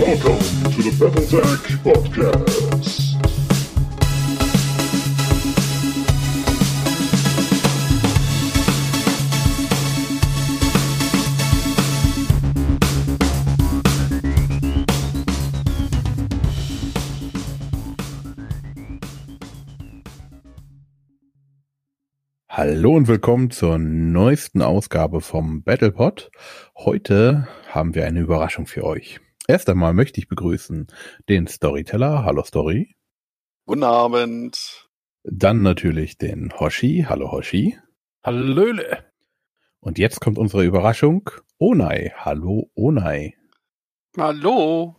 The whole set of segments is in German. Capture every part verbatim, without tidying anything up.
Welcome to the Battletech Podcast. Hallo und willkommen zur neuesten Ausgabe vom BattlePod. Heute haben wir eine Überraschung für euch. Erst einmal möchte ich begrüßen den Storyteller. Hallo Story. Guten Abend. Dann natürlich den Hoshi. Hallo Hoshi. Hallöle. Und jetzt kommt unsere Überraschung. Onai. Hallo Onai. Hallo.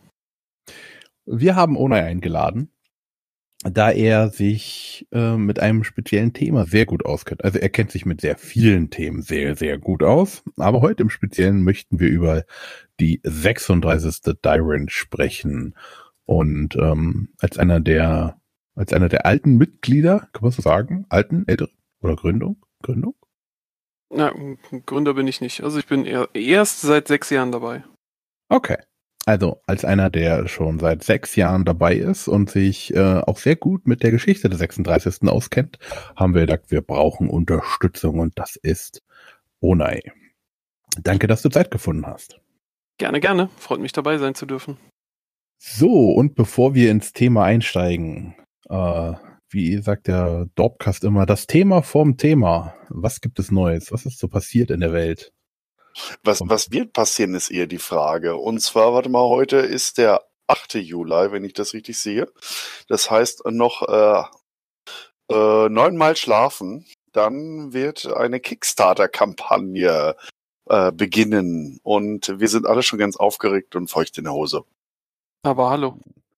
Wir haben Onai eingeladen, da er sich äh, mit einem speziellen Thema sehr gut auskennt. Also er kennt sich mit sehr vielen Themen sehr, sehr gut aus. Aber heute im Speziellen möchten wir über die sechsunddreißigste Die Range sprechen. Und ähm, als einer der als einer der alten Mitglieder, kann man so sagen, alten, ältere oder Gründung? Gründung? Na, Gründer bin ich nicht. Also ich bin eher, erst seit sechs Jahren dabei. Okay. Also als einer, der schon seit sechs Jahren dabei ist und sich äh, auch sehr gut mit der Geschichte der sechsunddreißigsten auskennt, haben wir gedacht, wir brauchen Unterstützung und das ist Onai. Danke, dass du Zeit gefunden hast. Gerne, gerne. Freut mich, dabei sein zu dürfen. So, und bevor wir ins Thema einsteigen, äh, wie sagt der Dorpcast immer, das Thema vorm Thema. Was gibt es Neues? Was ist so passiert in der Welt? Was, was wird passieren, ist eher die Frage. Und zwar, warte mal, heute ist der achte Juli, wenn ich das richtig sehe. Das heißt noch äh, äh, neunmal schlafen. Dann wird eine Kickstarter-Kampagne äh, beginnen. Und wir sind alle schon ganz aufgeregt und feucht in der Hose. Aber hallo.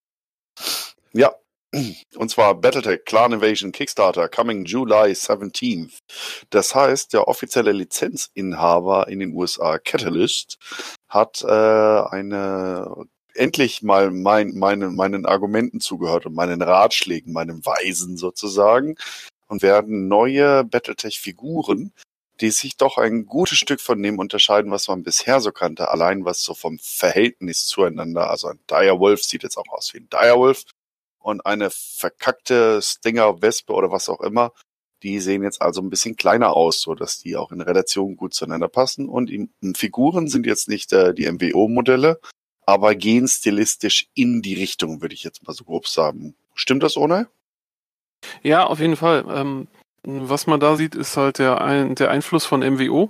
Ja. Und zwar Battletech Clan Invasion Kickstarter coming July seventeenth. Das heißt, der offizielle Lizenzinhaber in den U S A, Catalyst, hat äh, eine endlich mal mein, meine, meinen Argumenten zugehört und meinen Ratschlägen, meinen Weisen sozusagen, und werden neue Battletech-Figuren, die sich doch ein gutes Stück von dem unterscheiden, was man bisher so kannte, allein was so vom Verhältnis zueinander, also ein Direwolf sieht jetzt auch aus wie ein Direwolf, und eine verkackte Stinger-Wespe oder was auch immer, die sehen jetzt also ein bisschen kleiner aus, so dass die auch in Relation gut zueinander passen. Und die Figuren sind jetzt nicht äh, die M W O-Modelle, aber gehen stilistisch in die Richtung, würde ich jetzt mal so grob sagen. Stimmt das, Onai? Ja, auf jeden Fall. Ähm, was man da sieht, ist halt der, ein, der Einfluss von M W O.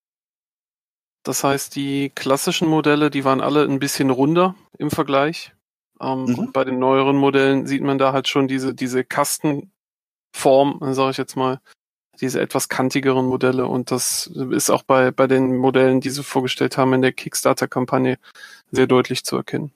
Das heißt, die klassischen Modelle, die waren alle ein bisschen runder im Vergleich. Ähm, mhm. Und bei den neueren Modellen sieht man da halt schon diese, diese Kastenform, sage ich jetzt mal, diese etwas kantigeren Modelle. Und das ist auch bei, bei den Modellen, die sie vorgestellt haben in der Kickstarter-Kampagne, sehr deutlich zu erkennen.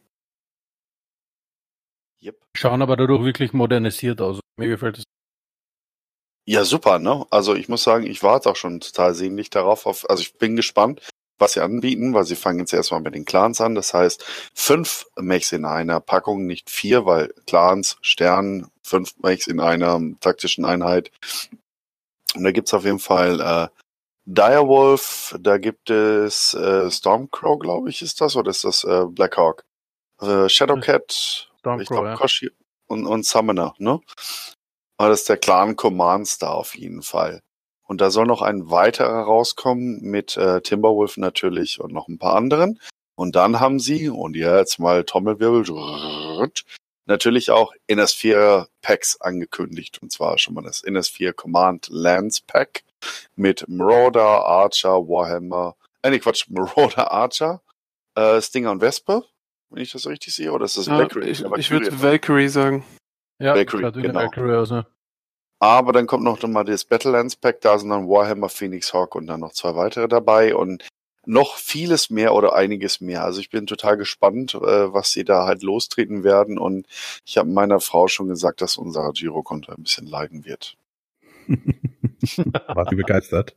Yep. Schauen aber dadurch wirklich modernisiert aus. Mir gefällt es. Ja, super, ne? Also ich muss sagen, ich warte auch schon total sehnlich darauf. Auf, also ich bin gespannt, was sie anbieten, weil sie fangen jetzt erstmal mit den Clans an. Das heißt, fünf Mechs in einer Packung, nicht vier, weil Clans, Stern, fünf Mechs in einer taktischen Einheit. Und da gibt's auf jeden Fall äh, Direwolf, da gibt es äh, Stormcrow, glaube ich, ist das, oder ist das äh, Blackhawk? Äh, Shadowcat, ich glaube ja. Koshi und, und Summoner, ne? Aber das ist der Clan Command Star auf jeden Fall. Und da soll noch ein weiterer rauskommen mit äh, Timberwolf natürlich und noch ein paar anderen. Und dann haben sie, und ja, jetzt mal Trommelwirbel, natürlich auch Inner Sphere Packs angekündigt. Und zwar schon mal das Inner Sphere Command Lance Pack mit Marauder, Archer, Warhammer, äh, nee, Quatsch, Marauder, Archer, äh, Stinger und Wespe, wenn ich das richtig sehe, oder ist das ja, Valkyrie? Ich, ich würde Valkyrie sagen. Ja, Valkyrie, genau. Valkyrie aus, ne? Aber dann kommt noch mal das Battlelands Pack, da sind dann Warhammer, Phoenix Hawk und dann noch zwei weitere dabei und noch vieles mehr oder einiges mehr. Also ich bin total gespannt, äh, was sie da halt lostreten werden, und ich habe meiner Frau schon gesagt, dass unser Girokonto ein bisschen leiden wird. War sie begeistert?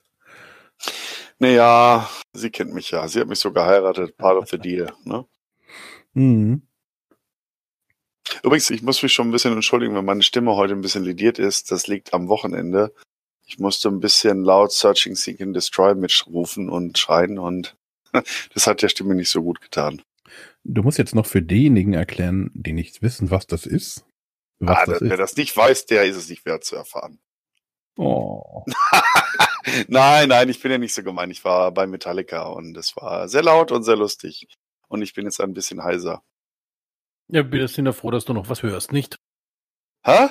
Naja, sie kennt mich ja. Sie hat mich so geheiratet, part of the deal, ne? Mhm. Übrigens, ich muss mich schon ein bisschen entschuldigen, wenn meine Stimme heute ein bisschen lediert ist. Das liegt am Wochenende. Ich musste ein bisschen laut Searching, Seek and Destroy mitrufen und schreien, und das hat der Stimme nicht so gut getan. Du musst jetzt noch für diejenigen erklären, die nicht wissen, was das ist. Was Ah, das wer ist. das nicht weiß, der ist es nicht wert zu erfahren. Oh. Nein, nein, ich bin ja nicht so gemein. Ich war bei Metallica und es war sehr laut und sehr lustig. Und ich bin jetzt ein bisschen heiser. Ja, wir sind ja froh, dass du noch was hörst, nicht? Hä?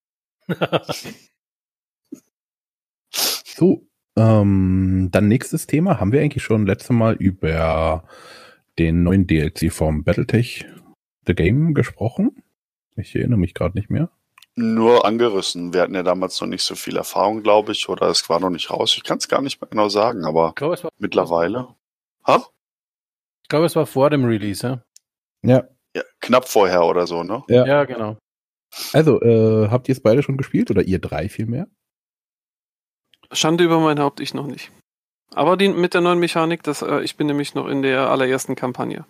So, ähm, dann nächstes Thema. Haben wir eigentlich schon letztes Mal über den neuen D L C vom Battletech The Game gesprochen? Ich erinnere mich gerade nicht mehr. Nur angerissen. Wir hatten ja damals noch nicht so viel Erfahrung, glaube ich, oder es war noch nicht raus. Ich kann es gar nicht mehr genau sagen, aber Ich glaube, es war, mittlerweile. Ha? ich glaube, es war vor dem Release, ja? Ja. Ja, knapp vorher oder so, ne? Ja. Ja, genau. Also, äh, habt ihr es beide schon gespielt oder ihr drei vielmehr? Schande über mein Haupt, ich noch nicht. Aber die, mit der neuen Mechanik, das, äh, ich bin nämlich noch in der allerersten Kampagne.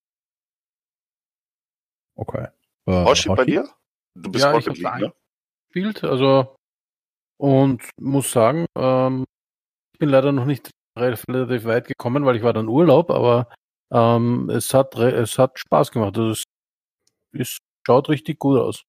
Okay. Äh, Hoshi, bei Hoshi? dir? Du bist Ja, Rocket ich hab's League, ne? gespielt, also und muss sagen, ähm, ich bin leider noch nicht relativ relativ weit gekommen, weil ich war dann Urlaub, aber ähm, es hat re- es hat Spaß gemacht. Also es, es schaut richtig gut aus.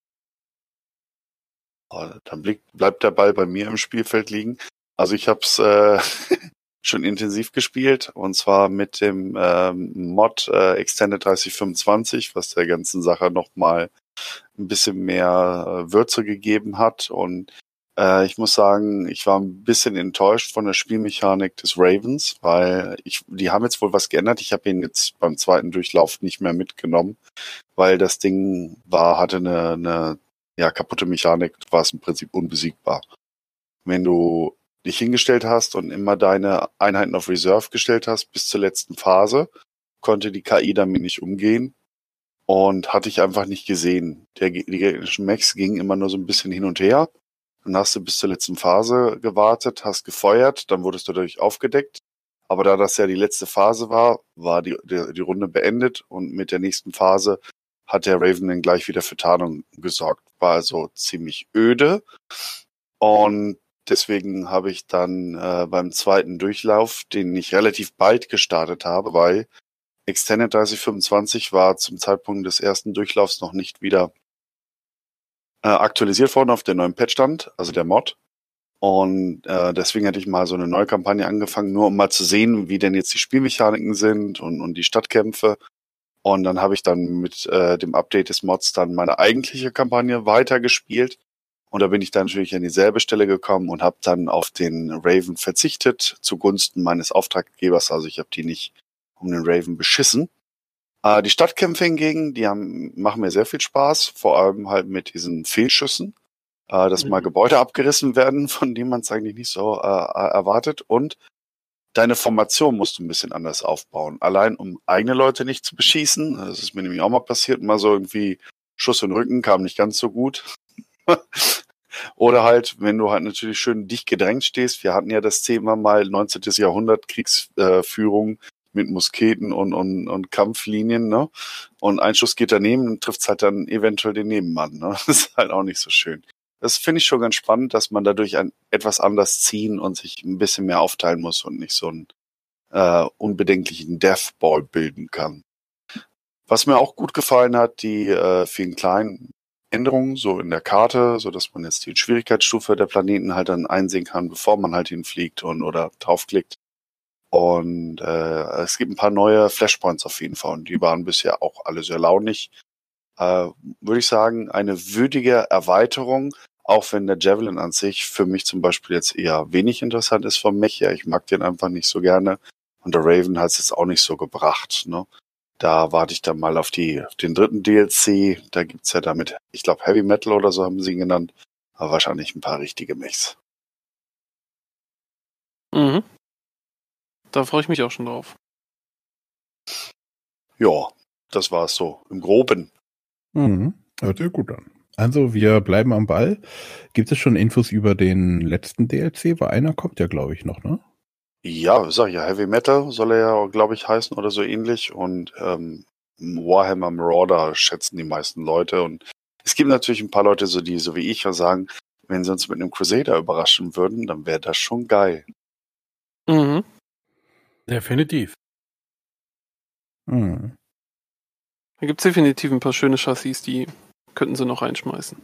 Oh, dann blick, bleibt der Ball bei mir im Spielfeld liegen. Also ich habe es äh, schon intensiv gespielt und zwar mit dem ähm, Mod äh, Extended dreißig fünfundzwanzig, was der ganzen Sache nochmal ein bisschen mehr äh, Würze gegeben hat. Und äh, ich muss sagen, ich war ein bisschen enttäuscht von der Spielmechanik des Ravens, weil ich, die haben jetzt wohl was geändert. Ich habe ihn jetzt beim zweiten Durchlauf nicht mehr mitgenommen, weil das Ding war, hatte eine, eine ja, kaputte Mechanik, war es im Prinzip unbesiegbar. Wenn du dich hingestellt hast und immer deine Einheiten auf Reserve gestellt hast bis zur letzten Phase, konnte die K I damit nicht umgehen und hatte ich einfach nicht gesehen. Der, die gegnerischen Mechs gingen immer nur so ein bisschen hin und her. Dann hast du bis zur letzten Phase gewartet, hast gefeuert, dann wurdest du dadurch aufgedeckt. Aber da das ja die letzte Phase war, war die, die, die Runde beendet und mit der nächsten Phase hat der Raven dann gleich wieder für Tarnung gesorgt. War also ziemlich öde. Und deswegen habe ich dann äh, beim zweiten Durchlauf, den ich relativ bald gestartet habe, weil Extended dreißig fünfundzwanzig war zum Zeitpunkt des ersten Durchlaufs noch nicht wieder äh, aktualisiert worden auf der neuen Patchstand, also der Mod. Und äh, deswegen hatte ich mal so eine neue Kampagne angefangen, nur um mal zu sehen, wie denn jetzt die Spielmechaniken sind und, und die Stadtkämpfe. Und dann habe ich dann mit äh, dem Update des Mods dann meine eigentliche Kampagne weitergespielt. Und da bin ich dann natürlich an dieselbe Stelle gekommen und habe dann auf den Raven verzichtet, zugunsten meines Auftraggebers. Also ich habe die nicht um den Raven beschissen. Äh, die Stadtkämpfe hingegen, die haben, machen mir sehr viel Spaß, vor allem halt mit diesen Fehlschüssen, äh, dass Mhm. mal Gebäude abgerissen werden, von denen man es eigentlich nicht so äh, erwartet. Und deine Formation musst du ein bisschen anders aufbauen. Allein um eigene Leute nicht zu beschießen. Das ist mir nämlich auch mal passiert. Mal so irgendwie Schuss in den Rücken, kam nicht ganz so gut. Oder halt, wenn du halt natürlich schön dicht gedrängt stehst. Wir hatten ja das Thema mal neunzehnten. Jahrhundert Kriegsführung mit Musketen und, und, und Kampflinien, ne? Und ein Schuss geht daneben und trifft halt dann eventuell den Nebenmann, ne? Das ist halt auch nicht so schön. Das finde ich schon ganz spannend, dass man dadurch ein etwas anders ziehen und sich ein bisschen mehr aufteilen muss und nicht so einen äh, unbedenklichen Deathball bilden kann. Was mir auch gut gefallen hat, die äh, vielen kleinen Änderungen so in der Karte, so dass man jetzt die Schwierigkeitsstufe der Planeten halt dann einsehen kann, bevor man halt hinfliegt und oder draufklickt. Und äh, es gibt ein paar neue Flashpoints auf jeden Fall und die waren bisher auch alle sehr launig. Äh, würde ich sagen, eine würdige Erweiterung, auch wenn der Javelin an sich für mich zum Beispiel jetzt eher wenig interessant ist vom Mech her. Ich mag den einfach nicht so gerne. Und der Raven hat es jetzt auch nicht so gebracht, ne? Da warte ich dann mal auf die auf den dritten D L C. Da gibt's ja damit, ich glaube Heavy Metal oder so haben sie ihn genannt, aber wahrscheinlich ein paar richtige Mechs. Mhm. Da freue ich mich auch schon drauf. Ja, das war's so im Groben. Mhm. Hört sich gut an. Also, wir bleiben am Ball. Gibt es schon Infos über den letzten D L C? Weil einer kommt ja, glaube ich, noch, ne? Ja, sag ich ja, Heavy Metal soll er ja, glaube ich, heißen oder so ähnlich. Und ähm, Warhammer Marauder schätzen die meisten Leute. Und es gibt natürlich ein paar Leute, so die, so wie ich, sagen, wenn sie uns mit einem Crusader überraschen würden, dann wäre das schon geil. Mhm. Definitiv. Mhm. Da gibt es definitiv ein paar schöne Chassis, die könnten sie noch reinschmeißen.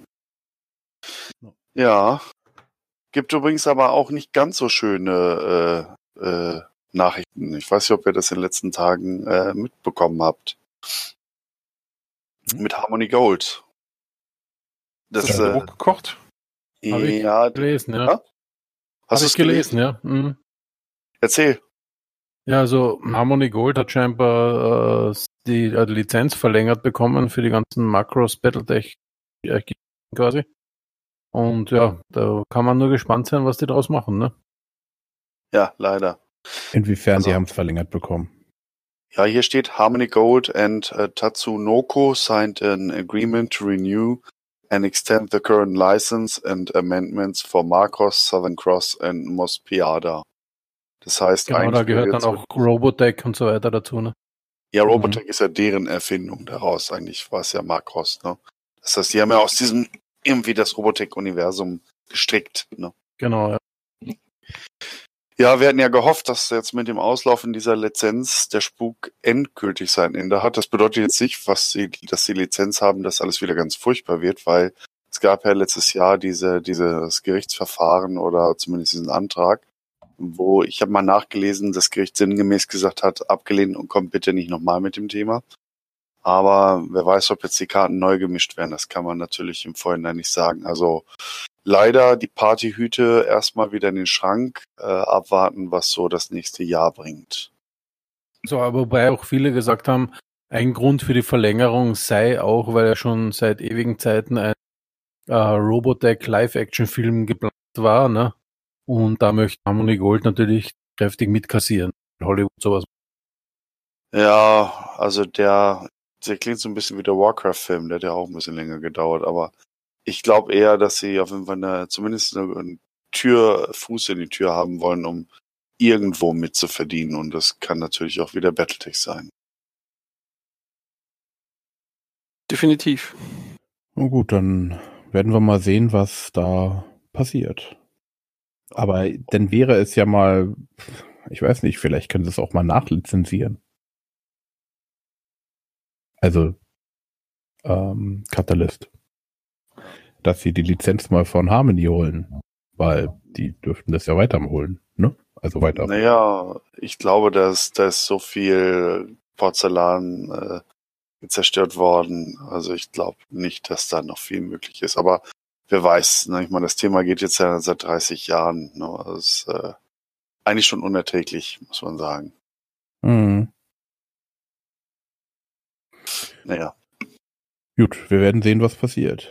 Ja. Gibt übrigens aber auch nicht ganz so schöne äh, äh, Nachrichten. Ich weiß nicht, ob ihr das in den letzten Tagen äh, mitbekommen habt. Hm? Mit Harmony Gold. Das, Ist das äh, Druck gekocht? Hab ich ja, gelesen, ja. Ja? hast Habe du ich es gelesen? gelesen, ja. Mhm. Erzähl. Ja, also Harmony Gold hat scheinbar äh, die äh, Lizenz verlängert bekommen für die ganzen Macros Battletech äh, quasi. Und ja, da kann man nur gespannt sein, was die draus machen, ne? Ja, leider. Inwiefern Also- sie haben es verlängert bekommen. Ja, hier steht Harmony Gold and uh, Tatsunoko signed an agreement to renew and extend the current license and amendments for Marcos, Southern Cross and Mospiada. Das heißt, Genau, da eigentlich gehört wäre dann jetzt- auch Robotech und so weiter dazu, ne? Ja, Robotech ist ja deren Erfindung daraus. Eigentlich war es ja Macross, ne? Das heißt, die haben ja aus diesem irgendwie das Robotech-Universum gestrickt, ne? Genau, ja. Ja, wir hatten ja gehofft, dass jetzt mit dem Auslaufen dieser Lizenz der Spuk endgültig sein Ende hat. Das bedeutet jetzt nicht, was sie, dass sie Lizenz haben, dass alles wieder ganz furchtbar wird, weil es gab ja letztes Jahr diese, dieses Gerichtsverfahren oder zumindest diesen Antrag, wo ich habe mal nachgelesen, das Gericht sinngemäß gesagt hat, abgelehnt und kommt bitte nicht nochmal mit dem Thema. Aber wer weiß, ob jetzt die Karten neu gemischt werden, das kann man natürlich im Vorhinein nicht sagen. Also leider die Partyhüte erstmal wieder in den Schrank, äh, abwarten, was so das nächste Jahr bringt. So, aber wobei auch viele gesagt haben, ein Grund für die Verlängerung sei auch, weil ja schon seit ewigen Zeiten ein äh, Robotech Live-Action-Film geplant war, ne? Und da möchte Harmony Gold natürlich kräftig mitkassieren. Hollywood sowas. Ja, also der, der klingt so ein bisschen wie der Warcraft-Film, der hat ja auch ein bisschen länger gedauert, aber ich glaube eher, dass sie auf jeden Fall eine, zumindest eine, eine Tür, Fuß in die Tür haben wollen, um irgendwo mitzuverdienen, und das kann natürlich auch wieder Battletech sein. Definitiv. Na gut, dann werden wir mal sehen, was da passiert. Aber dann wäre es ja mal, ich weiß nicht, vielleicht können sie es auch mal nachlizenzieren. Also, ähm, Catalyst. Dass sie die Lizenz mal von Harmony holen. Weil die dürften das ja weiterholen, ne? Also weiter. Naja, ich glaube, dass da ist so viel Porzellan äh, zerstört worden. Also ich glaube nicht, dass da noch viel möglich ist. Aber wer weiß, ne? Ich meine, das Thema geht jetzt ja seit dreißig Jahren. Ne? Das ist äh, eigentlich schon unerträglich, muss man sagen. Mhm. Naja. Gut, wir werden sehen, was passiert.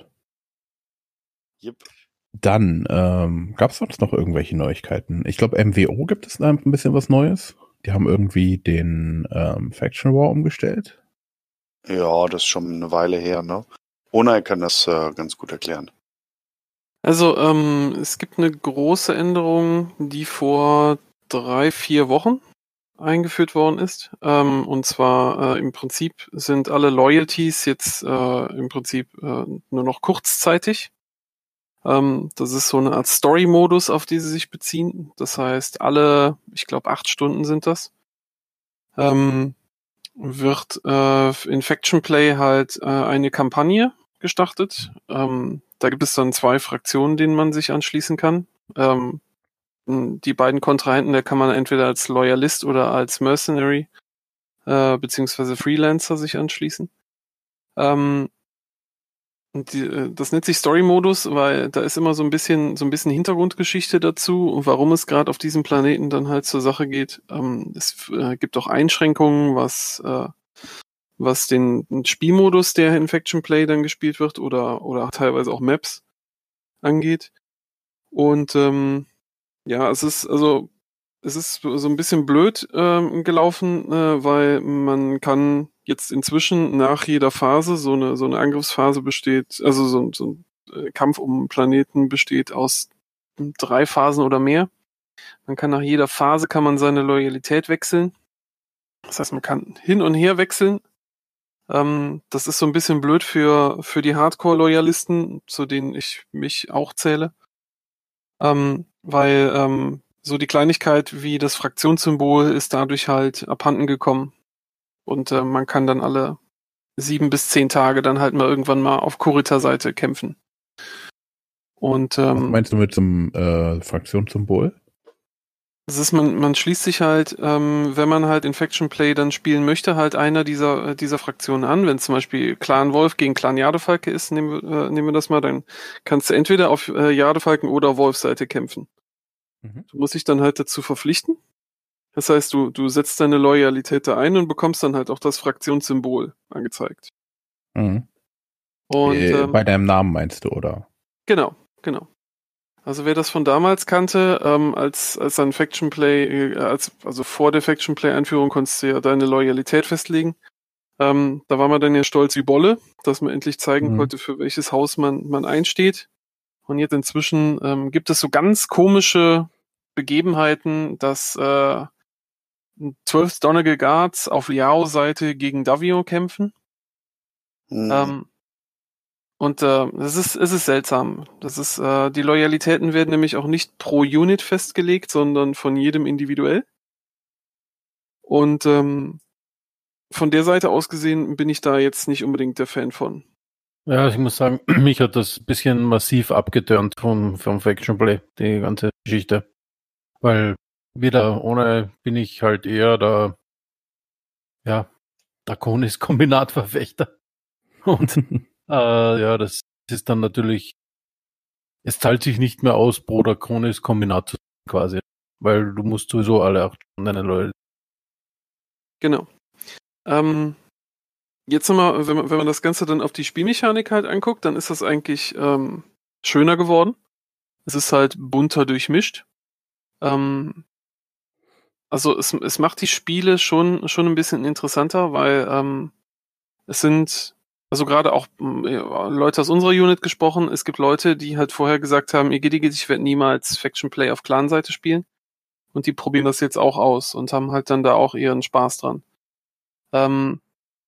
Yep. Dann, ähm, gab es sonst noch irgendwelche Neuigkeiten? Ich glaube, M W O gibt es da ein bisschen was Neues. Die haben irgendwie den ähm, Faction War umgestellt. Ja, das ist schon eine Weile her, ne? Onai kann das äh, ganz gut erklären. Also, ähm, es gibt eine große Änderung, die vor drei, vier Wochen eingeführt worden ist. Ähm, und zwar äh, im Prinzip sind alle Loyalties jetzt äh, im Prinzip äh, nur noch kurzzeitig. Ähm, das ist so eine Art Story-Modus, auf die sie sich beziehen. Das heißt, alle, ich glaube, acht Stunden sind das, ähm, wird äh, in Faction Play halt äh, eine Kampagne gestartet. Ähm, da gibt es dann zwei Fraktionen, denen man sich anschließen kann. Ähm, die beiden Kontrahenten, da kann man entweder als Loyalist oder als Mercenary äh, beziehungsweise Freelancer sich anschließen. Ähm, und die, das nennt sich Story-Modus, weil da ist immer so ein bisschen so ein bisschen Hintergrundgeschichte dazu und warum es gerade auf diesem Planeten dann halt zur Sache geht. Ähm, es äh, gibt auch Einschränkungen, was äh, was den, den Spielmodus, der in Faction Play dann gespielt wird, oder oder teilweise auch Maps angeht. Und ähm, ja, es ist also es ist so ein bisschen blöd ähm, gelaufen, äh, weil man kann jetzt inzwischen nach jeder Phase, so eine so eine Angriffsphase besteht, also so, so ein äh, Kampf um einen Planeten besteht aus drei Phasen oder mehr. Man kann nach jeder Phase kann man seine Loyalität wechseln. Das heißt, man kann hin und her wechseln. Ähm, das ist so ein bisschen blöd für für die Hardcore-Loyalisten, zu denen ich mich auch zähle. Ähm, weil ähm, so die Kleinigkeit wie das Fraktionssymbol ist dadurch halt abhanden gekommen. Und äh, man kann dann alle sieben bis zehn Tage dann halt mal irgendwann mal auf Kurita-Seite kämpfen. Und Was ähm, meinst du mit so einem äh, Fraktionssymbol? das ist, man, man schließt sich halt, ähm, wenn man halt in Faction Play dann spielen möchte, halt einer dieser, äh, dieser Fraktionen an. Wenn zum Beispiel Clan Wolf gegen Clan Jadefalke ist, nehmen wir, äh, nehmen wir das mal, dann kannst du entweder auf äh, Jadefalken oder Wolfseite kämpfen. Mhm. Du musst dich dann halt dazu verpflichten. Das heißt, du, du setzt deine Loyalität da ein und bekommst dann halt auch das Fraktionssymbol angezeigt. Mhm. Und äh, ähm, bei deinem Namen meinst du, oder? genau, genau. Also wer das von damals kannte, ähm, als als dann Faction Play, äh, als also vor der Faction Play Einführung konntest du ja deine Loyalität festlegen. Ähm, da war man dann ja stolz wie Bolle, dass man endlich zeigen Mhm. konnte, für welches Haus man man einsteht. Und jetzt inzwischen ähm, gibt es so ganz komische Begebenheiten, dass äh, zwölf Donegal Guards auf Liao-Seite gegen Davio kämpfen. Hm. Ähm, und äh, das ist, es ist seltsam. Das ist, äh, die Loyalitäten werden nämlich auch nicht pro Unit festgelegt, sondern von jedem individuell. Und ähm, von der Seite aus gesehen bin ich da jetzt nicht unbedingt der Fan von. Ja, ich muss sagen, mich hat das ein bisschen massiv abgeturnt vom, vom Faction Play, die ganze Geschichte. Weil wieder ohne bin ich halt eher der, ja, Draconis-Kombinatverfechter. Und äh, ja, das ist dann natürlich, es zahlt sich nicht mehr aus, pro Draconis-Kombinat zu sein, quasi. Weil du musst sowieso alle acht Stunden deine Leute. Genau. Ähm, jetzt nochmal, wenn man, wenn man das Ganze dann auf die Spielmechanik halt anguckt, dann ist das eigentlich ähm, schöner geworden. Es ist halt bunter durchmischt. Ähm, also es, es macht die Spiele schon, schon ein bisschen interessanter, weil ähm, es sind, also gerade auch äh, Leute aus unserer Unit gesprochen, es gibt Leute, die halt vorher gesagt haben, Igidigit, ich werde niemals Faction Play auf Clan-Seite spielen. Und die probieren das jetzt auch aus und haben halt dann da auch ihren Spaß dran. Ähm,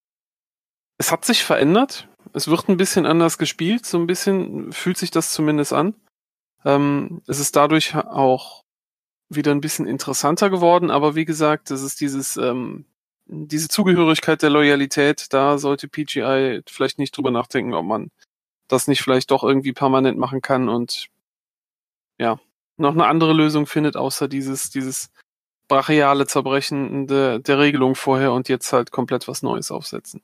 es hat sich verändert. Es wird ein bisschen anders gespielt, so ein bisschen fühlt sich das zumindest an. Ähm, es ist dadurch auch wieder ein bisschen interessanter geworden, aber wie gesagt, das ist dieses, ähm, diese Zugehörigkeit der Loyalität, da sollte P G I vielleicht nicht drüber nachdenken, ob man das nicht vielleicht doch irgendwie permanent machen kann und ja, noch eine andere Lösung findet, außer dieses, dieses brachiale Zerbrechen der, der Regelung vorher und jetzt halt komplett was Neues aufsetzen.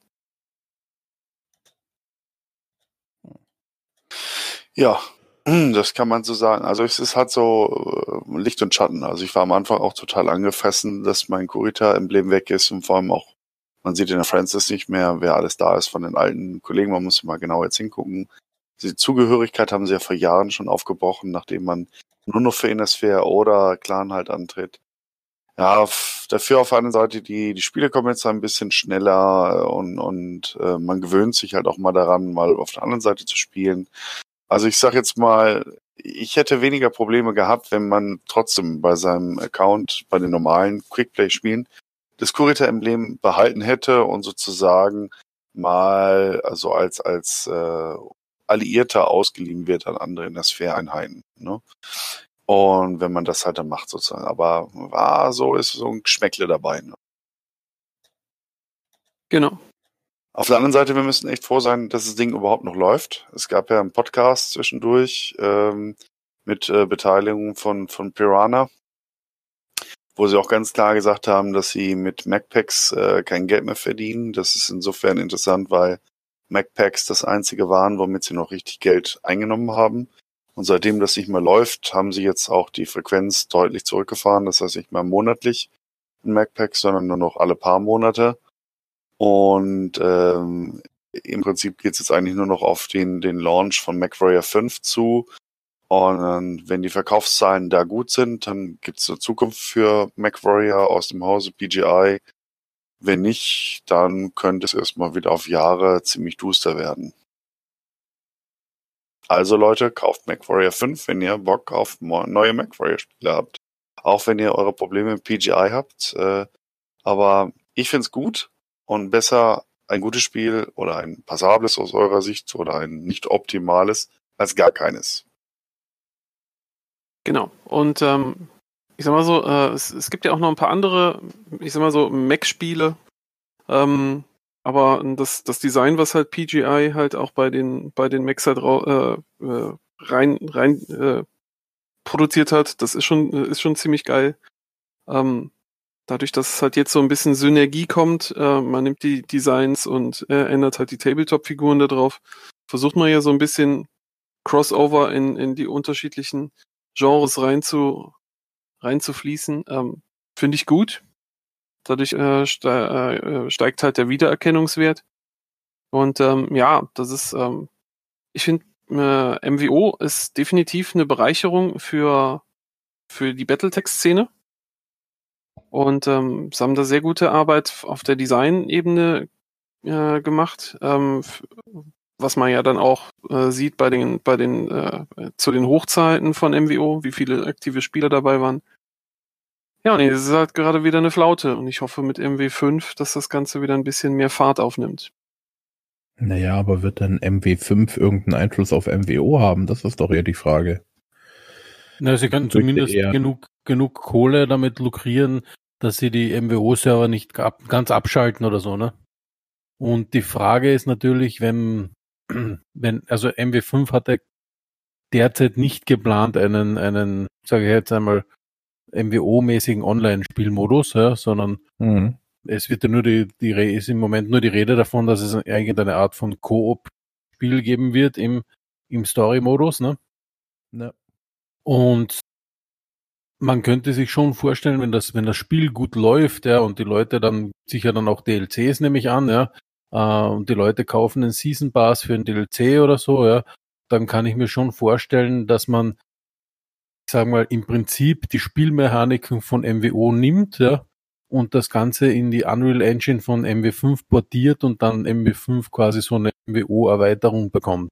Ja, das kann man so sagen. Also es ist halt so äh, Licht und Schatten. Also ich war am Anfang auch total angefressen, dass mein Kurita-Emblem weg ist und vor allem auch, man sieht in der Francis nicht mehr, wer alles da ist von den alten Kollegen. Man muss mal genau jetzt hingucken. Die Zugehörigkeit haben sie ja vor Jahren schon aufgebrochen, nachdem man nur noch für Innersphere oder Clan halt antritt. Ja, f- dafür auf der anderen Seite, die, die Spiele kommen jetzt ein bisschen schneller und, und äh, man gewöhnt sich halt auch mal daran, mal auf der anderen Seite zu spielen. Also ich sag jetzt mal, ich hätte weniger Probleme gehabt, wenn man trotzdem bei seinem Account, bei den normalen Quickplay-Spielen, das Kurita-Emblem behalten hätte und sozusagen mal also als als äh, Alliierter ausgeliehen wird an andere in der Sphäre-Einheiten. Ne? Und wenn man das halt dann macht sozusagen. Aber war so, ist so ein Geschmäckle dabei. Ne? Genau. Auf der anderen Seite, wir müssen echt froh sein, dass das Ding überhaupt noch läuft. Es gab ja einen Podcast zwischendurch ähm, mit äh, Beteiligung von, von Piranha, wo sie auch ganz klar gesagt haben, dass sie mit Macpacks äh, kein Geld mehr verdienen. Das ist insofern interessant, weil Macpacks das einzige waren, womit sie noch richtig Geld eingenommen haben. Und seitdem das nicht mehr läuft, haben sie jetzt auch die Frequenz deutlich zurückgefahren. Das heißt nicht mehr monatlich in Macpacks, sondern nur noch alle paar Monate. Und ähm, im Prinzip geht es jetzt eigentlich nur noch auf den, den Launch von MacWarrior fünf zu. Und ähm, wenn die Verkaufszahlen da gut sind, dann gibt es eine Zukunft für MacWarrior aus dem Hause P G I. Wenn nicht, dann könnte es erstmal wieder auf Jahre ziemlich duster werden. Also Leute, kauft MacWarrior fünf, wenn ihr Bock auf neue MacWarrior-Spiele habt. Auch wenn ihr eure Probleme mit P G I habt. Äh, aber ich find's gut und besser ein gutes Spiel oder ein passables aus eurer Sicht oder ein nicht optimales als gar keines. Genau. Und ähm, ich sag mal so, äh, es, es gibt ja auch noch ein paar andere, ich sag mal so, Mac-Spiele, ähm, aber das, das Design, was halt P G I halt auch bei den, bei den Mechs halt rau- äh, äh, rein, rein äh, produziert hat, das ist schon, ist schon ziemlich geil. Ähm, dadurch, dass es halt jetzt so ein bisschen Synergie kommt, äh, man nimmt die Designs und äh, ändert halt die Tabletop-Figuren da drauf, versucht man ja so ein bisschen Crossover in, in die unterschiedlichen Genres rein zu, reinzufließen. Ähm, finde ich gut. Dadurch äh, ste äh, steigt halt der Wiedererkennungswert. Und ähm, ja, das ist, ähm, ich finde, äh, M W O ist definitiv eine Bereicherung für, für die Battletech-Szene. Und ähm, sie haben da sehr gute Arbeit auf der Design-Ebene äh, gemacht, ähm, f- was man ja dann auch äh, sieht bei den, bei den, äh, zu den Hochzeiten von M W O, wie viele aktive Spieler dabei waren. Ja, und es ist halt gerade wieder eine Flaute und ich hoffe mit M W fünf, dass das Ganze wieder ein bisschen mehr Fahrt aufnimmt. Naja, aber wird dann M W fünf irgendeinen Einfluss auf M W O haben? Das ist doch eher die Frage. Na, sie können Ich fürchte zumindest eher- genug, genug Kohle damit lukrieren, dass sie die M W O-Server nicht ab, ganz abschalten oder so, ne? Und die Frage ist natürlich, wenn, wenn, also M W fünf hatte derzeit nicht geplant, einen, einen, sage ich jetzt einmal, M W O-mäßigen Online-Spielmodus, ja, sondern Mhm. es wird ja nur die, die, Re- ist im Moment nur die Rede davon, dass es irgendeine Art von Koop-Spiel geben wird im, im Story-Modus, ne? Ja. Und man könnte sich schon vorstellen, wenn das, wenn das Spiel gut läuft, ja, und die Leute dann sicher dann auch D L Cs nehme ich an, ja, äh, und die Leute kaufen einen Season Pass für ein D L C oder so, ja, dann kann ich mir schon vorstellen, dass man, sagen wir mal, im Prinzip die Spielmechaniken von M W O nimmt, ja, und das Ganze in die Unreal Engine von M W fünf portiert und dann M W fünf quasi so eine M W O-Erweiterung bekommt.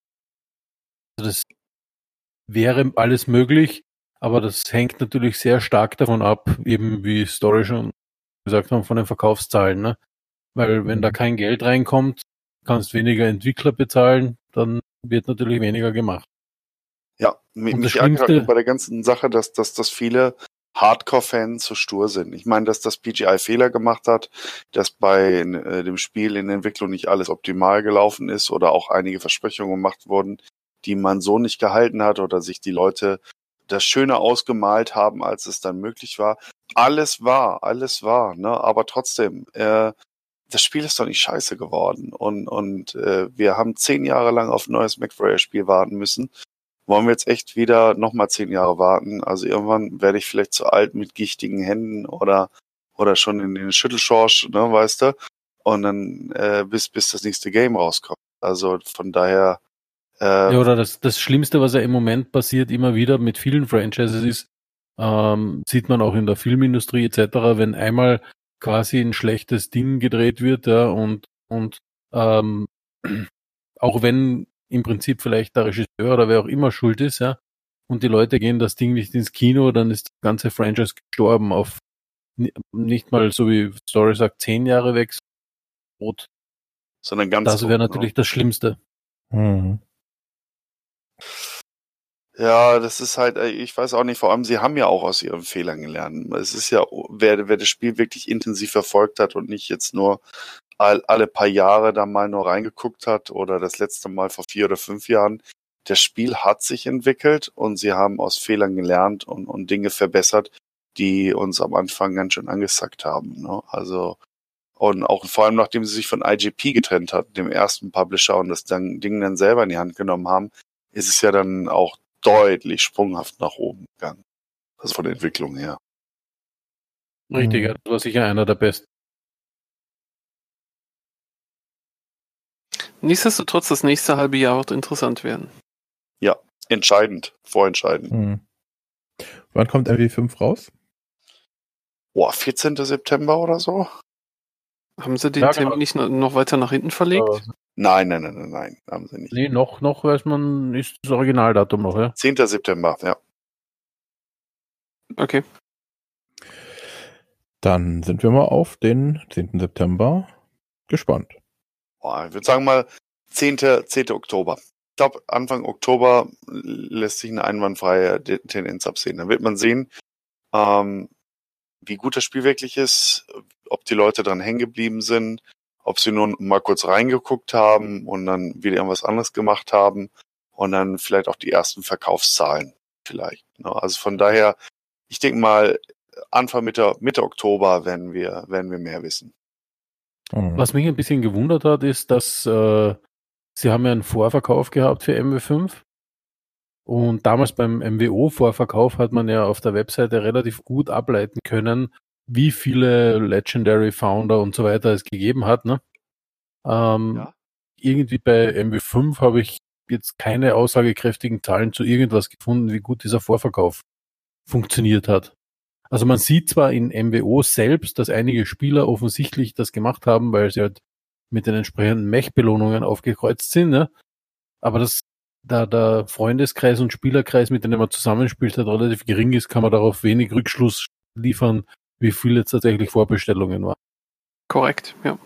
Also das wäre alles möglich, aber das hängt natürlich sehr stark davon ab, eben wie Story schon gesagt haben, von den Verkaufszahlen, ne? Weil wenn da kein Geld reinkommt, kannst weniger Entwickler bezahlen, dann wird natürlich weniger gemacht. Ja, mi- Und das mich ärgert halt Schlimmste- nur bei der ganzen Sache, dass, dass, dass viele Hardcore-Fans so stur sind. Ich meine, dass das P G I Fehler gemacht hat, dass bei äh, dem Spiel in der Entwicklung nicht alles optimal gelaufen ist oder auch einige Versprechungen gemacht wurden, die man so nicht gehalten hat oder sich die Leute das schöner ausgemalt haben, als es dann möglich war. Alles war, alles war, ne? Aber trotzdem, äh, das Spiel ist doch nicht scheiße geworden. Und, und äh, wir haben zehn Jahre lang auf ein neues MacWarrior-Spiel warten müssen. Wollen wir jetzt echt wieder nochmal zehn Jahre warten? Also irgendwann werde ich vielleicht zu alt mit gichtigen Händen oder oder schon in den Schüttelschorsch, ne, weißt du? Und dann äh, bis bis das nächste Game rauskommt. Also von daher äh, Ja, oder das, das Schlimmste, was ja im Moment passiert, immer wieder mit vielen Franchises ist, ähm, sieht man auch in der Filmindustrie et cetera, wenn einmal quasi ein schlechtes Ding gedreht wird, ja, und, und ähm, auch wenn im Prinzip vielleicht der Regisseur oder wer auch immer schuld ist, ja, und die Leute gehen das Ding nicht ins Kino, dann ist das ganze Franchise gestorben auf ni- nicht mal so wie Story sagt, zehn Jahre weg. Rot. sondern ganz Das wäre tot, ne? natürlich das Schlimmste. Mhm. Ja, das ist halt, äh, ich weiß auch nicht, vor allem sie haben ja auch aus ihren Fehlern gelernt. Es ist ja, wer, wer das Spiel wirklich intensiv verfolgt hat und nicht jetzt nur all, alle paar Jahre da mal nur reingeguckt hat oder das letzte Mal vor vier oder fünf Jahren, das Spiel hat sich entwickelt und sie haben aus Fehlern gelernt und, und Dinge verbessert, die uns am Anfang ganz schön angesackt haben, ne? Also, und auch vor allem nachdem sie sich von I G P getrennt hat, dem ersten Publisher, und das dann, Ding dann selber in die Hand genommen haben, ist es ja dann auch deutlich sprunghaft nach oben gegangen. Also von der Entwicklung her. Richtig, Mhm. ja, das war sicher einer der besten. Nichtsdestotrotz, das nächste halbe Jahr wird interessant werden. Ja, entscheidend, vorentscheidend. Mhm. Wann kommt M W fünf raus? Boah, vierzehnten September oder so? Haben sie den Ja, Termin genau. nicht noch- noch weiter nach hinten verlegt? Äh, Nein, nein, nein, nein, nein, haben sie nicht. nee, noch, noch weiß man, ist das Originaldatum noch, ja. zehnten September, ja. Okay. Dann sind wir mal auf den zehnten September gespannt. Boah, ich würde sagen mal zehnten Oktober. Ich glaube, Anfang Oktober lässt sich eine einwandfreie De- Tendenz absehen. Dann wird man sehen, ähm, wie gut das Spiel wirklich ist, ob die Leute dran hängen geblieben sind ob sie nur mal kurz reingeguckt haben und dann wieder irgendwas anderes gemacht haben und dann vielleicht auch die ersten Verkaufszahlen vielleicht. Ne? Also von daher, ich denke mal, Anfang Mitte, Mitte Oktober werden wir, werden wir mehr wissen. Mhm. Was mich ein bisschen gewundert hat, ist, dass äh, sie haben ja einen Vorverkauf gehabt für M W fünf. Und damals beim M W O-Vorverkauf hat man ja auf der Webseite relativ gut ableiten können, wie viele Legendary Founder und so weiter es gegeben hat. Ne? Ähm, Ja. Irgendwie bei M W fünf habe ich jetzt keine aussagekräftigen Zahlen zu irgendwas gefunden, wie gut dieser Vorverkauf funktioniert hat. Also man sieht zwar in M W O selbst, dass einige Spieler offensichtlich das gemacht haben, weil sie halt mit den entsprechenden Mech-Belohnungen aufgekreuzt sind, ne? Aber dass da der Freundeskreis und Spielerkreis, mit denen man zusammenspielt, halt relativ gering ist, kann man darauf wenig Rückschluss liefern, wie viele jetzt tatsächlich Vorbestellungen waren. Korrekt, ja.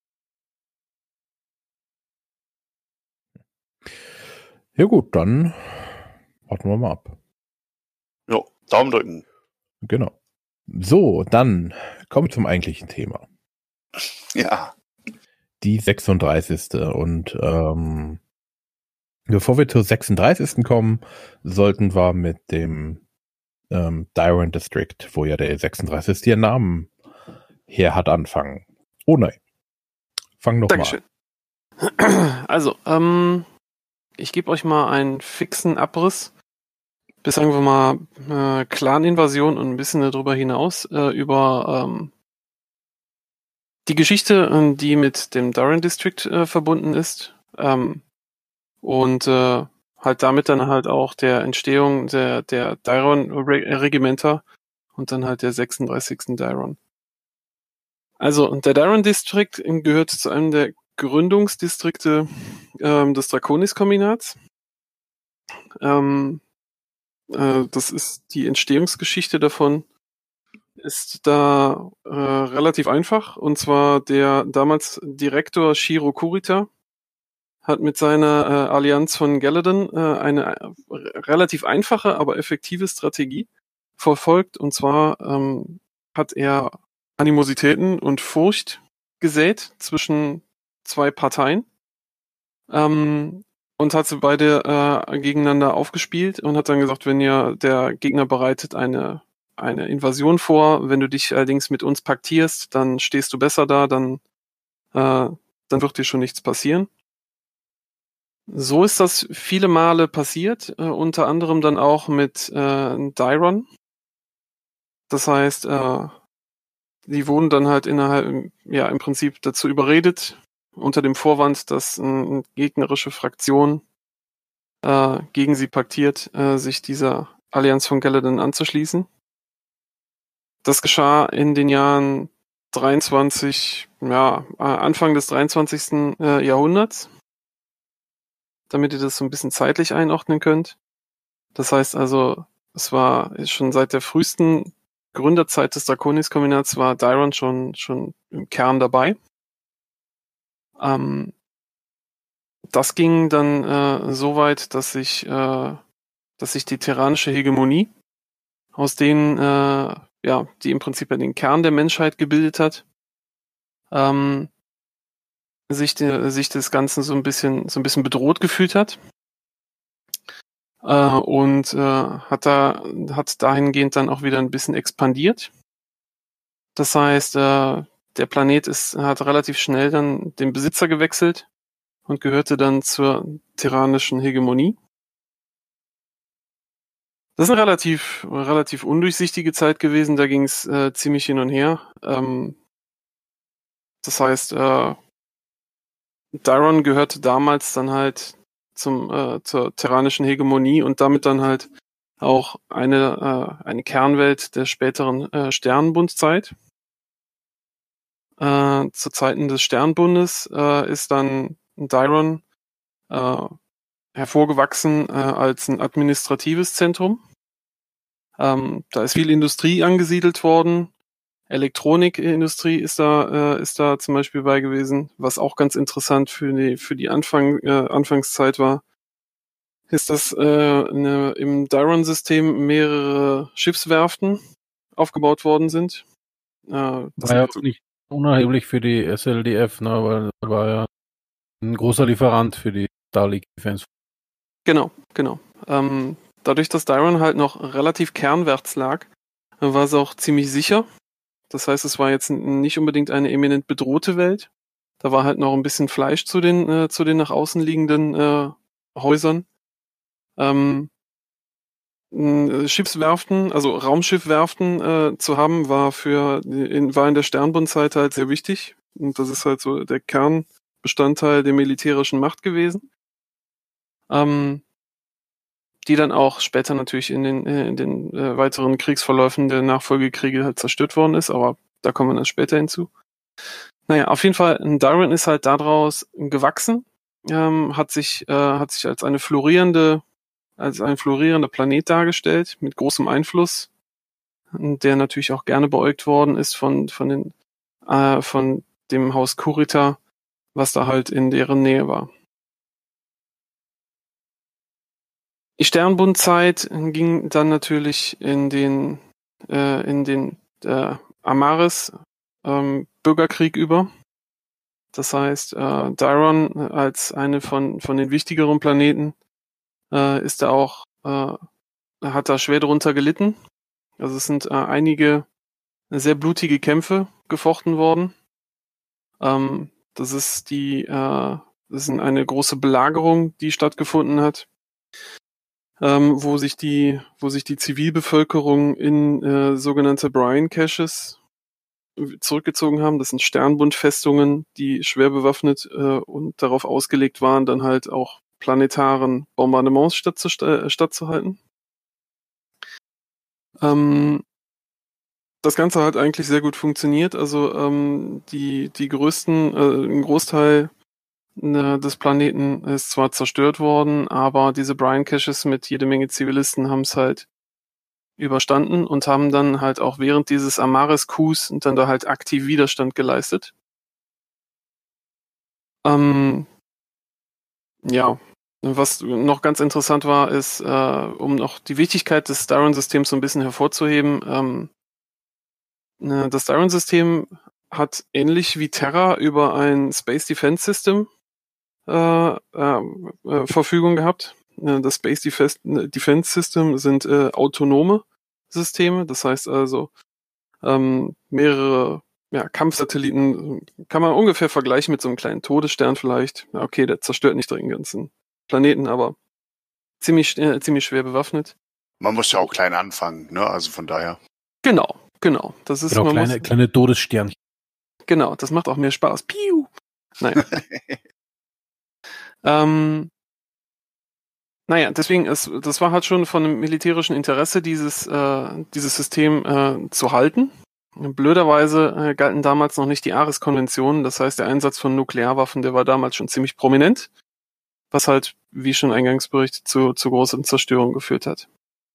Ja gut, dann warten wir mal ab. Jo, Daumen drücken. Genau. So, dann kommen wir zum eigentlichen Thema. Ja. Die sechsunddreißigste Und ähm, bevor wir zur sechsunddreißigsten kommen, sollten wir mit dem ähm, Dairon District, wo ja der sechsunddreißigste ihren Namen her hat, anfangen. Oh nein. Fang doch Dankeschön. mal Also, ähm, ich gebe euch mal einen fixen Abriss, bis sagen wir mal äh, Clan-Invasion und ein bisschen darüber hinaus, äh, über ähm, die Geschichte, äh, die mit dem Dairon District äh, verbunden ist. Ähm, und äh, halt damit dann halt auch der Entstehung der, der Dairon-Regimenter und dann halt der sechsunddreißigsten Dairon. Also, der Dairon District gehört zu einem der Gründungsdistrikte ähm, des Draconis-Kombinats. Ähm, äh, das ist die Entstehungsgeschichte davon, ist da äh, relativ einfach. Und zwar der damals Direktor Shiro Kurita hat mit seiner äh, Allianz von Galadon äh, eine äh, relativ einfache, aber effektive Strategie verfolgt. Und zwar ähm, hat er Animositäten und Furcht gesät zwischen zwei Parteien ähm, und hat sie beide äh, gegeneinander aufgespielt und hat dann gesagt, wenn ihr, der Gegner bereitet eine, eine Invasion vor, wenn du dich allerdings mit uns paktierst, dann stehst du besser da, dann, äh, dann wird dir schon nichts passieren. So ist das viele Male passiert, äh, unter anderem dann auch mit äh, Dairon. Das heißt, äh, die wurden dann halt innerhalb, ja, im Prinzip dazu überredet, unter dem Vorwand, dass eine gegnerische Fraktion äh, gegen sie paktiert, äh, sich dieser Allianz von Galadon anzuschließen. Das geschah in den Jahren dreiundzwanzig, ja, Anfang des dreiundzwanzigsten Äh, Jahrhunderts, damit ihr das so ein bisschen zeitlich einordnen könnt. Das heißt also, es war schon seit der frühesten Gründerzeit des Draconis-Kombinats war Dairon schon, schon im Kern dabei. Ähm, das ging dann äh, so weit, dass sich, äh, dass sich die terranische Hegemonie, aus denen, äh, ja, die im Prinzip ja den Kern der Menschheit gebildet hat, ähm, sich, de, sich des Ganzen so ein bisschen, so ein bisschen bedroht gefühlt hat. Äh, und äh, hat da, hat dahingehend dann auch wieder ein bisschen expandiert. Das heißt, äh, der Planet ist, hat relativ schnell dann den Besitzer gewechselt und gehörte dann zur terranischen Hegemonie. Das ist eine relativ, relativ undurchsichtige Zeit gewesen, da ging es äh, ziemlich hin und her. Ähm, das heißt, äh, Dairon gehörte damals dann halt zum, äh, zur terranischen Hegemonie und damit dann halt auch eine, äh, eine Kernwelt der späteren äh, Sternenbundzeit. Äh, zu Zeiten des Sternbundes äh, ist dann Dairon äh, hervorgewachsen äh, als ein administratives Zentrum. Ähm, da ist viel Industrie angesiedelt worden. Elektronikindustrie ist da, äh, ist da zum Beispiel bei gewesen, was auch ganz interessant für die, für die Anfang, äh, Anfangszeit war. Ist, dass äh, eine, im Dairon-System mehrere Schiffswerften aufgebaut worden sind. Äh, das War ja sind so, nicht unerheblich für die S L D F, ne, weil das war ja ein großer Lieferant für die Starlink Defense. Genau, genau. Ähm, dadurch, dass Dairon halt noch relativ kernwärts lag, war es auch ziemlich sicher. Das heißt, es war jetzt nicht unbedingt eine eminent bedrohte Welt. Da war halt noch ein bisschen Fleisch zu den, äh, zu den nach außen liegenden äh, Häusern. Ähm, Schiffswerften, also Raumschiffwerften äh, zu haben, war für in, war in der Sternbundzeit halt sehr wichtig. Und das ist halt so der Kernbestandteil der militärischen Macht gewesen. Ähm, die dann auch später natürlich in den, in den äh, weiteren Kriegsverläufen der Nachfolgekriege halt zerstört worden ist, aber da kommen wir dann später hinzu. Naja, auf jeden Fall, Dairon ist halt daraus gewachsen, ähm, hat sich, äh, hat sich als eine florierende, als ein florierender Planet dargestellt, mit großem Einfluss, der natürlich auch gerne beäugt worden ist von, von den, äh, von dem Haus Kurita, was da halt in deren Nähe war. Die Sternbundzeit ging dann natürlich in den, äh, in den äh, Amaris ähm, Bürgerkrieg über. Das heißt, äh, Dairon als eine von, von den wichtigeren Planeten äh, ist da auch, äh, hat da schwer darunter gelitten. Also es sind äh, einige sehr blutige Kämpfe gefochten worden. Ähm, das ist die, äh, das ist eine große Belagerung, die stattgefunden hat. Ähm, wo sich die, wo sich die Zivilbevölkerung in äh, sogenannte Brine Caches zurückgezogen haben. Das sind Sternbundfestungen, die schwer bewaffnet äh, und darauf ausgelegt waren, dann halt auch planetaren Bombardements stattzu, äh, stattzuhalten. Ähm, das Ganze hat eigentlich sehr gut funktioniert. Also ähm, die, die größten, äh, ein Großteil des Planeten ist zwar zerstört worden, aber diese Brine Caches mit jede Menge Zivilisten haben es halt überstanden und haben dann halt auch während dieses Amaris-Coups dann da halt aktiv Widerstand geleistet. Ähm, ja, was noch ganz interessant war, ist, äh, um noch die Wichtigkeit des Dairon-Systems so ein bisschen hervorzuheben, ähm, das Dairon-System hat ähnlich wie Terra über ein Space Defense System Äh, äh, Verfügung gehabt. Das Space Defense, Defense System sind äh, autonome Systeme, das heißt also ähm, mehrere ja, Kampfsatelliten kann man ungefähr vergleichen mit so einem kleinen Todesstern vielleicht. Ja, okay, der zerstört nicht den ganzen Planeten, aber ziemlich, äh, ziemlich schwer bewaffnet. Man muss ja auch klein anfangen, ne? Also von daher. Genau, genau. Das ist genau, man kleine, muss, kleine Todessternchen. Genau, das macht auch mehr Spaß. Piu! Nein. ähm, Naja, deswegen, ist, das war halt schon von einem militärischen Interesse, dieses, äh, dieses System äh, zu halten. Blöderweise äh, galten damals noch nicht die Ares-Konventionen, das heißt, der Einsatz von Nuklearwaffen, der war damals schon ziemlich prominent, was halt, wie schon eingangs berichtet, zu, zu großer Zerstörung geführt hat.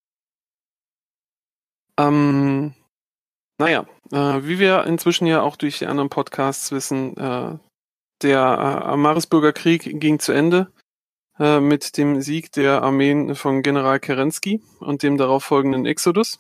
Ähm, naja, äh, wie wir inzwischen ja auch durch die anderen Podcasts wissen, äh, der äh, Amaris-Bürgerkrieg ging zu Ende mit dem Sieg der Armeen von General Kerensky und dem darauffolgenden Exodus.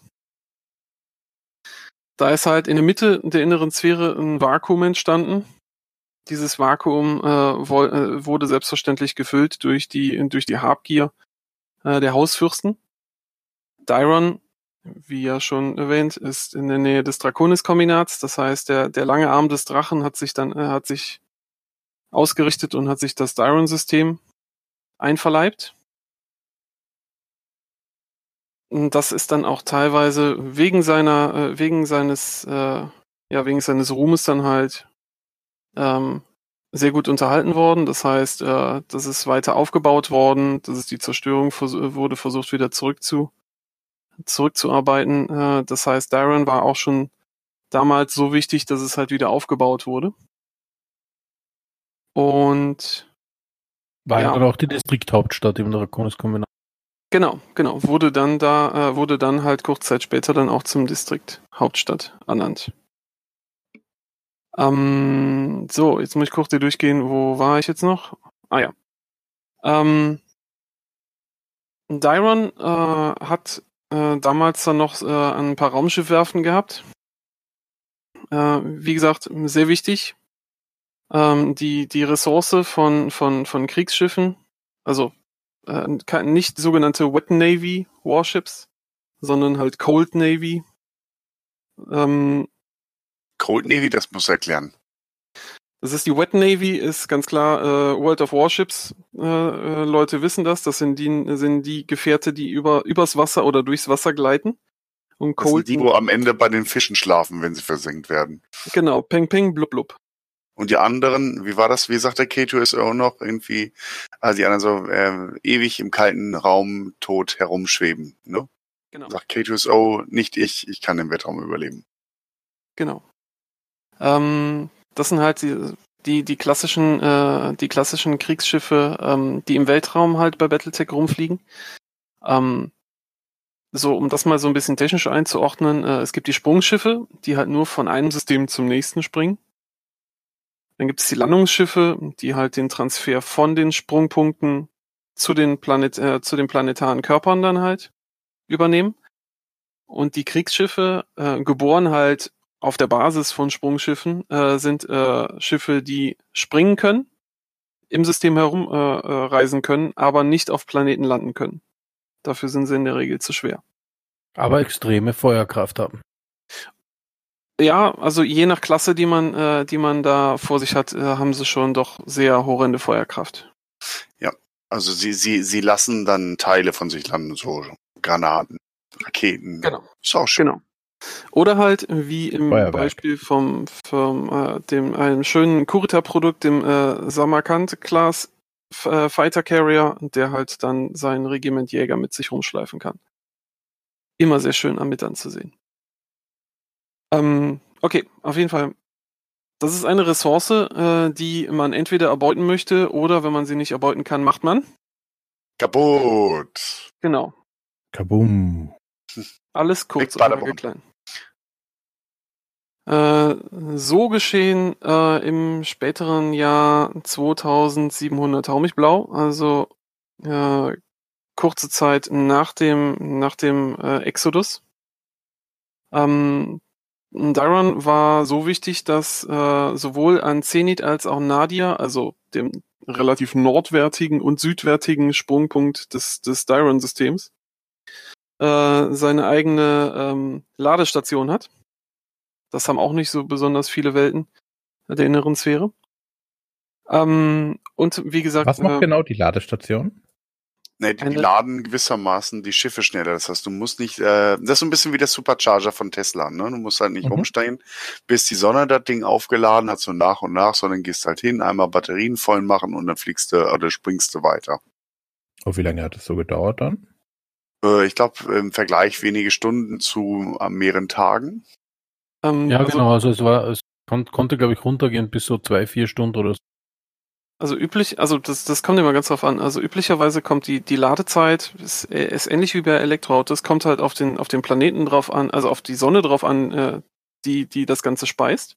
Da ist halt in der Mitte der inneren Sphäre ein Vakuum entstanden. Dieses Vakuum äh, wurde selbstverständlich gefüllt durch die, durch die Habgier äh, der Hausfürsten. Dairon, wie ja schon erwähnt, ist in der Nähe des Draconis-Kombinats. Das heißt, der, der lange Arm des Drachen hat sich dann äh, hat sich ausgerichtet und hat sich das Dairon-System einverleibt. Das ist dann auch teilweise wegen seiner, äh, wegen seines, äh, ja, wegen seines Ruhmes dann halt ähm, sehr gut unterhalten worden. Das heißt, äh, das ist weiter aufgebaut worden, das ist die Zerstörung vers- wurde versucht wieder zurückzu, zurückzuarbeiten. Äh, das heißt, Dairon war auch schon damals so wichtig, dass es halt wieder aufgebaut wurde. Und war ja ja dann auch die Distrikthauptstadt im Draconis-Kombinat. Genau, genau. Wurde dann da, äh, wurde dann halt kurz Zeit später dann auch zum Distrikt Hauptstadt ernannt. Ähm, so, jetzt muss ich kurz hier durchgehen. Wo war ich jetzt noch? Ah ja. Ähm, Dairon äh, hat äh, damals dann noch äh, ein paar Raumschiffwerften gehabt. Äh, wie gesagt, sehr wichtig. Ähm, die, die Ressource von, von, von Kriegsschiffen, also äh, nicht sogenannte Wet Navy Warships, sondern halt Cold Navy. Ähm, Cold Navy, das muss erklären. Das ist die Wet Navy, ist ganz klar äh, World of Warships. Äh, äh, Leute wissen das. Das sind die, sind die Gefährte, die über übers Wasser oder durchs Wasser gleiten. Und Das Cold, sind die, wo am Ende bei den Fischen schlafen, wenn sie versenkt werden. genau, Peng Peng, blub blub. Und die anderen, wie war das? Wie sagt der K zwei S O noch? Irgendwie, also die anderen so äh, ewig im kalten Raum tot herumschweben. Ne? Genau. Sagt K zwei S O, nicht ich, ich kann im Weltraum überleben. Genau. Ähm, das sind halt die, die, die klassischen, äh, die klassischen Kriegsschiffe, ähm, die im Weltraum halt bei Battletech rumfliegen. Ähm, so, um das mal so ein bisschen technisch einzuordnen, äh, es gibt die Sprungschiffe, die halt nur von einem System zum nächsten springen. Dann gibt es die Landungsschiffe, die halt den Transfer von den Sprungpunkten zu den Planet, äh, zu den planetaren Körpern dann halt übernehmen. Und die Kriegsschiffe, äh, geboren halt auf der Basis von Sprungschiffen, äh, sind äh, Schiffe, die springen können, im System herum äh, äh, reisen können, aber nicht auf Planeten landen können. Dafür sind sie in der Regel zu schwer. Aber extreme Feuerkraft haben. Ja, also je nach Klasse, die man, äh, die man da vor sich hat, äh, haben sie schon doch sehr horrende Feuerkraft. Ja, also sie, sie, sie lassen dann Teile von sich landen, so Granaten, Raketen. Genau. Ist auch schön. Genau. Oder halt wie im Feuerwerk. Beispiel vom, vom äh, dem einem schönen Kurita-Produkt, dem äh, Samarkand-Class äh, Fighter Carrier, der halt dann sein Regiment Jäger mit sich rumschleifen kann. Immer sehr schön am mit anzusehen. Ähm, okay, auf jeden Fall. Das ist eine Ressource, äh, die man entweder erbeuten möchte oder wenn man sie nicht erbeuten kann, macht man. Kaputt. Genau. Kaboom. Alles kurz Big und Bada Boom. klein. Äh, so geschehen äh, im späteren Jahr zweitausendsiebenhundert Taumichblau, also äh, kurze Zeit nach dem, nach dem äh, Exodus. Ähm, Dairon war so wichtig, dass äh, sowohl an Zenit als auch Nadia, also dem relativ nordwärtigen und südwärtigen Sprungpunkt des, des Dairon-Systems, äh, seine eigene ähm, Ladestation hat. Das haben auch nicht so besonders viele Welten der inneren Sphäre. Ähm, und wie gesagt... Was macht äh, genau die Ladestation? Nee, die, die Eine- laden gewissermaßen die Schiffe schneller. Das heißt, du musst nicht, äh, das ist so ein bisschen wie der Supercharger von Tesla, ne? Du musst halt nicht Mhm. rumstehen, bis die Sonne das Ding aufgeladen hat, so nach und nach, sondern gehst halt hin, einmal Batterien voll machen und dann fliegst du oder springst du weiter. Oh, wie lange hat es so gedauert dann? Äh, ich glaube, im Vergleich wenige Stunden zu äh, mehreren Tagen. ähm, Ja, also, genau. Also es war, es kon konnte, glaube ich, runtergehen bis so zwei, vier Stunden oder so. Also üblich, also das, das kommt immer ganz drauf an. Also üblicherweise kommt die, die Ladezeit, ist, ist ähnlich wie bei Elektroautos, kommt halt auf den, auf den Planeten drauf an, also auf die Sonne drauf an, äh, die, die das Ganze speist.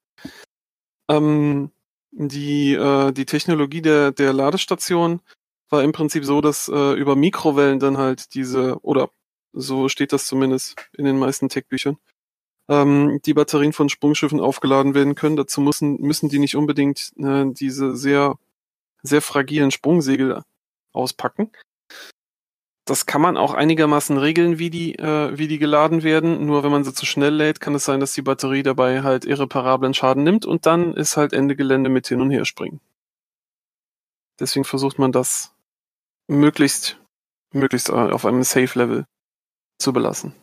Ähm, die, äh, die Technologie der, der Ladestation war im Prinzip so, dass äh, über Mikrowellen dann halt diese, oder so steht das zumindest in den meisten Tech-Büchern, ähm, die Batterien von Sprungschiffen aufgeladen werden können. Dazu müssen, müssen die nicht unbedingt äh, diese sehr sehr fragilen Sprungsegel auspacken. Das kann man auch einigermaßen regeln, wie die, äh, wie die geladen werden. Nur wenn man sie zu schnell lädt, kann es sein, dass die Batterie dabei halt irreparablen Schaden nimmt und dann ist halt Ende Gelände mit hin und her springen. Deswegen versucht man das möglichst, möglichst auf einem Safe-Level zu belassen.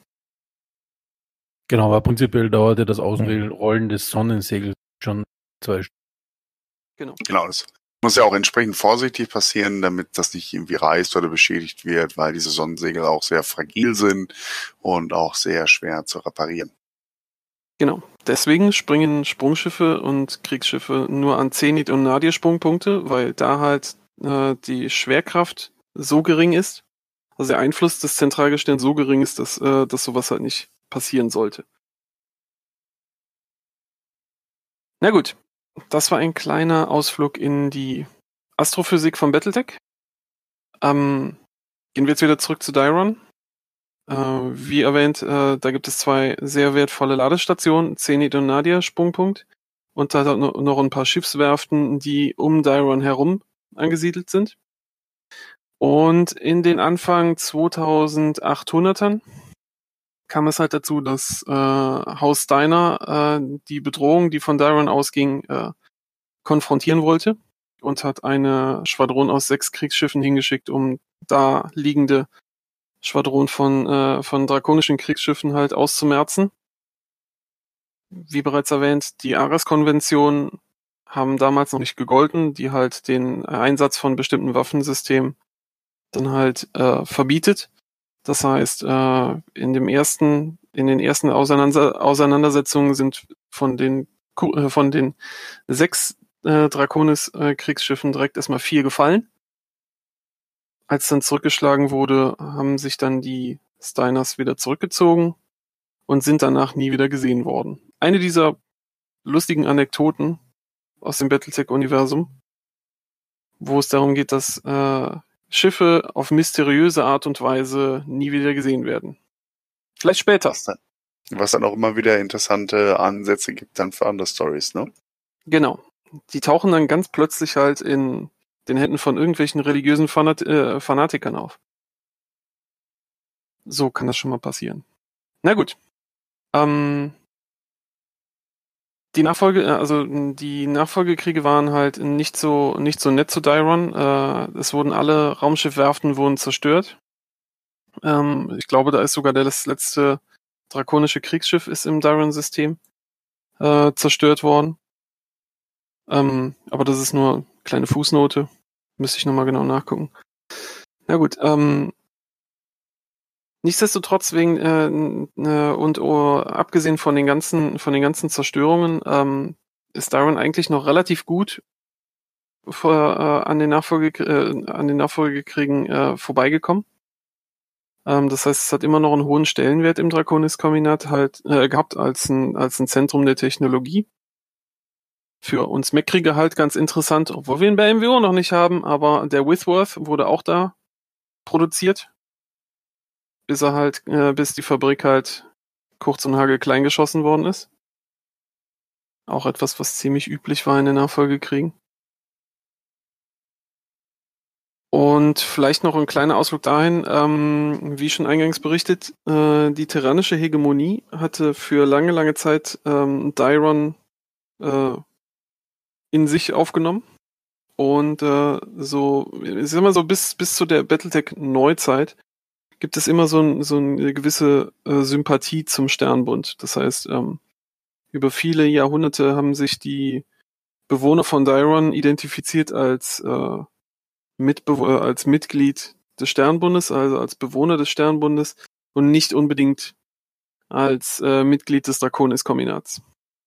Genau, aber prinzipiell dauerte das Ausrollen des Sonnensegels schon zwei Stunden. Genau. Genau, das muss ja auch entsprechend vorsichtig passieren, damit das nicht irgendwie reißt oder beschädigt wird, weil diese Sonnensegel auch sehr fragil sind und auch sehr schwer zu reparieren. Genau. Deswegen springen Sprungschiffe und Kriegsschiffe nur an Zenit und Nadir Sprungpunkte, weil da halt äh, die Schwerkraft so gering ist, also der Einfluss des Zentralgestirns so gering ist, dass, äh, dass sowas halt nicht passieren sollte. Na gut, das war ein kleiner Ausflug in die Astrophysik von Battletech. Ähm, gehen wir jetzt wieder zurück zu Dairon. Äh, wie erwähnt, äh, da gibt es zwei sehr wertvolle Ladestationen, Zenit und Nadia, Sprungpunkt. Und da noch ein paar Schiffswerften, die um Dairon herum angesiedelt sind. Und in den Anfang zweitausendachthundertern kam es halt dazu, dass äh, Haus Steiner äh, die Bedrohung, die von Dairon ausging, äh, konfrontieren wollte und hat eine Schwadron aus sechs Kriegsschiffen hingeschickt, um da liegende Schwadron von, äh, von drakonischen Kriegsschiffen halt auszumerzen. Wie bereits erwähnt, die Ares-Konventionen haben damals noch nicht gegolten, die halt den Einsatz von bestimmten Waffensystemen dann halt äh, verbietet. Das heißt, äh, in dem ersten, in den ersten Auseinander- Auseinandersetzungen sind von den äh, von den sechs äh, Draconis-Kriegsschiffen direkt erstmal vier gefallen. Als dann zurückgeschlagen wurde, haben sich dann die Steiners wieder zurückgezogen und sind danach nie wieder gesehen worden. Eine dieser lustigen Anekdoten aus dem Battletech-Universum, wo es darum geht, dass äh, Schiffe auf mysteriöse Art und Weise nie wieder gesehen werden. Vielleicht später. Was dann, was dann auch immer wieder interessante Ansätze gibt dann für andere Stories, ne? Genau. Die tauchen dann ganz plötzlich halt in den Händen von irgendwelchen religiösen Fanat- äh, Fanatikern auf. So kann das schon mal passieren. Na gut. Ähm, die Nachfolge, also die Nachfolgekriege waren halt nicht so nicht so nett zu Dairon. Äh, es wurden alle Raumschiffwerften wurden zerstört. Ähm, ich glaube, da ist sogar das letzte drakonische Kriegsschiff ist im Dairon-System äh, zerstört worden. Ähm, aber das ist nur eine kleine Fußnote. Müsste ich nochmal genau nachgucken. Na gut, ähm, nichtsdestotrotz wegen äh, äh, und oh, abgesehen von den ganzen von den ganzen Zerstörungen ähm, ist Dairon eigentlich noch relativ gut vor, äh, an den Nachfolge äh, an den Nachfolgekriegen äh, vorbeigekommen. Ähm, das heißt, es hat immer noch einen hohen Stellenwert im Draconis-Kombinat halt äh, gehabt als ein als ein Zentrum der Technologie. Für uns Mech-Krieger halt ganz interessant, obwohl wir ihn bei M W O noch nicht haben, aber der Whitworth wurde auch da produziert, bis er halt, äh, bis die Fabrik halt kurz und hagelklein geschossen worden ist. Auch etwas, was ziemlich üblich war in den Nachfolgekriegen. Und vielleicht noch ein kleiner Ausflug dahin, ähm, wie schon eingangs berichtet, äh, die tyrannische Hegemonie hatte für lange, lange Zeit ähm, Dairon äh, in sich aufgenommen. Und äh, so, ich sag mal so, bis, bis zu der Battletech-Neuzeit gibt es immer so, ein, so eine gewisse äh, Sympathie zum Sternbund. Das heißt, ähm, über viele Jahrhunderte haben sich die Bewohner von Dairon identifiziert als, äh, Mitbe- äh, als Mitglied des Sternbundes, also als Bewohner des Sternbundes und nicht unbedingt als äh, Mitglied des Draconis-Kombinats.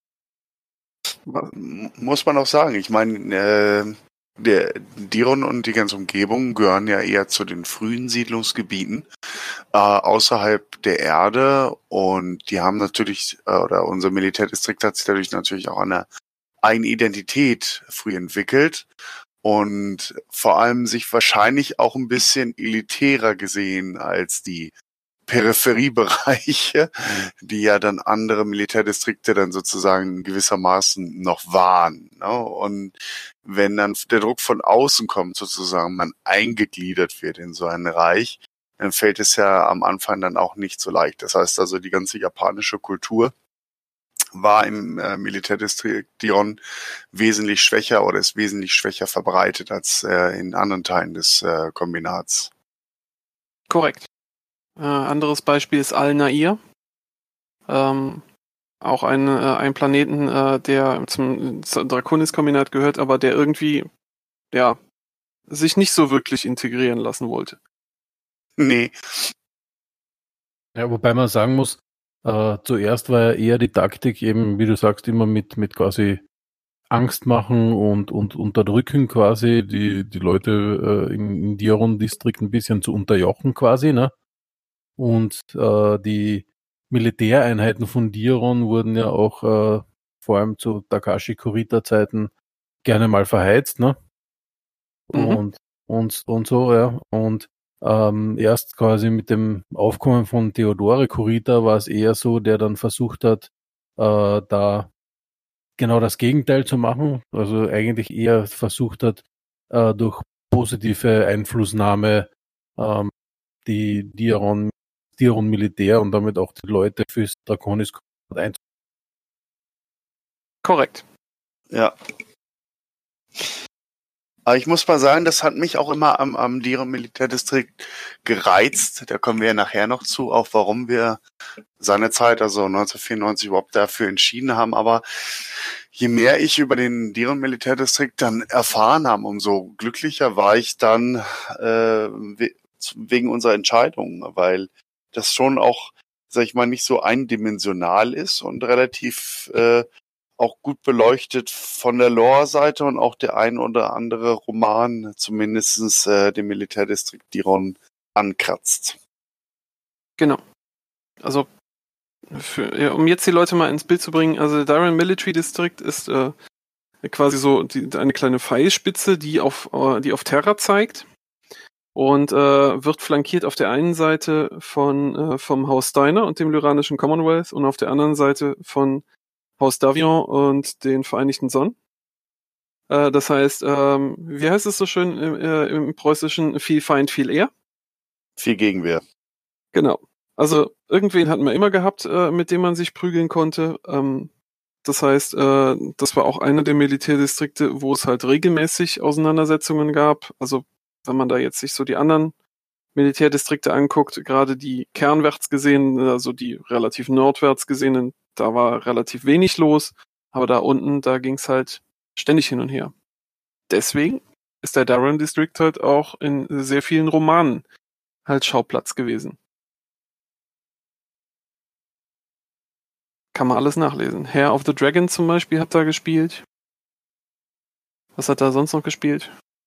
Muss man auch sagen. Ich meine, äh, der Diron und die ganze Umgebung gehören ja eher zu den frühen Siedlungsgebieten äh, außerhalb der Erde und die haben natürlich, äh, oder unser Militärdistrikt hat sich dadurch natürlich auch eine eigene Identität früh entwickelt und vor allem sich wahrscheinlich auch ein bisschen elitärer gesehen als die Peripheriebereiche, die ja dann andere Militärdistrikte dann sozusagen gewissermaßen noch waren. Ne? Und wenn dann der Druck von außen kommt, sozusagen man eingegliedert wird in so ein Reich, dann fällt es ja am Anfang dann auch nicht so leicht. Das heißt also, die ganze japanische Kultur war im äh, Militärdistrikt Diron wesentlich schwächer oder ist wesentlich schwächer verbreitet als äh, in anderen Teilen des äh, Kombinats. Korrekt. Äh, anderes Beispiel ist Al-Nair. Ähm, auch ein, äh, ein Planeten, äh, der zum Draconis-Kombinat gehört, aber der irgendwie, ja, sich nicht so wirklich integrieren lassen wollte. Nee. Ja, wobei man sagen muss, äh, zuerst war ja eher die Taktik eben, wie du sagst, immer mit, mit quasi Angst machen und, und unterdrücken quasi, die, die Leute äh, in, in Diron-Distrikt ein bisschen zu unterjochen quasi, ne? Und äh, die Militäreinheiten von Diron wurden ja auch äh, vor allem zu Takashi Kurita-Zeiten gerne mal verheizt, ne? Mhm. Und, und, und so, ja. Und ähm, erst quasi mit dem Aufkommen von Theodore Kurita war es eher so, der dann versucht hat, äh, da genau das Gegenteil zu machen, also eigentlich eher versucht hat, äh, durch positive Einflussnahme ähm, die Diron, Diron Militär und damit auch die Leute fürs Draconis einzusetzen. Korrekt. Ja. Aber ich muss mal sagen, das hat mich auch immer am, am Diron Militärdistrikt gereizt. Da kommen wir ja nachher noch zu, auch warum wir seinerzeit, also neunzehnhundertvierundneunzig, überhaupt dafür entschieden haben. Aber je mehr ich über den Diron Militärdistrikt dann erfahren habe, umso glücklicher war ich dann äh, wegen unserer Entscheidung, weil das schon auch, sag ich mal, nicht so eindimensional ist und relativ äh, auch gut beleuchtet von der Lore-Seite und auch der ein oder andere Roman zumindest äh, den Militärdistrikt Diron ankratzt. Genau. Also, für, ja, um jetzt die Leute mal ins Bild zu bringen, also der Diron Military District ist äh, quasi so die, eine kleine Pfeilspitze, die auf, äh, die auf Terra zeigt und äh, wird flankiert auf der einen Seite von äh, vom Haus Steiner und dem Lyranischen Commonwealth und auf der anderen Seite von Haus Davion und den Vereinigten Sonnen. Äh, das heißt, ähm, wie heißt es so schön im, äh, im Preußischen? Viel Feind, viel eher. Viel Gegenwehr. Genau. Also irgendwen hatten wir immer gehabt, äh, mit dem man sich prügeln konnte. Ähm, das heißt, äh, das war auch einer der Militärdistrikte, wo es halt regelmäßig Auseinandersetzungen gab. Also wenn man da jetzt sich so die anderen Militärdistrikte anguckt, gerade die kernwärts gesehen, also die relativ nordwärts gesehenen, da war relativ wenig los, aber da unten, da ging es halt ständig hin und her. Deswegen ist der Diron District halt auch in sehr vielen Romanen halt Schauplatz gewesen. Kann man alles nachlesen. Hair of the Dragon zum Beispiel hat da gespielt. Was hat da sonst noch gespielt?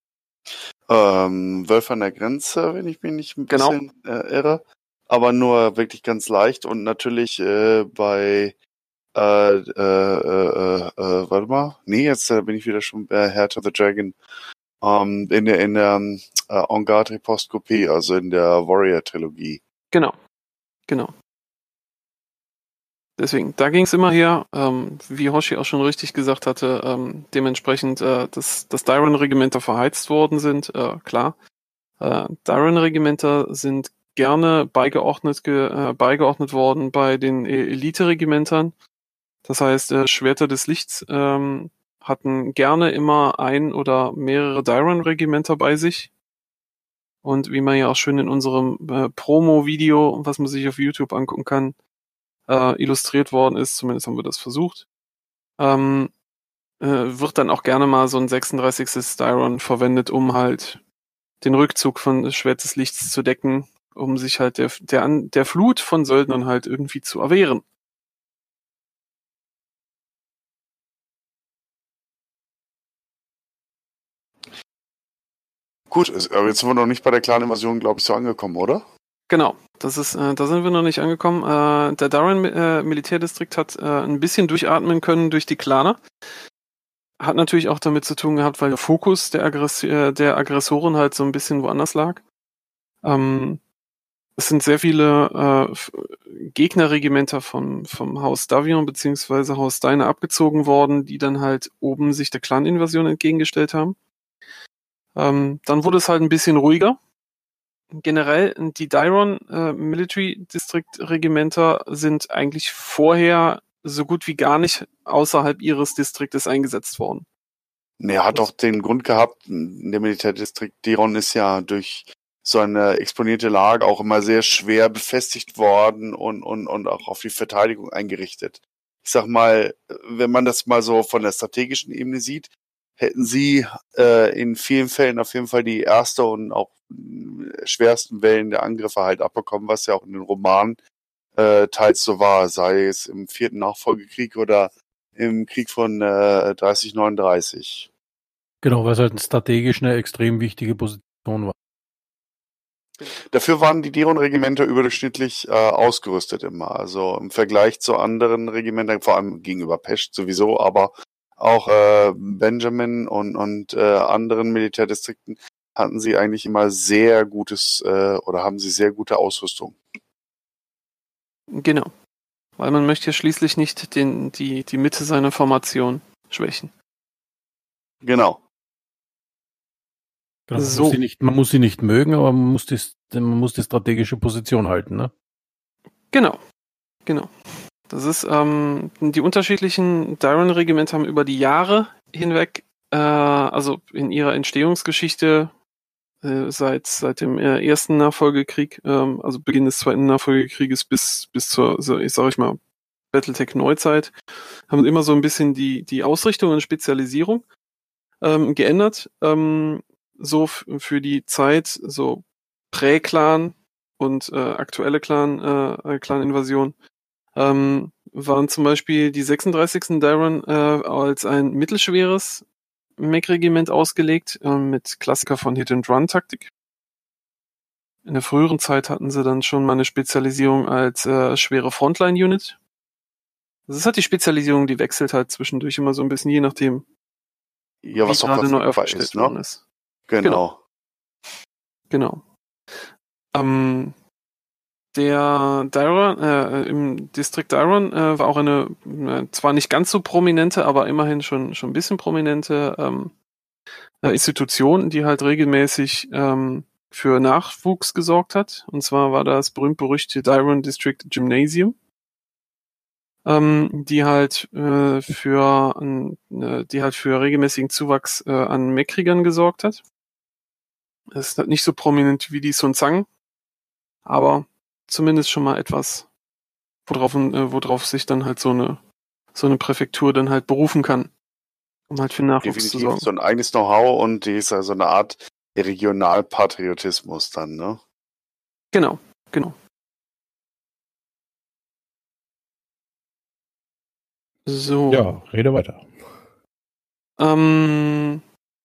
Ähm, Wölfe an der Grenze, wenn ich mich nicht ein Genau. bisschen äh, irre. Aber nur wirklich ganz leicht und natürlich äh, bei äh, äh, äh, äh, warte mal, nee, jetzt äh, bin ich wieder schon bei Heart of the Dragon ähm, in der in der äh, En Garde Riposte, also in der Warrior-Trilogie. Genau, genau. Deswegen, da ging es immer her, ähm, wie Hoshi auch schon richtig gesagt hatte, ähm, dementsprechend, äh, dass, dass Diron-Regimenter verheizt worden sind, äh, klar. Äh, Diron-Regimenter sind gerne beigeordnet, ge, äh, beigeordnet worden bei den Elite-Regimentern. Das heißt, äh, Schwerter des Lichts ähm, hatten gerne immer ein oder mehrere Diron-Regimenter bei sich. Und wie man ja auch schön in unserem äh, Promo-Video, was man sich auf YouTube angucken kann, äh, illustriert worden ist, zumindest haben wir das versucht, ähm, äh, wird dann auch gerne mal so ein sechsunddreißigstes Styron verwendet, um halt den Rückzug von Schwert des Lichts zu decken, um sich halt der, der, der Flut von Söldnern halt irgendwie zu erwehren. Gut, aber jetzt sind wir noch nicht bei der Clan-Invasion, glaube ich, so angekommen, oder? Genau, das ist, äh, da sind wir noch nicht angekommen. Äh, der Diron äh, Militärdistrikt hat äh, ein bisschen durchatmen können durch die Claner. Hat natürlich auch damit zu tun gehabt, weil der Fokus der, Aggress äh, der Aggressoren halt so ein bisschen woanders lag. Ähm, es sind sehr viele äh, Gegnerregimenter vom, vom Haus Davion bzw. Haus Steiner abgezogen worden, die dann halt oben sich der Clan-Invasion entgegengestellt haben. Ähm, dann wurde es halt ein bisschen ruhiger. Generell, die Diron äh, Military District Regimenter sind eigentlich vorher so gut wie gar nicht außerhalb ihres Distriktes eingesetzt worden. Ne, hat doch den Grund gehabt, der Militärdistrikt Diron ist ja durch so eine exponierte Lage auch immer sehr schwer befestigt worden und, und, und auch auf die Verteidigung eingerichtet. Ich sag mal, wenn man das mal so von der strategischen Ebene sieht, hätten sie äh, in vielen Fällen auf jeden Fall die erste und auch schwersten Wellen der Angriffe halt abbekommen, was ja auch in den Romanen äh, teils so war, sei es im vierten Nachfolgekrieg oder im Krieg von äh, dreißig neununddreißig. Genau, weil es halt strategisch eine extrem wichtige Position war. Dafür waren die Diron-Regimenter überdurchschnittlich äh, ausgerüstet immer. Also im Vergleich zu anderen Regimentern, vor allem gegenüber Pescht sowieso, aber auch äh, Benjamin und, und äh, anderen Militärdistrikten, hatten sie eigentlich immer sehr gutes äh, oder haben sie sehr gute Ausrüstung. Genau. Weil man möchte ja schließlich nicht den, die, die Mitte seiner Formation schwächen. Genau. Genau, man, So. muss sie nicht, man muss sie nicht mögen, aber man muss die, man muss die strategische Position halten, ne? Genau. Genau. Das ist, ähm, die unterschiedlichen Dairon-Regimenter haben über die Jahre hinweg, äh, also in ihrer Entstehungsgeschichte, äh, seit, seit dem äh, ersten Nachfolgekrieg, ähm, also Beginn des zweiten Nachfolgekrieges bis, bis zur, so, ich sag ich mal, Battletech-Neuzeit, haben immer so ein bisschen die, die Ausrichtung und Spezialisierung ähm, geändert. Ähm, so f- für die Zeit, so Prä-Clan und äh, aktuelle Clan, äh, Clan-Invasion, ähm, waren zum Beispiel die sechsunddreißigsten Dairon äh, als ein mittelschweres Mech-Regiment ausgelegt, äh, mit Klassiker von Hit-and-Run-Taktik. In der früheren Zeit hatten sie dann schon mal eine Spezialisierung als äh, schwere Frontline-Unit. Das ist halt die Spezialisierung, die wechselt halt zwischendurch immer so ein bisschen, je nachdem, Ja, was wie doch gerade neu verfügbar aufgestellt ist, ne? worden ist. Genau. Genau. Ähm, der Dairon, äh, im Distrikt Dairon äh, war auch eine, äh, zwar nicht ganz so prominente, aber immerhin schon, schon ein bisschen prominente ähm, äh, Institution, die halt regelmäßig ähm, für Nachwuchs gesorgt hat. Und zwar war das berühmt-berüchtigte Dairon District Gymnasium, ähm, die halt äh, für an, äh, die halt für regelmäßigen Zuwachs äh, an Mech-Kriegern gesorgt hat. Es ist halt nicht so prominent wie die Sun Zang, aber zumindest schon mal etwas, worauf, äh, worauf sich dann halt so eine so eine Präfektur dann halt berufen kann, um halt für Nachwuchs zu Definitiv sorgen. so ein eigenes Know-how und die ist also eine Art Regionalpatriotismus dann, ne? Genau, genau. So. Ja, rede weiter. Ähm,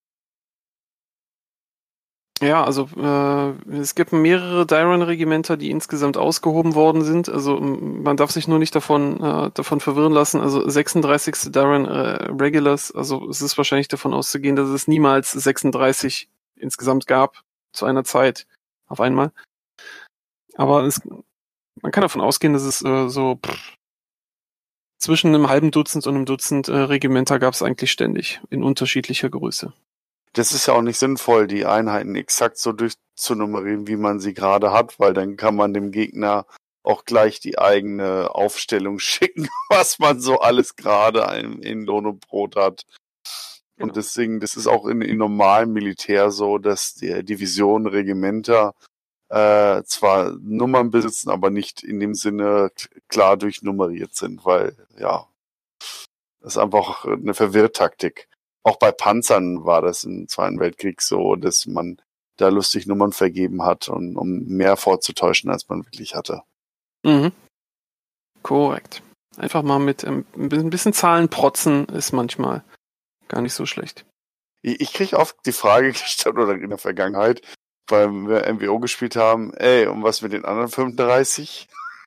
ja, also äh, es gibt mehrere Dairon-Regimenter, die insgesamt ausgehoben worden sind. Also m- man darf sich nur nicht davon äh, davon verwirren lassen. Also sechsunddreißigste Dairon äh, Regulars. Also es ist wahrscheinlich davon auszugehen, dass es niemals sechsunddreißig insgesamt gab zu einer Zeit auf einmal. Aber es, man kann davon ausgehen, dass es äh, so pff, zwischen einem halben Dutzend und einem Dutzend äh, Regimenter gab es eigentlich ständig in unterschiedlicher Größe. Das ist ja auch nicht sinnvoll, die Einheiten exakt so durchzunummerieren, wie man sie gerade hat, weil dann kann man dem Gegner auch gleich die eigene Aufstellung schicken, was man so alles gerade in, in Lohn und Brot hat. Genau. Und deswegen, das ist auch in, in normalem Militär so, dass die Divisionen, Regimenter äh, zwar Nummern besitzen, aber nicht in dem Sinne k- klar durchnummeriert sind, weil, ja, das ist einfach eine Verwirrtaktik. Auch bei Panzern war das im Zweiten Weltkrieg so, dass man da lustig Nummern vergeben hat, und, um mehr vorzutäuschen, als man wirklich hatte. Mhm. Korrekt. Einfach mal mit ähm, ein bisschen Zahlen protzen ist manchmal gar nicht so schlecht. Ich, ich kriege oft die Frage gestellt, oder in der Vergangenheit, weil wir M W O gespielt haben, ey, und was mit den anderen fünfunddreißig?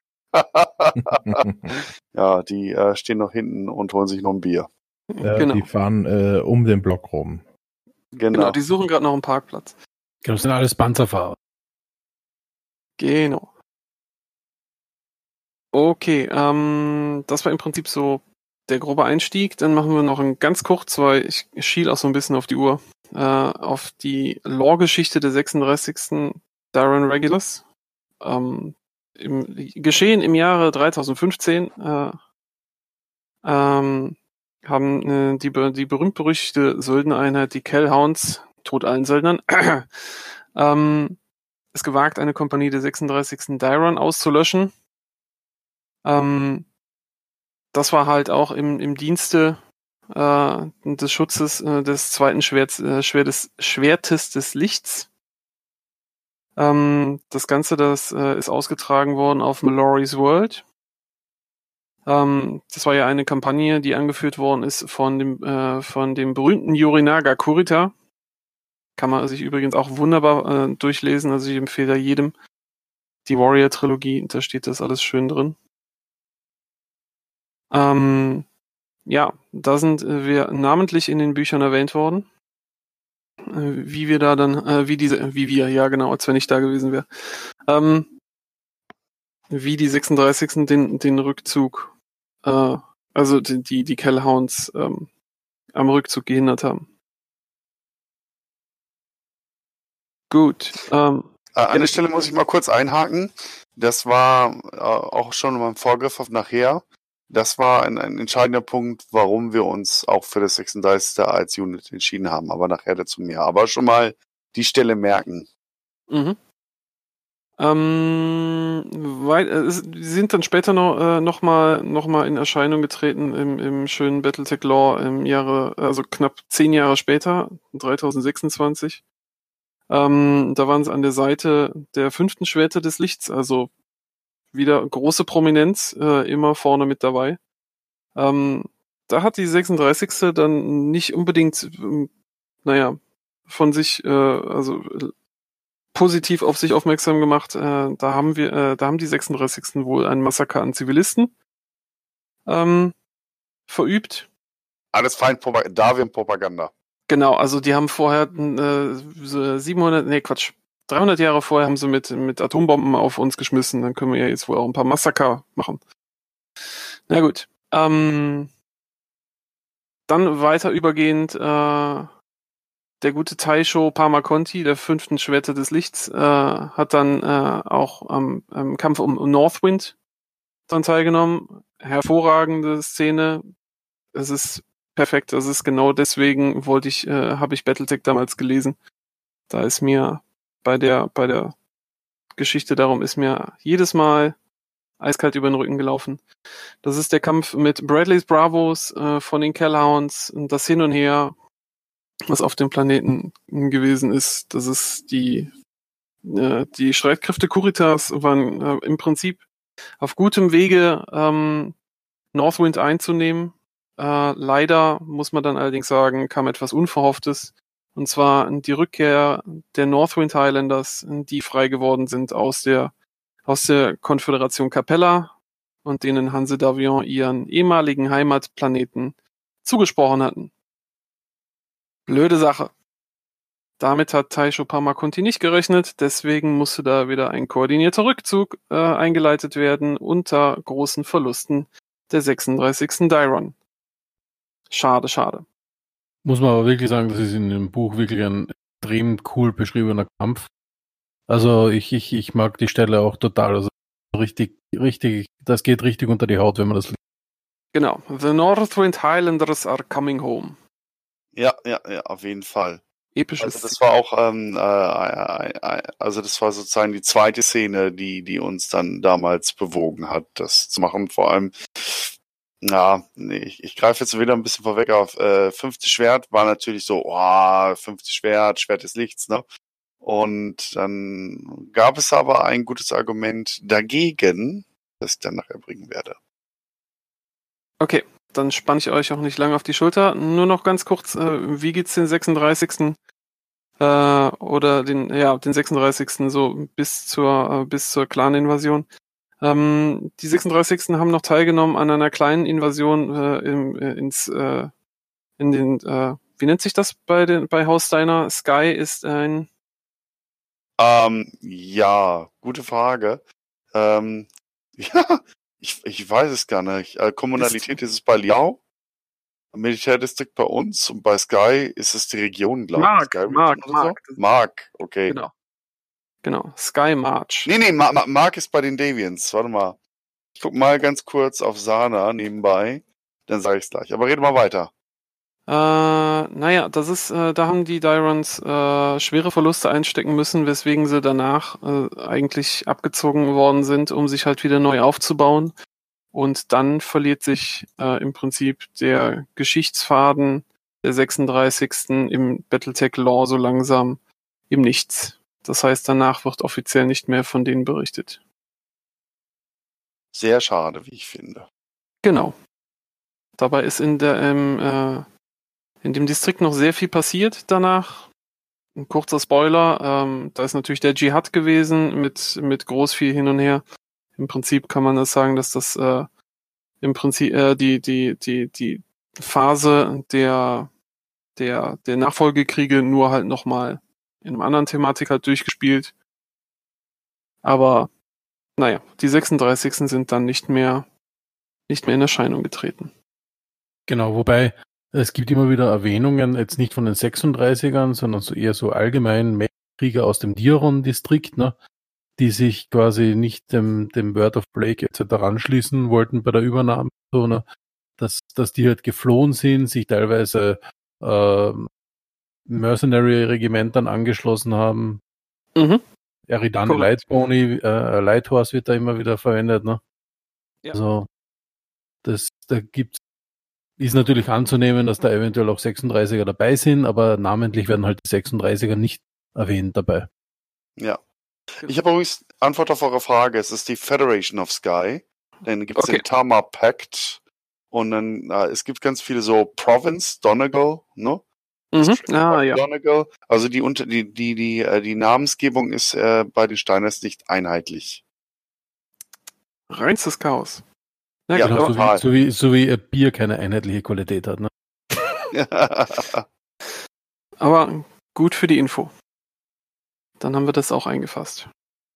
Ja, die äh, stehen noch hinten und holen sich noch ein Bier. Ja, genau. Die fahren äh, um den Block rum. Genau. Genau, die suchen gerade noch einen Parkplatz. Das sind alles Panzerfahrer. Genau. Okay, ähm, das war im Prinzip so der grobe Einstieg. Dann machen wir noch ein ganz kurz, weil ich schiel auch so ein bisschen auf die Uhr, äh, auf die Lore-Geschichte der sechsunddreißigsten Dairon Regulars. Ähm, im, geschehen im Jahre dreitausendfünfzehn äh, ähm, haben äh, die, be- die berühmt-berüchtigte Söldnereinheit, die Kellhounds, Tod allen Söldnern, ähm, es gewagt, eine Kompanie der sechsunddreißigsten Dairon auszulöschen. Ähm, das war halt auch im, im Dienste äh, des Schutzes äh, des zweiten Schwerts, äh, Schwertes, Schwertes des Lichts. Ähm, das Ganze, das äh, ist ausgetragen worden auf Mallory's World. Ähm, das war ja eine Kampagne, die angeführt worden ist von dem, äh, von dem berühmten Yorinaga Kurita. Kann man sich übrigens auch wunderbar äh, durchlesen. Also ich empfehle da jedem die Warrior-Trilogie, da steht das alles schön drin. Ähm, ja, da sind wir namentlich in den Büchern erwähnt worden. äh, wie wir da dann, äh, wie diese, wie wir, ja genau, als wenn ich da gewesen wäre, ähm, wie die sechsunddreißigsten den, den Rückzug, äh, also die, die, die Kellhounds ähm, am Rückzug gehindert haben. Gut. Ähm, Äh, an der Stelle muss ich mal kurz einhaken. Das war äh, auch schon mal ein Vorgriff auf nachher. Das war ein, ein entscheidender Punkt, warum wir uns auch für das sechsunddreißigste als Unit entschieden haben. Aber nachher dazu mehr. Aber schon mal die Stelle merken. Mhm. Ähm, weil, äh, sie sind dann später noch, äh, noch, mal, noch mal in Erscheinung getreten im, im schönen Battletech-Lore im Jahre, also knapp zehn Jahre später, dreitausendsechsundzwanzig. Ähm, da waren sie an der Seite der fünften Schwerter des Lichts, also wieder große Prominenz, äh, immer vorne mit dabei. Ähm, da hat die sechsunddreißigste dann nicht unbedingt, ähm, naja, von sich, äh, also äh, positiv auf sich aufmerksam gemacht. Äh, da haben wir, äh, da haben die sechsunddreißigsten wohl ein Massaker an Zivilisten ähm, verübt. Alles fein, Darwin-Propaganda. Genau, also die haben vorher äh, so siebenhundert, nee Quatsch, dreihundert Jahre vorher haben sie mit, mit Atombomben auf uns geschmissen. Dann können wir ja jetzt wohl auch ein paar Massaker machen. Na gut. Ähm, dann weiter übergehend, äh, der gute Taisho Parmaconti, der fünften Schwerter des Lichts, äh, hat dann äh, auch am, am Kampf um Northwind dann teilgenommen. Hervorragende Szene. Es ist perfekt. Das ist genau deswegen wollte ich, äh, habe ich Battletech damals gelesen. Da ist mir bei der, bei der Geschichte darum ist mir jedes Mal eiskalt über den Rücken gelaufen. Das ist der Kampf mit Bradley's Bravos äh, von den Kellhounds, das Hin und Her, was auf dem Planeten gewesen ist. Das ist die, äh, die Streitkräfte Kuritas waren äh, im Prinzip auf gutem Wege, ähm, Northwind einzunehmen. Äh, leider, muss man dann allerdings sagen, kam etwas Unverhofftes. Und zwar die Rückkehr der Northwind Highlanders, die frei geworden sind aus der, aus der Konföderation Capella und denen Hanse Davion ihren ehemaligen Heimatplaneten zugesprochen hatten. Blöde Sache. Damit hat Taisho Parmaconti nicht gerechnet, deswegen musste da wieder ein koordinierter Rückzug äh, eingeleitet werden unter großen Verlusten der sechsunddreißigsten Dairon. Schade, schade. Muss man aber wirklich sagen, das ist in dem Buch wirklich ein extrem cool beschriebener Kampf. Also ich, ich, ich mag die Stelle auch total. Also richtig, richtig, das geht richtig unter die Haut, wenn man das liest. Genau. The Northwind Highlanders are coming home. Ja, ja, ja, auf jeden Fall. Episches. Also das war auch, ähm, äh, also das war sozusagen die zweite Szene, die, die uns dann damals bewogen hat, das zu machen. Vor allem, ja, nee, ich, ich greife jetzt wieder ein bisschen vorweg auf. Äh, fünfte Schwert war natürlich so, oh, fünfte Schwert, Schwert des Lichts, ne? Und dann gab es aber ein gutes Argument dagegen, das ich dann nachher bringen werde. Okay, dann spanne ich euch auch nicht lange auf die Schulter. Nur noch ganz kurz, äh, wie geht's den sechsunddreißigsten Äh, oder den, ja, den sechsunddreißigsten so bis zur, äh, bis zur Clan-Invasion. Ähm, die sechsunddreißigsten haben noch teilgenommen an einer kleinen Invasion äh, im, äh, ins, äh, in den, äh, wie nennt sich das bei den, bei Haus Steiner? Sky ist ein, Ähm, ja, gute Frage. Ähm, ja, ich, ich weiß es gar nicht. Äh, Kommunalität ist es bei Liao, Militärdistrikt bei uns und bei Sky ist es die Region, glaube ich. Mark, Sky Mark, Region oder Mark. So? Mark, okay. Genau. Genau, Sky March. Nee, nee, Ma Ma Mark ist bei den Davians. Warte mal. Ich guck mal ganz kurz auf Sana nebenbei. Dann sage ich es gleich. Aber rede mal weiter. Äh, naja, das ist, äh, da haben die Dyrons äh, schwere Verluste einstecken müssen, weswegen sie danach äh, eigentlich abgezogen worden sind, um sich halt wieder neu aufzubauen. Und dann verliert sich äh, im Prinzip der Geschichtsfaden der sechsunddreißigsten im Battletech-Lore so langsam im Nichts. Das heißt, danach wird offiziell nicht mehr von denen berichtet. Sehr schade, wie ich finde. Genau. Dabei ist in der ähm, äh, in dem Distrikt noch sehr viel passiert danach. Ein kurzer Spoiler, ähm, da ist natürlich der Dschihad gewesen mit, mit groß viel hin und her. Im Prinzip kann man das sagen, dass das äh, im Prinzip äh, die, die, die, die Phase der der, der Nachfolgekriege, nur halt nochmal in einem anderen Thematik halt durchgespielt. Aber naja, die sechsunddreißigsten sind dann nicht mehr, nicht mehr in Erscheinung getreten. Genau, wobei es gibt immer wieder Erwähnungen, jetzt nicht von den sechsunddreißigern, sondern so eher so allgemein Krieger aus dem Diron-Distrikt, ne, die sich quasi nicht dem, dem Word of Blake et cetera anschließen wollten bei der Übernahme, so, ne, dass, dass die halt geflohen sind, sich teilweise äh, Mercenary-Regimentern angeschlossen haben. Mhm. Eridani Korrekt. Lightpony, äh, Lighthorse wird da immer wieder verwendet, ne? Ja. Also, das, da gibt's, ist natürlich anzunehmen, dass da eventuell auch sechsunddreißiger dabei sind, aber namentlich werden halt die sechsunddreißiger nicht erwähnt dabei. Ja. Ich habe übrigens Antwort auf eure Frage. Es ist die Federation of Sky. Dann gibt es Okay. den Tama Pact. Und dann, äh, es gibt ganz viele so Province, Donegal, ne? Mhm. Ah, ja. Donegal. Also die, unter, die, die, die, äh, die Namensgebung ist äh, bei den Steiners nicht einheitlich. Reinstes Chaos. Ja, gut, Genau, so, total. wie, so, wie, so wie ein Bier keine einheitliche Qualität hat, ne? aber gut für die Info. Dann haben wir das auch eingefasst.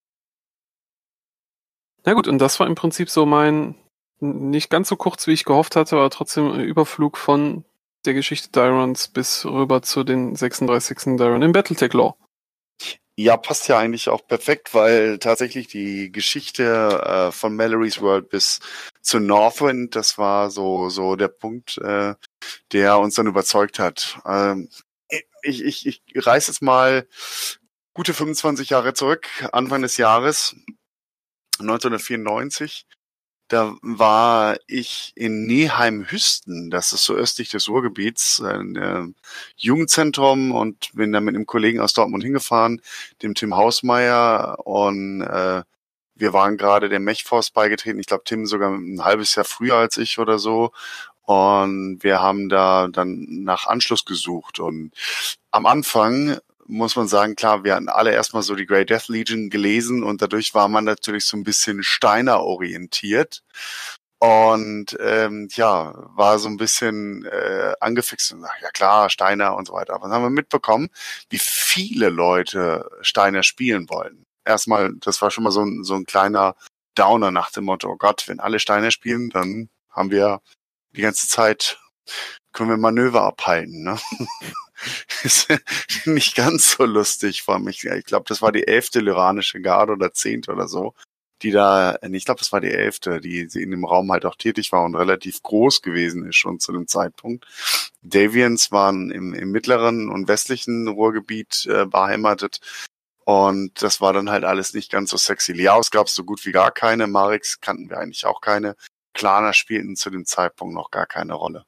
Na gut, und das war im Prinzip so mein, nicht ganz so kurz, wie ich gehofft hatte, aber trotzdem ein Überflug von der Geschichte Dyrons bis rüber zu den sechsunddreißigsten Dyron im Battletech-Lore. Ja, passt ja eigentlich auch perfekt, weil tatsächlich die Geschichte äh, von Mallory's World bis zu Northwind, das war so so der Punkt, äh, der uns dann überzeugt hat. Ähm, ich ich ich reiß jetzt mal gute fünfundzwanzig Jahre zurück, Anfang des Jahres neunzehnhundertvierundneunzig. Da war ich in Neheim-Hüsten, das ist so östlich des Ruhrgebiets, ein äh, Jugendzentrum, und bin da mit einem Kollegen aus Dortmund hingefahren, dem Tim Hausmeier, und äh, wir waren gerade der Mechforce beigetreten. Ich glaube, Tim sogar ein halbes Jahr früher als ich oder so. Und wir haben da dann nach Anschluss gesucht. Und am Anfang muss man sagen, klar, wir hatten alle erstmal so die Grey Death Legion gelesen, und dadurch war man natürlich so ein bisschen Steiner orientiert. Und ähm, ja, war so ein bisschen äh, angefixt und ach, ja klar, Steiner und so weiter. Aber dann haben wir mitbekommen, wie viele Leute Steiner spielen wollen. Erstmal, das war schon mal so ein, so ein kleiner Downer nach dem Motto, oh Gott, wenn alle Steiner spielen, dann haben wir die ganze Zeit, können wir Manöver abhalten, ne? Ist nicht ganz so lustig vor mich. Ich glaube, das war die elfte Lyranische Garde oder zehnte oder so, die da, ich glaube, das war die elfte, die in dem Raum halt auch tätig war und relativ groß gewesen ist schon zu dem Zeitpunkt. Davians waren im, im mittleren und westlichen Ruhrgebiet äh, beheimatet, und das war dann halt alles nicht ganz so sexy. Liaos gab es so gut wie gar keine, Marix kannten wir eigentlich auch keine, Klaner spielten zu dem Zeitpunkt noch gar keine Rolle.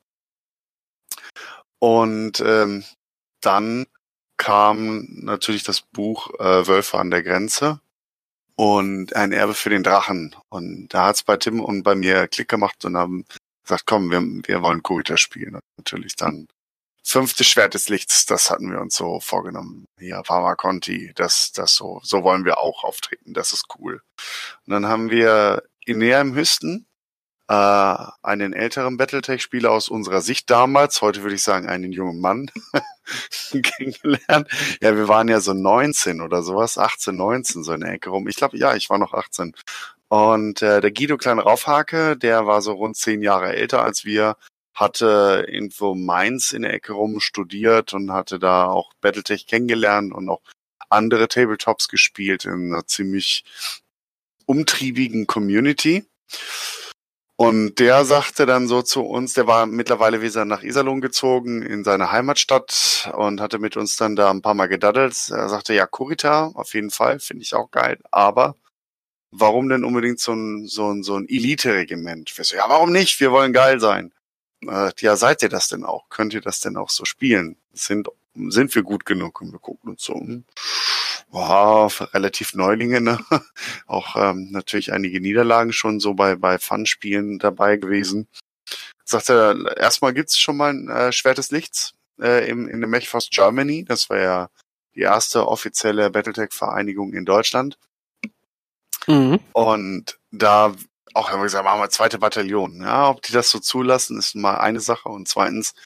Und ähm, dann kam natürlich das Buch äh, Wölfe an der Grenze und ein Erbe für den Drachen. Und da hat's bei Tim und bei mir Klick gemacht und haben gesagt, komm, wir, wir wollen Kurita spielen. Und natürlich dann Fünftes Schwert des Lichts, das hatten wir uns so vorgenommen. Ja, Pharma Conti, das, das so, so wollen wir auch auftreten, das ist cool. Und dann haben wir Ineam Hüsten, äh, einen älteren Battletech-Spieler aus unserer Sicht damals, heute würde ich sagen einen jungen Mann, kennengelernt. Ja, wir waren ja so neunzehn oder sowas, achtzehn, neunzehn, so in der Ecke rum. Ich glaube, ja, ich war noch achtzehn. Und äh, der Guido Klein-Raufhake, der war so rund zehn Jahre älter als wir, hatte irgendwo Mainz in der Ecke rum studiert und hatte da auch Battletech kennengelernt und auch andere Tabletops gespielt in einer ziemlich umtriebigen Community. Und der sagte dann so zu uns, der war mittlerweile wieder nach Iserlohn gezogen, in seine Heimatstadt, und hatte mit uns dann da ein paar Mal gedaddelt. Er sagte, ja, Kurita, auf jeden Fall, finde ich auch geil, aber warum denn unbedingt so ein, so ein, so ein Elite-Regiment? Wir so, ja, warum nicht? Wir wollen geil sein. Äh, ja, seid ihr das denn auch? Könnt ihr das denn auch so spielen? Sind, sind wir gut genug? Und wir gucken uns so um. Wow, relativ Neulinge, ne? Auch ähm, natürlich einige Niederlagen schon so bei bei Fun-Spielen dabei gewesen. Sagt er, erstmal gibt's schon mal ein äh, Schwert des Lichts äh, im, in der Mechforce Germany. Das war ja die erste offizielle Battletech-Vereinigung in Deutschland. Mhm. Und da auch haben wir gesagt, machen wir zweite Bataillon. Ja, ob die das so zulassen, ist mal eine Sache. Und zweitens,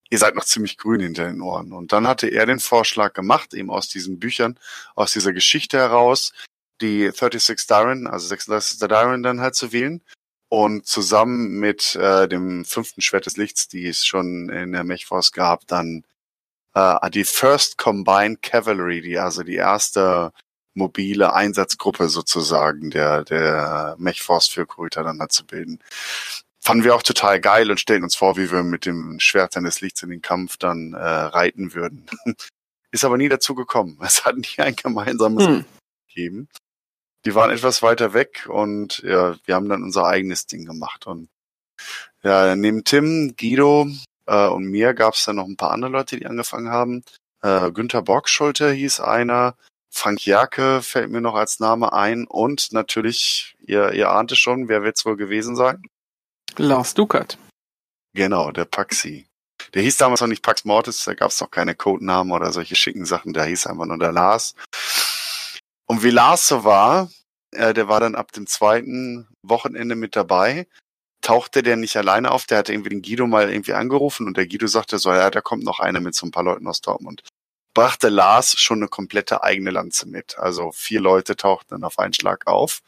ihr seid noch ziemlich grün hinter den Ohren. Und dann hatte er den Vorschlag gemacht, eben aus diesen Büchern, aus dieser Geschichte heraus, die sechsunddreißig Darren, also sechsunddreißigster Darren dann halt zu wählen. Und zusammen mit äh, dem fünften Schwert des Lichts, die es schon in der Mechforce gab, dann äh, die First Combined Cavalry, die also die erste mobile Einsatzgruppe sozusagen der der Mechforce für Kurita dann halt zu bilden. Fanden wir auch total geil und stellen uns vor, wie wir mit dem Schwert des Lichts in den Kampf dann äh, reiten würden. Ist aber nie dazu gekommen. Es hat nie ein gemeinsames Hm. gegeben. Die waren etwas weiter weg und ja, wir haben dann unser eigenes Ding gemacht. Und ja, neben Tim, Guido äh, und mir gab es dann noch ein paar andere Leute, die angefangen haben. Äh, Günther Borgschulte hieß einer, Frank Jerke fällt mir noch als Name ein und natürlich, ihr, ihr ahnt es schon, wer wird es wohl gewesen sein? Lars Dukat. Genau, der Paxi. Der hieß damals noch nicht Pax Mortis, da gab es noch keine Codenamen oder solche schicken Sachen, da hieß einfach nur der Lars. Und wie Lars so war, äh, der war dann ab dem zweiten Wochenende mit dabei, tauchte der nicht alleine auf, der hatte irgendwie den Guido mal irgendwie angerufen und der Guido sagte so, ja, da kommt noch einer mit so ein paar Leuten aus Dortmund. Brachte Lars schon eine komplette eigene Lanze mit. Also vier Leute tauchten dann auf einen Schlag auf.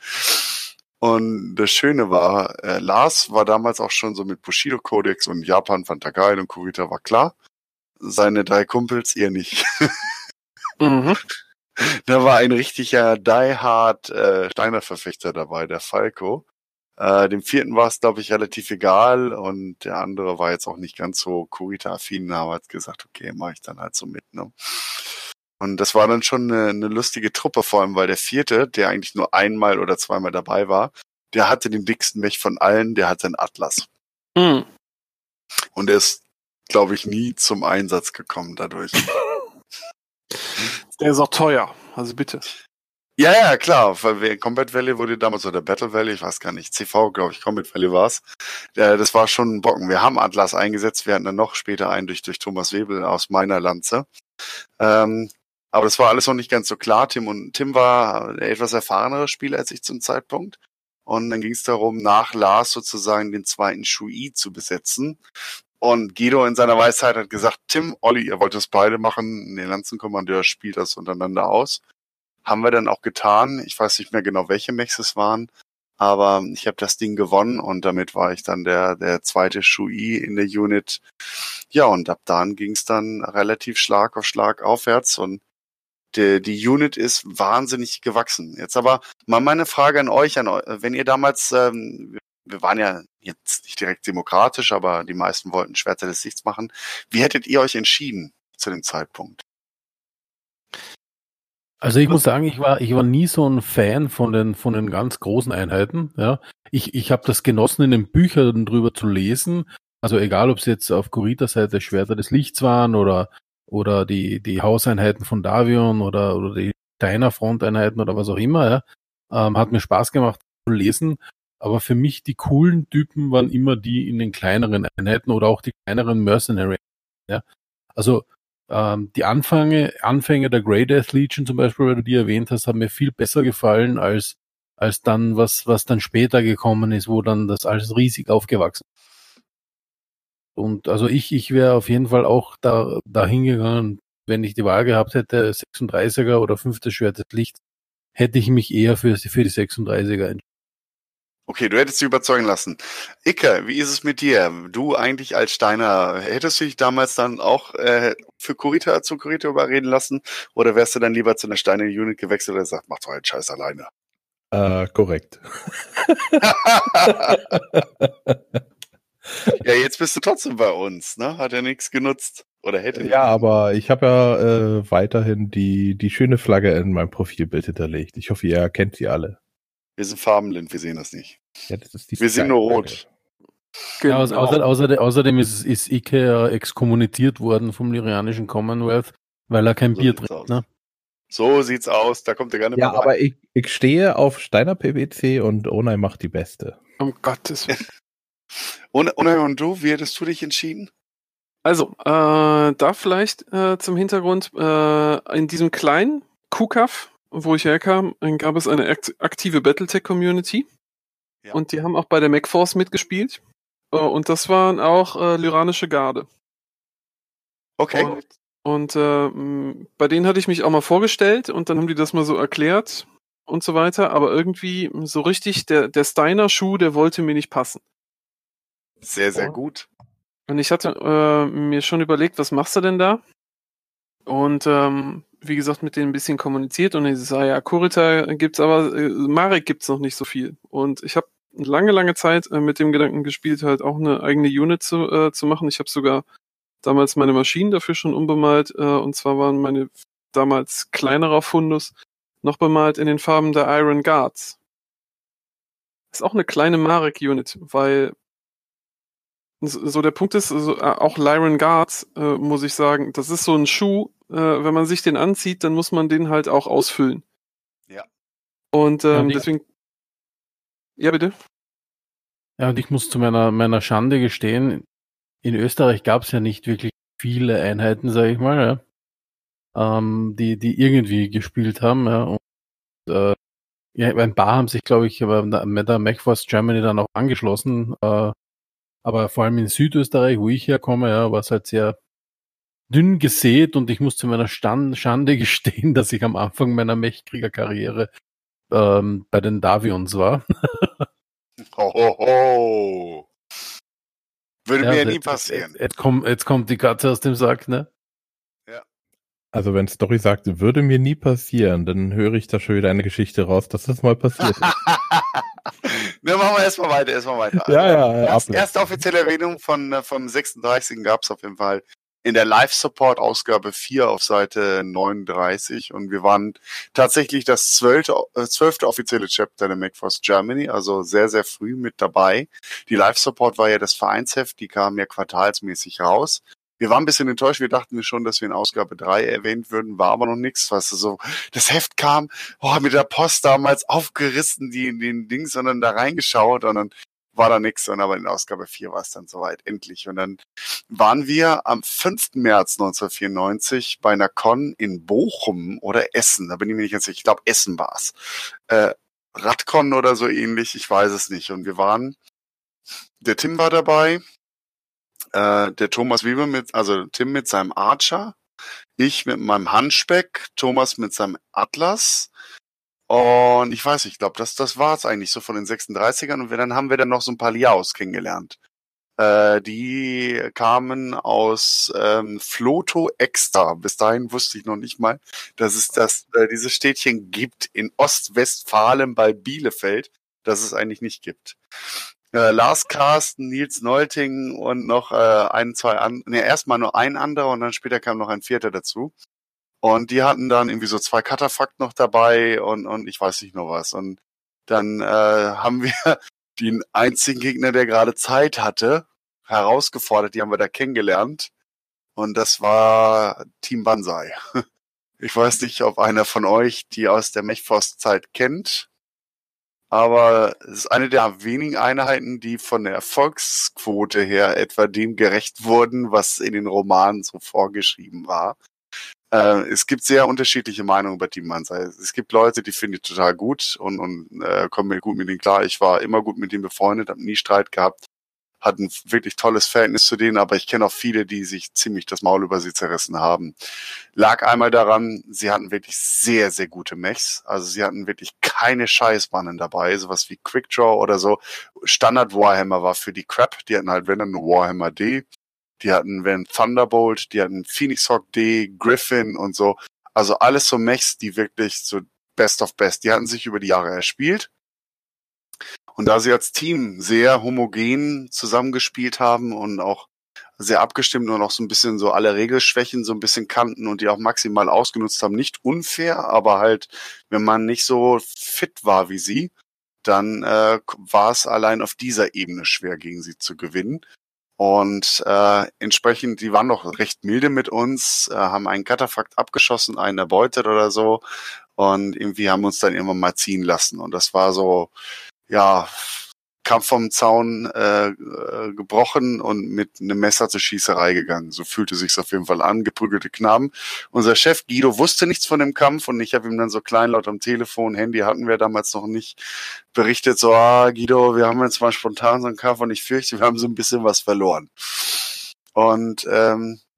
Und das Schöne war, äh, Lars war damals auch schon so mit Bushido-Kodex und Japan fand er geil und Kurita war klar. Seine drei Kumpels eher nicht. Mhm. Da war ein richtiger Die-Hard äh, Steiner-Verfechter dabei, der Falco. Äh, dem vierten war es, glaube ich, relativ egal und der andere war jetzt auch nicht ganz so Kurita-affin, aber hat gesagt, okay, mache ich dann halt so mit. Ne? Und das war dann schon eine, eine lustige Truppe, vor allem, weil der vierte, der eigentlich nur einmal oder zweimal dabei war, der hatte den dicksten Mech von allen, der hatte einen Atlas. Hm. Und er ist, glaube ich, nie zum Einsatz gekommen dadurch. Der ist auch teuer, also bitte. Ja, ja, klar. Weil Combat Valley wurde damals, oder Battle Valley, ich weiß gar nicht, C V, glaube ich, Combat Valley war's. Äh, das war schon ein Bocken. Wir haben Atlas eingesetzt, wir hatten dann noch später einen durch, durch Thomas Webel aus meiner Lanze. Ähm, aber das war alles noch nicht ganz so klar. Tim und Tim war ein etwas erfahrenerer Spieler als ich zum Zeitpunkt. Und dann ging es darum, nach Lars sozusagen den zweiten Shui zu besetzen. Und Guido in seiner Weisheit hat gesagt, Tim, Olli, ihr wollt das beide machen, der Lanzenkommandeur spielt das untereinander aus. Haben wir dann auch getan. Ich weiß nicht mehr genau, welche Mechs es waren, aber ich habe das Ding gewonnen und damit war ich dann der der zweite Shui in der Unit. Ja, und ab dann ging es dann relativ Schlag auf Schlag aufwärts und die, die Unit ist wahnsinnig gewachsen. Jetzt aber mal meine Frage an euch, an eu- wenn ihr damals, ähm, wir waren ja jetzt nicht direkt demokratisch, aber die meisten wollten Schwerter des Lichts machen. Wie hättet ihr euch entschieden zu dem Zeitpunkt? Also ich muss sagen, ich war, ich war nie so ein Fan von den, von den ganz großen Einheiten. Ja, ich, ich habe das genossen, in den Büchern drüber zu lesen. Also egal, ob es jetzt auf Kurita-Seite Schwerter des Lichts waren oder oder die die Hauseinheiten von Davion oder oder die Steiner Fronteinheiten oder was auch immer. Ja, ähm, hat mir Spaß gemacht zu lesen. Aber für mich die coolen Typen waren immer die in den kleineren Einheiten oder auch die kleineren Mercenary. Ja, also ähm, die Anfänge, Anfänge der Grey Death Legion zum Beispiel, weil du die erwähnt hast, haben mir viel besser gefallen als, als dann, was, was dann später gekommen ist, wo dann das alles riesig aufgewachsen ist. Und also ich, ich wäre auf jeden Fall auch da, da hingegangen, wenn ich die Wahl gehabt hätte, sechsunddreißiger oder fünftes Schwert des Lichts, hätte ich mich eher für, für die sechsunddreißiger entschieden. Okay, du hättest dich überzeugen lassen. Icke, wie ist es mit dir? Du eigentlich als Steiner, hättest du dich damals dann auch äh, für Kurita zu Kurita überreden lassen? Oder wärst du dann lieber zu einer Steiner-Unit gewechselt oder sagt, mach doch einen Scheiß alleine? Äh, korrekt. Ja, jetzt bist du trotzdem bei uns, ne? Hat ja nichts genutzt. Oder hätte Ja, aber ich habe ja äh, weiterhin die, die schöne Flagge in meinem Profilbild hinterlegt. Ich hoffe, ihr kennt sie alle. Wir sind farbenblind, wir sehen das nicht. Ja, das ist die Wir sind nur rot. Sky-Flagge. Ja, außer, Genau. außer, außerdem, außerdem ist, ist Ike ja exkommuniziert worden vom Lyrianischen Commonwealth, weil er kein So Bier sieht's trinkt. aus. Ne? So sieht's aus, da kommt er gar nicht Ja, mehr rein. aber ich, ich stehe auf Steiner P W C und Onai macht die beste. Um Gottes Willen. Und, und du, wie hättest du dich entschieden? Also, äh, da vielleicht äh, zum Hintergrund, äh, in diesem kleinen Q C A F, wo ich herkam, äh, gab es eine akt aktive Battletech-Community. Ja. Und die haben auch bei der MechForce mitgespielt. Äh, und das waren auch äh, Lyranische Garde. Okay. Und, und äh, m, bei denen hatte ich mich auch mal vorgestellt und dann haben die das mal so erklärt und so weiter. Aber irgendwie so richtig, der, der Steiner-Schuh, der wollte mir nicht passen. Sehr, sehr gut. Und ich hatte äh, mir schon überlegt, was machst du denn da? Und ähm, wie gesagt, mit denen ein bisschen kommuniziert und ich sage, ja, Kurita gibt's aber, äh, Marek gibt's noch nicht so viel. Und ich habe lange, lange Zeit äh, mit dem Gedanken gespielt, halt auch eine eigene Unit zu, äh, zu machen. Ich habe sogar damals meine Maschinen dafür schon umbemalt äh, und zwar waren meine damals kleinerer Fundus noch bemalt in den Farben der Iron Guards. Ist auch eine kleine Marek-Unit, weil so so der Punkt ist, so, äh, auch Lyran Guards, äh, muss ich sagen, das ist so ein Schuh, äh, wenn man sich den anzieht, dann muss man den halt auch ausfüllen. Ja. Und Ja, ähm, und ich- deswegen. Ja, bitte. Ja, und ich muss zu meiner, meiner Schande gestehen, in Österreich gab es ja nicht wirklich viele Einheiten, sage ich mal, ja, ähm, die, die irgendwie gespielt haben. Ja, und äh, ja, ein paar haben sich, glaube ich, aber mit der MechForce Germany dann auch angeschlossen. Äh, aber vor allem in Südösterreich, wo ich herkomme, ja, war es halt sehr dünn gesät und ich muss zu meiner Stand, Schande gestehen, dass ich am Anfang meiner Mechkrieger-Karriere ähm, bei den Davions war. Ho, ho, ho. Würde mir ja nie jetzt, passieren. Jetzt, jetzt, kommt, jetzt kommt die Katze aus dem Sack, ne? Also wenn Story sagt, würde mir nie passieren, dann höre ich da schon wieder eine Geschichte raus, dass das mal passiert ist. Ne, machen wir erstmal weiter, erstmal weiter. Ja, ja, Erst, absolut. erste offizielle Erwähnung von, äh, vom sechsunddreißigsten gab es auf jeden Fall in der Live-Support-Ausgabe vier auf Seite neununddreißig und wir waren tatsächlich das zwölfte, äh, zwölfte offizielle Chapter der MechForce Germany, also sehr, sehr früh mit dabei. Die Live-Support war ja das Vereinsheft, die kam ja quartalsmäßig raus. Wir waren ein bisschen enttäuscht, wir dachten schon, dass wir in Ausgabe drei erwähnt würden, war aber noch nichts, was so, das Heft kam, boah, mit der Post damals aufgerissen, die in den Dings, sondern da reingeschaut und dann war da nichts, und aber in Ausgabe vier war es dann soweit, endlich. Und dann waren wir am fünften März neunzehnhundertvierundneunzig bei einer Con in Bochum oder Essen, da bin ich mir nicht ganz sicher, ich glaube Essen war's. Äh, Radcon oder so ähnlich, ich weiß es nicht. Und wir waren, der Tim war dabei, Äh, der Thomas Weber mit, also Tim mit seinem Archer, ich mit meinem Handspeck, Thomas mit seinem Atlas und ich weiß nicht, ich glaube, das, das war es eigentlich so von den sechsunddreißigern und wir, dann haben wir dann noch so ein paar Liaos kennengelernt. Äh, die kamen aus ähm, Floto Extra. Bis dahin wusste ich noch nicht mal, dass es das, äh, dieses Städtchen gibt in Ostwestfalen bei Bielefeld, das es eigentlich nicht gibt. Äh, Lars Carsten, Nils Neulting und noch äh, ein, zwei an, ne, erstmal nur ein anderer und dann später kam noch ein vierter dazu. Und die hatten dann irgendwie so zwei Katapakt noch dabei und, und ich weiß nicht noch was. Und dann äh, haben wir den einzigen Gegner, der gerade Zeit hatte, herausgefordert, die haben wir da kennengelernt. Und das war Team Banzai. Ich weiß nicht, ob einer von euch die aus der MechForce-Zeit kennt. Aber es ist eine der wenigen Einheiten, die von der Erfolgsquote her etwa dem gerecht wurden, was in den Romanen so vorgeschrieben war. Äh, es gibt sehr unterschiedliche Meinungen über Team Banzai. Es gibt Leute, die finde ich total gut und, und äh, kommen mir gut mit denen klar. Ich war immer gut mit denen befreundet, habe nie Streit gehabt, hatte ein wirklich tolles Verhältnis zu denen, aber ich kenne auch viele, die sich ziemlich das Maul über sie zerrissen haben. Lag einmal daran, sie hatten wirklich sehr, sehr gute Mechs. Also sie hatten wirklich keine Scheißbannen dabei, sowas wie Quickdraw oder so. Standard Warhammer war für die Crap, die hatten halt wenn dann nur Warhammer D. Die hatten wenn Thunderbolt, die hatten Phoenix Hawk D, Griffin und so. Also alles so Mechs, die wirklich so best of best. Die hatten sich über die Jahre erspielt. Und da sie als Team sehr homogen zusammengespielt haben und auch sehr abgestimmt und auch so ein bisschen so alle Regelschwächen so ein bisschen kannten und die auch maximal ausgenutzt haben, nicht unfair, aber halt, wenn man nicht so fit war wie sie, dann äh, war es allein auf dieser Ebene schwer, gegen sie zu gewinnen. Und äh, entsprechend, die waren noch recht milde mit uns, äh, haben einen Katapakt abgeschossen, einen erbeutet oder so und irgendwie haben uns dann irgendwann mal ziehen lassen. Und das war so, ja, Kampf vom Zaun äh, äh, gebrochen und mit einem Messer zur Schießerei gegangen. So fühlte sich's auf jeden Fall an, geprügelte Knaben. Unser Chef Guido wusste nichts von dem Kampf und ich habe ihm dann so kleinlaut am Telefon, Handy hatten wir damals noch nicht, berichtet so, ah Guido, wir haben jetzt mal spontan so einen Kampf und ich fürchte, wir haben so ein bisschen was verloren. Und ähm,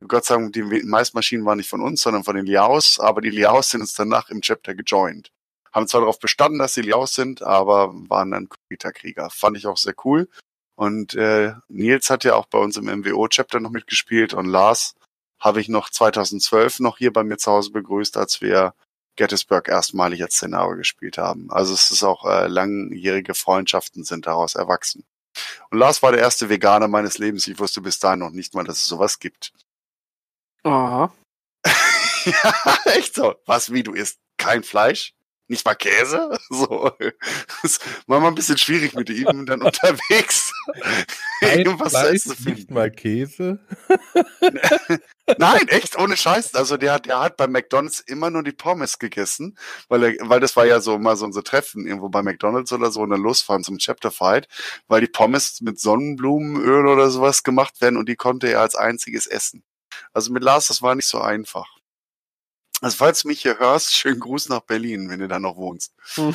Gott sei Dank, die meisten Maschinen waren nicht von uns, sondern von den Liaos, aber die Liaos sind uns danach im Chapter gejoint. Haben zwar darauf bestanden, dass sie Liaos sind, aber waren dann Kuita-Krieger. Fand ich auch sehr cool. Und äh, Nils hat ja auch bei uns im M W O-Chapter noch mitgespielt und Lars habe ich noch zweitausendzwölf noch hier bei mir zu Hause begrüßt, als wir Gettysburg erstmalig als Szenario gespielt haben. Also es ist auch äh, langjährige Freundschaften sind daraus erwachsen. Und Lars war der erste Veganer meines Lebens. Ich wusste bis dahin noch nicht mal, dass es sowas gibt. Aha. Ja, echt so. Was, wie, du isst kein Fleisch? Nicht mal Käse? So. Das war mal ein bisschen schwierig mit ihm dann unterwegs. Irgendwas zu essen zu finden. Nicht mal Käse? Nein, echt, ohne Scheiß. Also der, der hat bei McDonald's immer nur die Pommes gegessen, weil er, weil das war ja so mal so unser Treffen irgendwo bei McDonald's oder so und dann losfahren zum Chapter Fight, weil die Pommes mit Sonnenblumenöl oder sowas gemacht werden und die konnte er als einziges essen. Also mit Lars, das war nicht so einfach. Also falls du mich hier hörst, schönen Gruß nach Berlin, wenn du da noch wohnst. Hm.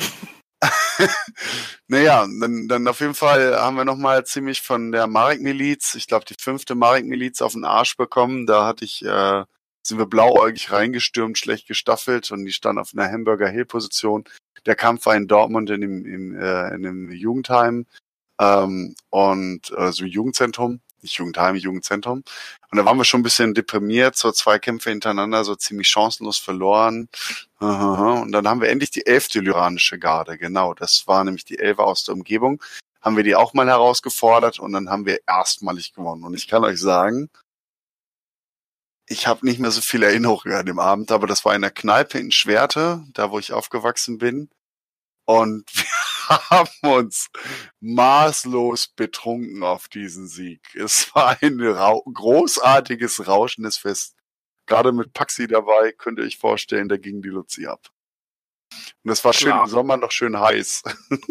Naja, dann, dann auf jeden Fall haben wir nochmal ziemlich von der Marek-Miliz, ich glaube die fünfte Marek-Miliz auf den Arsch bekommen. Da hatte ich, äh, sind wir blauäugig reingestürmt, schlecht gestaffelt und die stand auf einer Hamburger-Hill-Position. Der Kampf war in Dortmund in dem, im, äh, in dem Jugendheim ähm, und also Jugendzentrum. Nicht Jugendheim, Jugendzentrum. Und da waren wir schon ein bisschen deprimiert, so zwei Kämpfe hintereinander, so ziemlich chancenlos verloren. Und dann haben wir endlich die elfte Lyranische Garde, genau, das war nämlich die Elfe aus der Umgebung. Haben wir die auch mal herausgefordert und dann haben wir erstmalig gewonnen. Und ich kann euch sagen, ich habe nicht mehr so viel Erinnerung an dem Abend, aber das war in der Kneipe in Schwerte, da wo ich aufgewachsen bin. Und wir haben uns maßlos betrunken auf diesen Sieg. Es war ein Ra- großartiges, rauschendes Fest. Gerade mit Paxi dabei, könnt ihr euch vorstellen, da ging die Luzi ab. Und es war schön Klar. im Sommer noch schön heiß.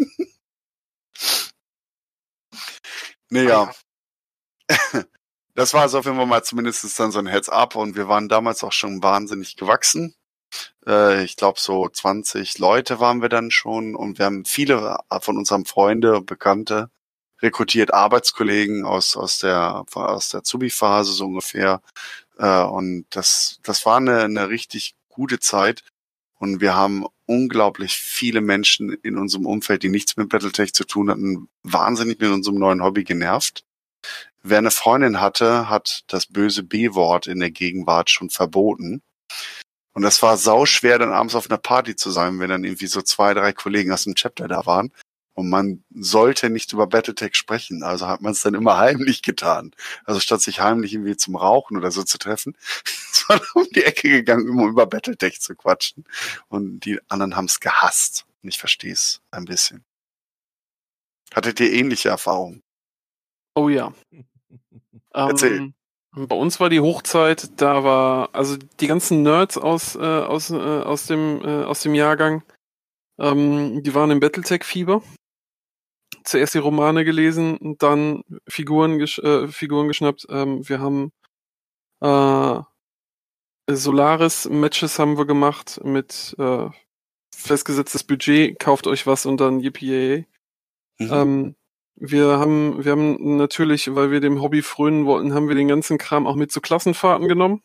Naja. Das war also auf jeden Fall mal zumindest dann so ein Heads-up und wir waren damals auch schon wahnsinnig gewachsen. Äh, ich glaube so zwanzig Leute waren wir dann schon und wir haben viele von unseren Freunde und Bekannte rekrutiert, Arbeitskollegen aus aus der aus der Zubi-Phase so ungefähr. Äh, und das das war eine, eine richtig gute Zeit und wir haben unglaublich viele Menschen in unserem Umfeld, die nichts mit Battletech zu tun hatten, wahnsinnig mit unserem neuen Hobby genervt. Wer eine Freundin hatte, hat das böse B-Wort in der Gegenwart schon verboten. Und das war sauschwer, dann abends auf einer Party zu sein, wenn dann irgendwie so zwei, drei Kollegen aus dem Chapter da waren. Und man sollte nicht über Battletech sprechen. Also hat man es dann immer heimlich getan. Also statt sich heimlich irgendwie zum Rauchen oder so zu treffen, ist man um die Ecke gegangen, um über Battletech zu quatschen. Und die anderen haben es gehasst. Und ich verstehe es ein bisschen. Hattet ihr ähnliche Erfahrungen? Oh ja. Erzähl. Ähm, bei uns war die Hochzeit, da war, also die ganzen Nerds aus, äh, aus, äh, aus, dem, äh, aus dem Jahrgang, ähm, die waren im Battletech-Fieber. Zuerst die Romane gelesen und dann Figuren, gesch äh, Figuren geschnappt. Ähm, wir haben äh, Solaris-Matches haben wir gemacht mit äh, festgesetztes Budget, kauft euch was und dann yippie. Mhm. Ähm, wir haben, wir haben natürlich, weil wir dem Hobby frönen wollten, haben wir den ganzen Kram auch mit zu Klassenfahrten genommen.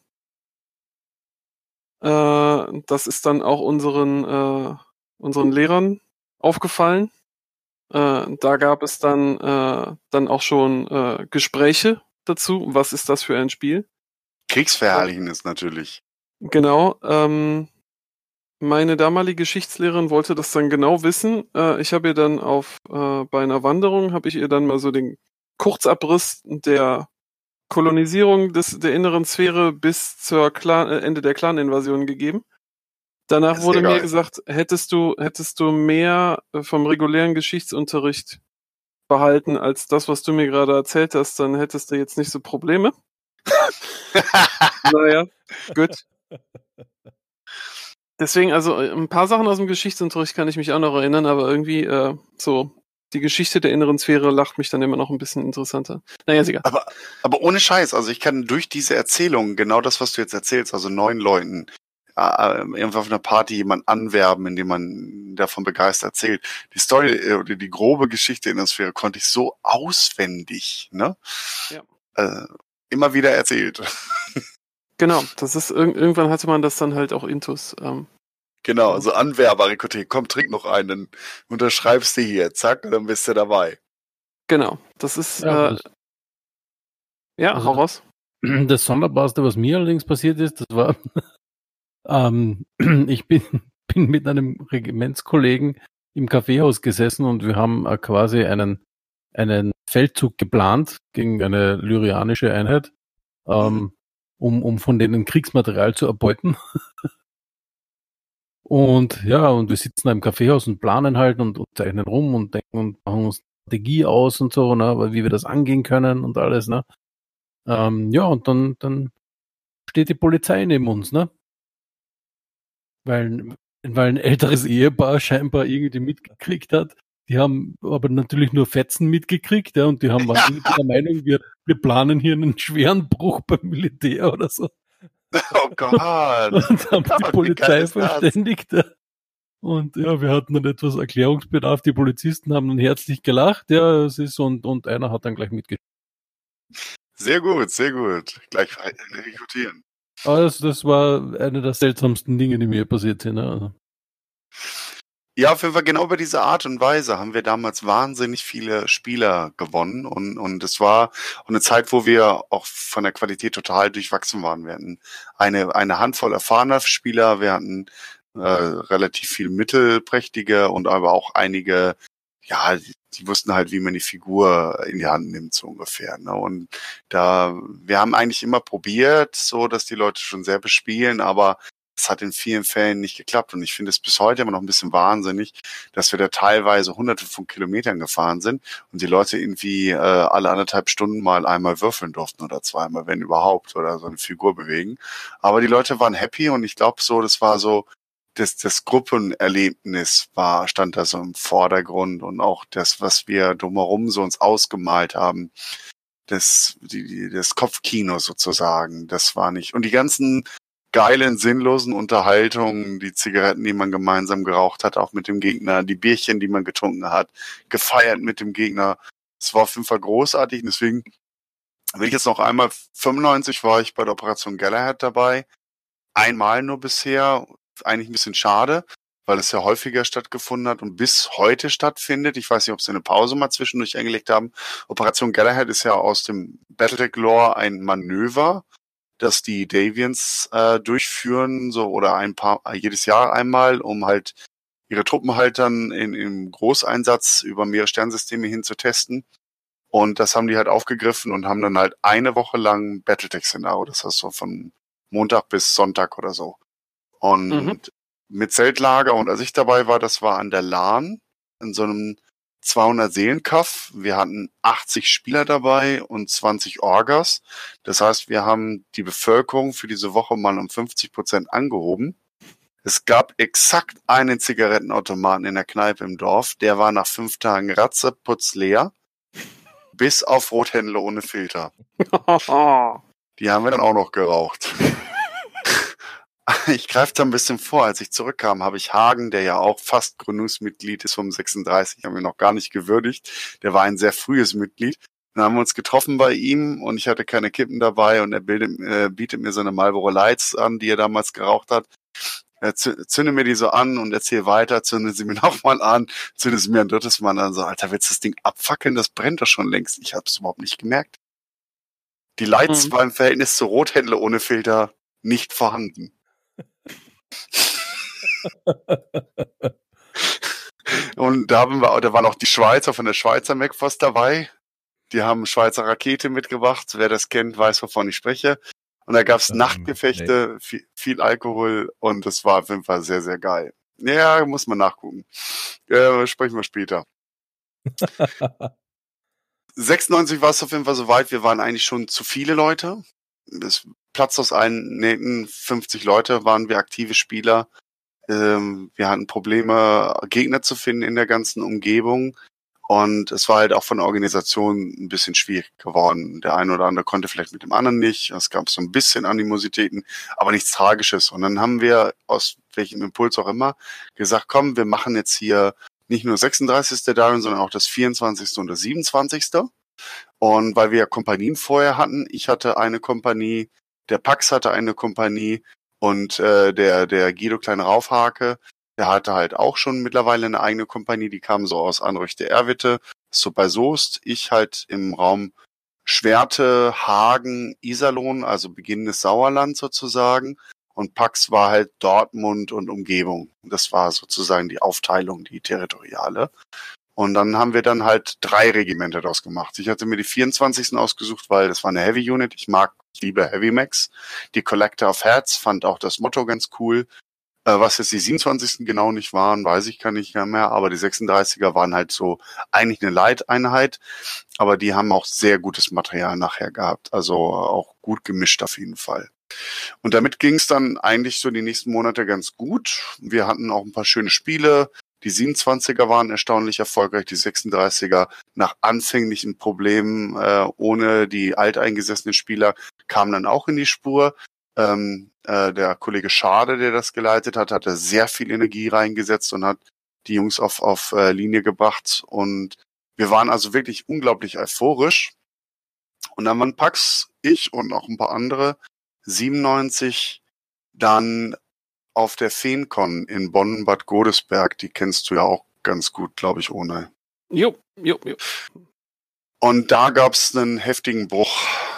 Äh, das ist dann auch unseren, äh, unseren Lehrern aufgefallen. Äh, da gab es dann, äh, dann auch schon äh, Gespräche dazu. Was ist das für ein Spiel? Kriegsverherrlichendes natürlich. Genau. Ähm, meine damalige Geschichtslehrerin wollte das dann genau wissen. Äh, ich habe ihr dann auf äh, bei einer Wanderung habe ich ihr dann mal so den Kurzabriss der Kolonisierung des der inneren Sphäre bis zur Clan, äh, Ende der Clan-Invasion gegeben. Danach wurde mir gesagt, hättest du hättest du mehr vom regulären Geschichtsunterricht behalten als das, was du mir gerade erzählt hast, dann hättest du jetzt nicht so Probleme. Naja, gut. Deswegen, also ein paar Sachen aus dem Geschichtsunterricht kann ich mich auch noch erinnern, aber irgendwie äh, so die Geschichte der inneren Sphäre lacht mich dann immer noch ein bisschen interessanter. Naja, ist egal. Aber, aber ohne Scheiß, also ich kann durch diese Erzählung, genau das, was du jetzt erzählst, also neun Leuten, äh, irgendwo auf einer Party jemanden anwerben, indem man davon begeistert erzählt. Die Story oder die grobe Geschichte in der Sphäre konnte ich so auswendig, ne? Ja. Äh, immer wieder erzählt. Genau, das ist irg- irgendwann hatte man das dann halt auch intus. Ähm, Genau, also Anwerber rekrutieren. Komm, trink noch einen, dann unterschreibst du hier, zack, und dann bist du dabei. genau, das ist Ja, äh, das, ja, also- hau raus. das Sonderbarste, was mir allerdings passiert ist, das war, ähm, ich bin, bin mit einem Regimentskollegen im Kaffeehaus gesessen und wir haben äh, quasi einen, einen Feldzug geplant gegen eine lyrianische Einheit, ähm, Mhm. um, um von denen Kriegsmaterial zu erbeuten. Und ja, und wir sitzen da im Kaffeehaus und planen halt und, und zeichnen rum und denken und machen uns Strategie aus und so, ne, weil wie wir das angehen können und alles, ne. Ähm, ja, und dann, dann steht die Polizei neben uns, ne? Weil, weil ein älteres Ehepaar scheinbar irgendwie mitgekriegt hat. Die haben aber natürlich nur Fetzen mitgekriegt, ja, und die haben, waren irgendwie der Meinung, wir, wir planen hier einen schweren Bruch beim Militär oder so. Oh Gott. Und haben Gott, die wie geil Polizei ist das? verständigt. Ja. Und ja, wir hatten dann etwas Erklärungsbedarf. Die Polizisten haben dann herzlich gelacht, ja, es ist, und, und einer hat dann gleich mitgeschrieben. Sehr gut, sehr gut. Gleich rekrutieren. Aber das, das war eine der seltsamsten Dinge, die mir passiert sind. Ja. Also, Ja, auf jeden Fall genau über diese Art und Weise haben wir damals wahnsinnig viele Spieler gewonnen und und es war auch eine Zeit, wo wir auch von der Qualität total durchwachsen waren. Wir hatten eine eine Handvoll erfahrener Spieler, wir hatten äh, relativ viel mittelprächtige und aber auch einige, ja, die, die wussten halt, wie man die Figur in die Hand nimmt, so ungefähr. Ne? Und da, wir haben eigentlich immer probiert, so dass die Leute schon sehr bespielen, aber es hat in vielen Fällen nicht geklappt und ich finde es bis heute immer noch ein bisschen wahnsinnig, dass wir da teilweise hunderte von Kilometern gefahren sind und die Leute irgendwie äh, alle anderthalb Stunden mal einmal würfeln durften oder zweimal, wenn überhaupt, oder so eine Figur bewegen. Aber die Leute waren happy und ich glaube so, das war so, das, das Gruppenerlebnis war, stand da so im Vordergrund und auch das, was wir drumherum so uns ausgemalt haben, das, die, die, das Kopfkino sozusagen, das war nicht. Und die ganzen geilen, sinnlosen Unterhaltungen, die Zigaretten, die man gemeinsam geraucht hat, auch mit dem Gegner, die Bierchen, die man getrunken hat, gefeiert mit dem Gegner. Es war auf jeden Fall großartig. Und deswegen will ich jetzt noch einmal, fünfundneunzig war ich bei der Operation Galahad dabei. Einmal nur bisher. Eigentlich ein bisschen schade, weil es ja häufiger stattgefunden hat und bis heute stattfindet. Ich weiß nicht, ob sie eine Pause mal zwischendurch eingelegt haben. Operation Galahad ist ja aus dem Battletech-Lore ein Manöver, dass die Davians äh, durchführen, so oder ein paar jedes Jahr einmal, um halt ihre Truppen halt dann in, im Großeinsatz über mehrere Sternsysteme hin zu testen. Und das haben die halt aufgegriffen und haben dann halt eine Woche lang Battletech-Szenario, das heißt so von Montag bis Sonntag oder so. Und Mhm. mit Zeltlager, und als ich dabei war, das war an der LAN, in so einem zweihundert-Seelen-Kaff. Wir hatten achtzig Spieler dabei und zwanzig Orgas. Das heißt, wir haben die Bevölkerung für diese Woche mal um fünfzig Prozent angehoben. Es gab exakt einen Zigarettenautomaten in der Kneipe im Dorf. Der war nach fünf Tagen ratzeputz leer. Bis auf Rothändler ohne Filter. Die haben wir dann auch noch geraucht. Ich greife da ein bisschen vor. Als ich zurückkam, habe ich Hagen, der ja auch fast Gründungsmitglied ist vom sechsunddreißig, haben wir noch gar nicht gewürdigt. Der war ein sehr frühes Mitglied. Dann haben wir uns getroffen bei ihm und ich hatte keine Kippen dabei und er bildet, äh, bietet mir seine Marlboro Lights an, die er damals geraucht hat. Er zünde mir die so an und erzähl weiter, zünde sie mir nochmal an, zünde sie mir ein drittes Mal an. So, Alter, willst du das Ding abfackeln? Das brennt doch schon längst. Ich habe es überhaupt nicht gemerkt. Die Lights Mhm. waren im Verhältnis zu Rothändler ohne Filter nicht vorhanden. Und da haben wir, da waren auch die Schweizer von der Schweizer MacFoss dabei. Die haben Schweizer Rakete mitgebracht. Wer das kennt, weiß, wovon ich spreche. Und da gab's Ähm, Nachtgefechte, viel, viel Alkohol und das war auf jeden Fall sehr, sehr geil. Ja, muss man nachgucken. Äh, sprechen wir später. sechsundneunzig war es auf jeden Fall soweit. Wir waren eigentlich schon zu viele Leute. Es platzt aus allen Nähten. fünfzig Leute waren wir, aktive Spieler. Ähm, wir hatten Probleme, Gegner zu finden in der ganzen Umgebung. Und es war halt auch von der Organisation ein bisschen schwierig geworden. Der eine oder andere konnte vielleicht mit dem anderen nicht. Es gab so ein bisschen Animositäten, aber nichts Tragisches. Und dann haben wir, aus welchem Impuls auch immer, gesagt, komm, wir machen jetzt hier nicht nur sechsunddreißigste Darwin, sondern auch das vierundzwanzigste und das siebenundzwanzigste Und weil wir ja Kompanien vorher hatten, ich hatte eine Kompanie, der Pax hatte eine Kompanie und äh, der der Guido Klein-Raufhake, der hatte halt auch schon mittlerweile eine eigene Kompanie, die kam so aus Anrüchte Erwitte, so bei Soest, ich halt im Raum Schwerte, Hagen, Iserlohn, also beginnendes Sauerland sozusagen. Und Pax war halt Dortmund und Umgebung. Das war sozusagen die Aufteilung, die territoriale. Und dann haben wir dann halt drei Regimenter daraus gemacht. Ich hatte mir die vierundzwanzigsten ausgesucht, weil das war eine Heavy Unit. Ich mag, ich liebe Heavy Max. Die Collector of Heads fand auch das Motto ganz cool. Äh, was jetzt die siebenundzwanzigsten genau nicht waren, weiß ich gar nicht mehr. Aber die sechsunddreißiger waren halt so eigentlich eine Light-Einheit. Aber die haben auch sehr gutes Material nachher gehabt. Also auch gut gemischt auf jeden Fall. Und damit ging es dann eigentlich so die nächsten Monate ganz gut. Wir hatten auch ein paar schöne Spiele. Die siebenundzwanziger waren erstaunlich erfolgreich, die sechsunddreißiger nach anfänglichen Problemen äh, ohne die alteingesessenen Spieler kamen dann auch in die Spur. Ähm, äh, der Kollege Schade, der das geleitet hat, hatte sehr viel Energie reingesetzt und hat die Jungs auf, auf äh, Linie gebracht. Und wir waren also wirklich unglaublich euphorisch. Und dann waren Pax, ich und noch ein paar andere siebenundneunzig dann auf der Feencon in Bonn-Bad Godesberg, die kennst du ja auch ganz gut, glaube ich, ohne. Jo, jo, jo. Und da gab's einen heftigen Bruch.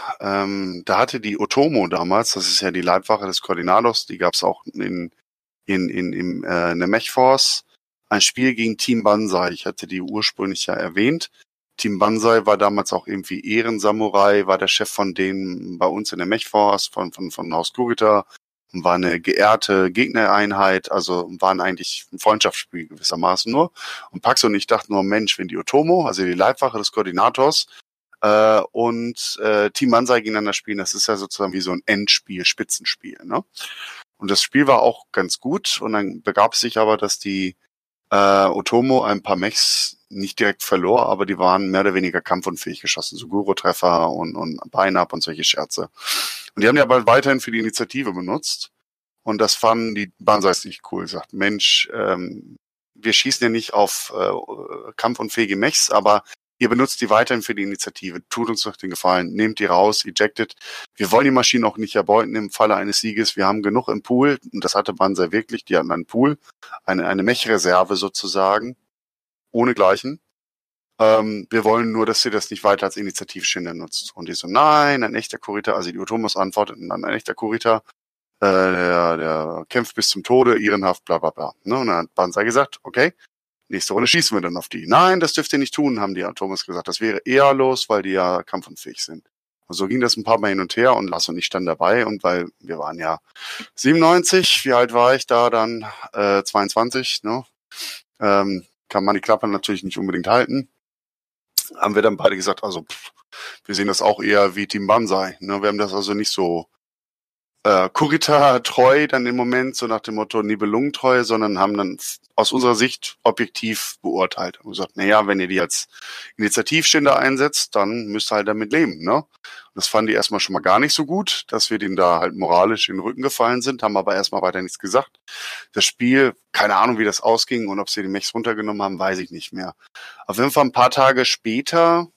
Ähm, da hatte die Otomo damals, das ist ja die Leibwache des Koordinators, die gab's auch in in in im äh, in der Mechforce, ein Spiel gegen Team Banzai. Ich hatte die ursprünglich ja erwähnt. Team Banzai war damals auch irgendwie Ehrensamurai, war der Chef von denen bei uns in der Mechforce, von, von, von Haus Kurita, war eine geehrte Gegnereinheit, also waren eigentlich ein Freundschaftsspiel gewissermaßen nur. Und Pax und ich dachten nur, Mensch, wenn die Otomo, also die Leibwache des Koordinators, äh, und äh, Team Banzai gegeneinander spielen, das ist ja sozusagen wie so ein Endspiel, Spitzenspiel, ne? Und das Spiel war auch ganz gut und dann begab es sich aber, dass die äh, Otomo ein paar Mechs nicht direkt verlor, aber die waren mehr oder weniger kampfunfähig geschossen, so Guro-Treffer und, und Bein-Up und solche Scherze. Und die haben die aber weiterhin für die Initiative benutzt und das fanden die Banzais nicht cool. Sagt, Mensch, ähm, wir schießen ja nicht auf äh, kampfunfähige Mechs, aber ihr benutzt die weiterhin für die Initiative. Tut uns doch den Gefallen, nehmt die raus, ejected. Wir wollen die Maschinen auch nicht erbeuten im Falle eines Sieges. Wir haben genug im Pool und das hatte Banzai wirklich. Die hatten einen Pool, eine, eine Mech-Reserve sozusagen, ohnegleichen. Ähm, wir wollen nur, dass ihr das nicht weiter als Initiativschinder nutzt. Und die so, nein, ein echter Kurita, also die Otomos antworteten dann, ein echter Kurita, äh, der, der kämpft bis zum Tode, ehrenhaft, bla bla bla. Ne? Und dann hat Banzai gesagt, okay, nächste Runde schießen wir dann auf die. Nein, das dürft ihr nicht tun, haben die Otomos gesagt. Das wäre eher los, weil die ja kampfunfähig sind. Und so ging das ein paar Mal hin und her und Lass und ich stand dabei und weil wir waren ja siebenundneunzig, wie alt war ich da dann? Äh, zweiundzwanzig, ne? Ähm, kann man die Klappe natürlich nicht unbedingt halten. Haben wir dann beide gesagt, also pff, wir sehen das auch eher wie Team Banzai. Ne? Wir haben das also nicht so äh, Kurita treu dann im Moment, so nach dem Motto Nibelungen treu, sondern haben dann aus unserer Sicht objektiv beurteilt. Und gesagt, naja, wenn ihr die als Initiativständer einsetzt, dann müsst ihr halt damit leben. Ne? Und das fanden die erstmal schon mal gar nicht so gut, dass wir denen da halt moralisch in den Rücken gefallen sind, haben aber erstmal weiter nichts gesagt. Das Spiel, keine Ahnung, wie das ausging und ob sie die Mechs runtergenommen haben, weiß ich nicht mehr. Auf jeden Fall ein paar Tage später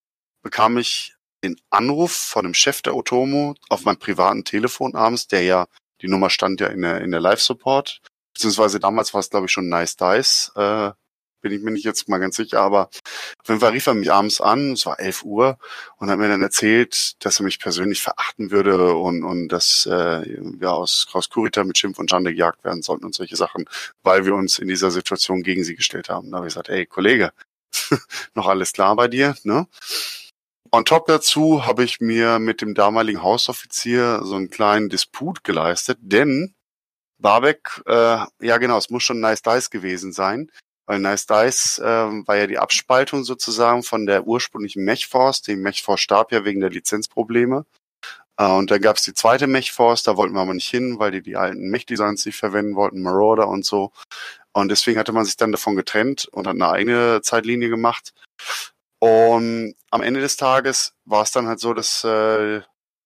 bekam ich den Anruf von dem Chef der Otomo auf meinem privaten Telefon abends, der ja, die Nummer stand ja in der, in der Live-Support, beziehungsweise damals war es, glaube ich, schon Nice Dice, äh, bin ich mir nicht jetzt mal ganz sicher, aber auf jeden Fall rief er mich abends an, es war elf Uhr, und hat mir dann erzählt, dass er mich persönlich verachten würde und, und dass äh, wir aus, aus Kurita mit Schimpf und Schande gejagt werden sollten und solche Sachen, weil wir uns in dieser Situation gegen sie gestellt haben. Da habe ich gesagt, ey, Kollege, noch alles klar bei dir, ne? On top dazu habe ich mir mit dem damaligen Hausoffizier so einen kleinen Disput geleistet, denn Barbeck, äh, ja genau, es muss schon Nice Dice gewesen sein, weil Nice Dice äh, war ja die Abspaltung sozusagen von der ursprünglichen Mechforce. Die Mechforce starb ja wegen der Lizenzprobleme. Äh, und dann gab es die zweite Mechforce, da wollten wir aber nicht hin, weil die die alten Mech-Designs nicht verwenden wollten, Marauder und so. Und deswegen hatte man sich dann davon getrennt und hat eine eigene Zeitlinie gemacht. Und am Ende des Tages war es dann halt so, dass äh,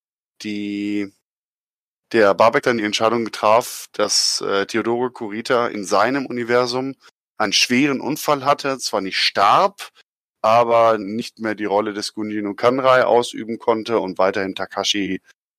die der Barbeck dann die Entscheidung traf, dass äh, Theodore Kurita in seinem Universum einen schweren Unfall hatte, zwar nicht starb, aber nicht mehr die Rolle des Gunjin no Kanrai ausüben konnte und weiterhin Takashi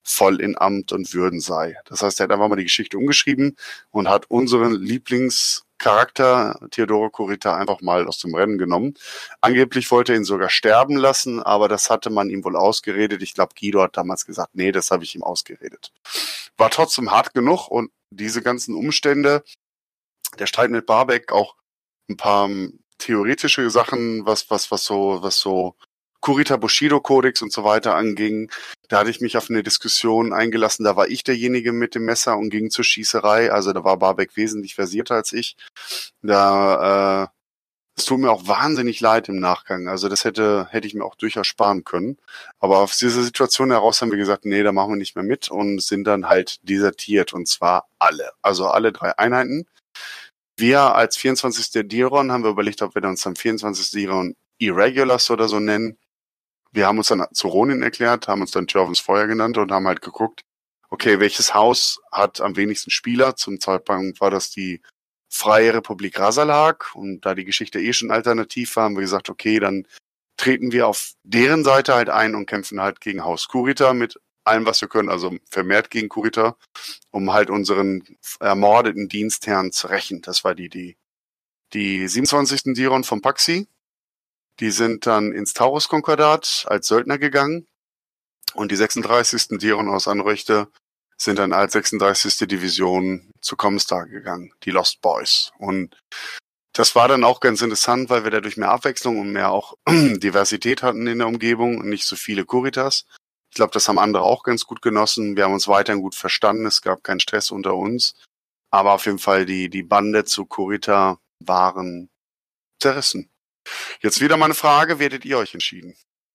voll in Amt und Würden sei. Das heißt, er hat einfach mal die Geschichte umgeschrieben und hat unseren Lieblingscharakter, Theodore Kurita, einfach mal aus dem Rennen genommen. Angeblich wollte er ihn sogar sterben lassen, aber das hatte man ihm wohl ausgeredet. Ich glaube, Guido hat damals gesagt, nee, das habe ich ihm ausgeredet. War trotzdem hart genug und diese ganzen Umstände, der Streit mit Barbeck, auch ein paar theoretische Sachen, was, was, was so, was so Kurita-Bushido-Kodex und so weiter anging. Da hatte ich mich auf eine Diskussion eingelassen. Da war ich derjenige mit dem Messer und ging zur Schießerei. Also da war Barbeck wesentlich versierter als ich. Da, äh, es tut mir auch wahnsinnig leid im Nachgang. Also das hätte, hätte ich mir auch durchaus sparen können. Aber aus dieser Situation heraus haben wir gesagt, nee, da machen wir nicht mehr mit und sind dann halt desertiert. Und zwar alle. Also alle drei Einheiten. Wir als vierundzwanzigster Diron haben wir überlegt, ob wir uns am vierundzwanzigsten Diron Irregulars oder so nennen. Wir haben uns dann zu Ronin erklärt, haben uns dann Tür aufs Feuer genannt und haben halt geguckt, okay, welches Haus hat am wenigsten Spieler? Zum Zeitpunkt war das die Freie Republik Rasalhag und da die Geschichte eh schon alternativ war, haben wir gesagt, okay, dann treten wir auf deren Seite halt ein und kämpfen halt gegen Haus Kurita mit allem, was wir können, also vermehrt gegen Kurita, um halt unseren ermordeten Dienstherrn zu rächen. Das war die Idee. Die siebenundzwanzigsten Diron vom Paxi, die sind dann ins Taurus-Konkordat als Söldner gegangen und die sechsunddreißigsten Diron aus Anröchte sind dann als sechsunddreißigste Division zu Comstar gegangen, die Lost Boys. Und das war dann auch ganz interessant, weil wir dadurch mehr Abwechslung und mehr auch Diversität hatten in der Umgebung und nicht so viele Kuritas. Ich glaube, das haben andere auch ganz gut genossen. Wir haben uns weiterhin gut verstanden, es gab keinen Stress unter uns. Aber auf jeden Fall die, die Bande zu Kurita waren zerrissen. Jetzt wieder mal eine Frage, wie hättet ihr euch entschieden?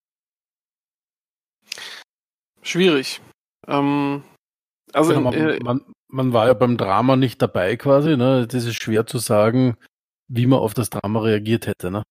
Schwierig. Ähm, also Ja, man, äh, man, man war ja beim Drama nicht dabei quasi, ne? Das ist schwer zu sagen, wie man auf das Drama reagiert hätte, ne?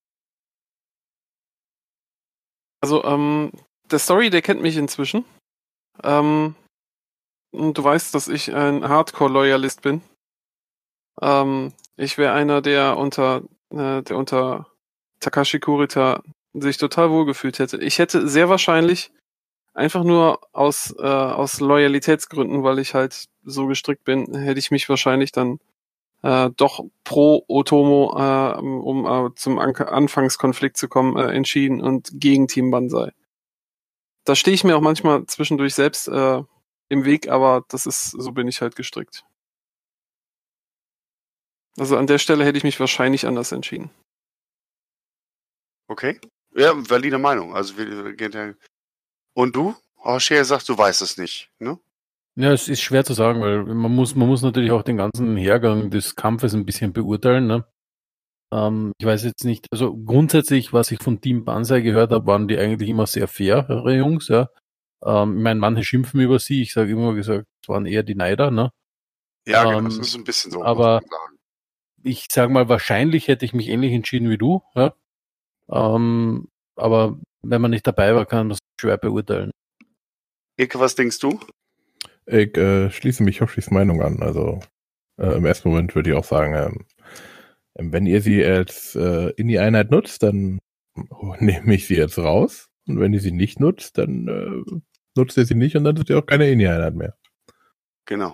also ähm, der Story, der kennt mich inzwischen. Ähm, und du weißt, dass ich ein Hardcore-Loyalist bin. Ähm, ich wäre einer, der unter, äh, der unter Takashi Kurita sich total wohlgefühlt hätte. Ich hätte sehr wahrscheinlich einfach nur aus, äh, aus Loyalitätsgründen, weil ich halt so gestrickt bin, hätte ich mich wahrscheinlich dann äh, doch pro Otomo, äh, um äh, zum An- Anfangskonflikt zu kommen, äh, entschieden und gegen Team Banzai. Da stehe ich mir auch manchmal zwischendurch selbst äh, im Weg, aber das ist, so bin ich halt gestrickt. Also an der Stelle hätte ich mich wahrscheinlich anders entschieden. Okay. Ja, valide Meinung. Also wir, und du? Hoshia sagt, du weißt es nicht, ne? Ja, es ist schwer zu sagen, weil man muss, man muss natürlich auch den ganzen Hergang des Kampfes ein bisschen beurteilen, ne? Ähm, ich weiß jetzt nicht, also grundsätzlich, was ich von Team Banzai gehört habe, waren die eigentlich immer sehr faire Jungs, ja. Ähm, ich meine, manche schimpfen über sie, ich sage immer gesagt, es waren eher die Neider, ne? Ja, Ähm, genau, das ist ein bisschen so, aber muss man sagen. Ich sage mal, wahrscheinlich hätte ich mich ähnlich entschieden wie du, ja. Ähm, aber wenn man nicht dabei war, kann man das schwer beurteilen. Eke, was denkst du? Ich äh, schließe mich Hoshis Meinung an. Also äh, im ersten Moment würde ich auch sagen, ähm, wenn ihr sie als äh, in die Einheit nutzt, dann nehme ich sie jetzt raus. Und wenn ihr sie nicht nutzt, dann äh, nutzt ihr sie nicht und dann ist ihr auch keine In-Einheit mehr. Genau.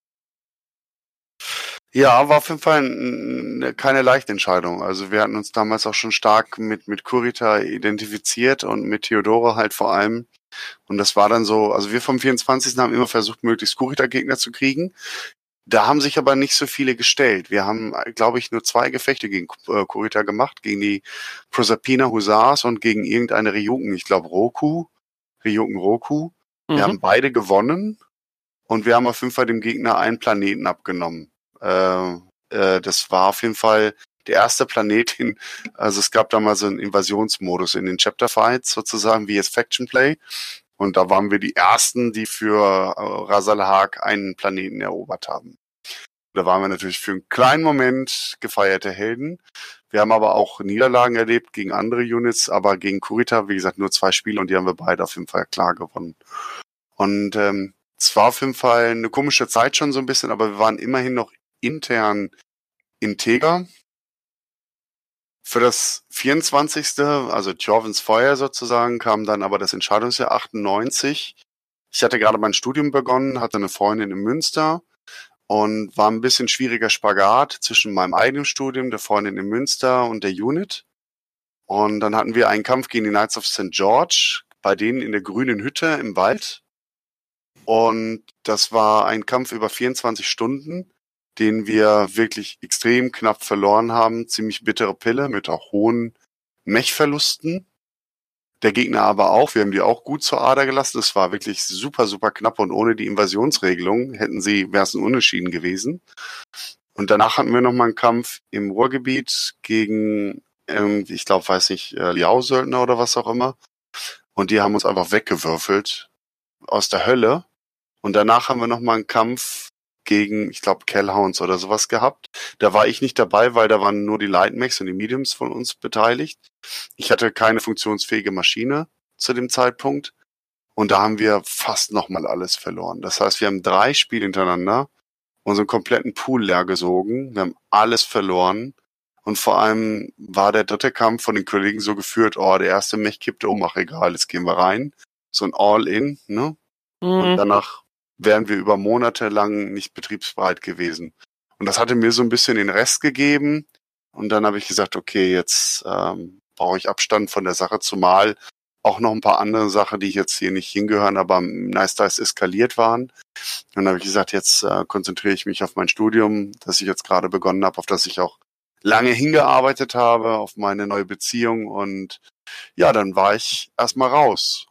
Ja, war auf jeden Fall n- keine leichte Entscheidung. Also wir hatten uns damals auch schon stark mit, mit Kurita identifiziert und mit Theodora halt vor allem. Und das war dann so, also wir vom vierundzwanzigsten haben immer versucht, möglichst Kurita-Gegner zu kriegen. Da haben sich aber nicht so viele gestellt. Wir haben, glaube ich, nur zwei Gefechte gegen äh, Kurita gemacht, gegen die Proserpina Husars und gegen irgendeine Ryuken, ich glaube Roku, Ryuken Roku. Wir Mhm. haben beide gewonnen und wir haben auf jeden Fall dem Gegner einen Planeten abgenommen. Äh, äh, das war auf jeden Fall der erste Planet, in, also es gab damals so einen Invasionsmodus in den Chapter Fights sozusagen, wie jetzt Faction Play. Und da waren wir die Ersten, die für äh, Rasalhag einen Planeten erobert haben. Da waren wir natürlich für einen kleinen Moment gefeierte Helden. Wir haben aber auch Niederlagen erlebt gegen andere Units, aber gegen Kurita, wie gesagt, nur zwei Spiele und die haben wir beide auf jeden Fall klar gewonnen. Und ähm, es war auf jeden Fall eine komische Zeit schon so ein bisschen, aber wir waren immerhin noch intern integer. Für das vierundzwanzigste, also Jorvins Feuer sozusagen, kam dann aber das Entscheidungsjahr achtundneunzig. Ich hatte gerade mein Studium begonnen, hatte eine Freundin in Münster und war ein bisschen schwieriger Spagat zwischen meinem eigenen Studium, der Freundin in Münster und der Unit. Und dann hatten wir einen Kampf gegen die Knights of Sankt George, bei denen in der grünen Hütte im Wald. Und das war ein Kampf über vierundzwanzig Stunden, den wir wirklich extrem knapp verloren haben. Ziemlich bittere Pille mit auch hohen Mechverlusten. Der Gegner aber auch. Wir haben die auch gut zur Ader gelassen. Es war wirklich super, super knapp. Und ohne die Invasionsregelung hätten sie, wäre es ein Unentschieden gewesen. Und danach hatten wir nochmal einen Kampf im Ruhrgebiet gegen, ähm, ich glaube, weiß nicht, äh, Liao-Söldner oder was auch immer. Und die haben uns einfach weggewürfelt aus der Hölle. Und danach haben wir nochmal einen Kampf gegen, ich glaube, Kellhounds oder sowas gehabt. Da war ich nicht dabei, weil da waren nur die Lightmechs und die Mediums von uns beteiligt. Ich hatte keine funktionsfähige Maschine zu dem Zeitpunkt. Und da haben wir fast nochmal alles verloren. Das heißt, wir haben drei Spiele hintereinander unseren kompletten Pool leer gesogen. Wir haben alles verloren. Und vor allem war der dritte Kampf von den Kollegen so geführt, oh, der erste Mech kippte um, ach egal, jetzt gehen wir rein. So ein All-In, ne? Mhm. Und danach wären wir über Monate lang nicht betriebsbereit gewesen. Und das hatte mir so ein bisschen den Rest gegeben. Und dann habe ich gesagt, okay, jetzt ähm, brauche ich Abstand von der Sache, zumal auch noch ein paar andere Sachen, die jetzt hier nicht hingehören, aber im Nice Dice eskaliert waren. Und dann habe ich gesagt, jetzt äh, konzentriere ich mich auf mein Studium, das ich jetzt gerade begonnen habe, auf das ich auch lange hingearbeitet habe, auf meine neue Beziehung. Und ja, dann war ich erstmal raus.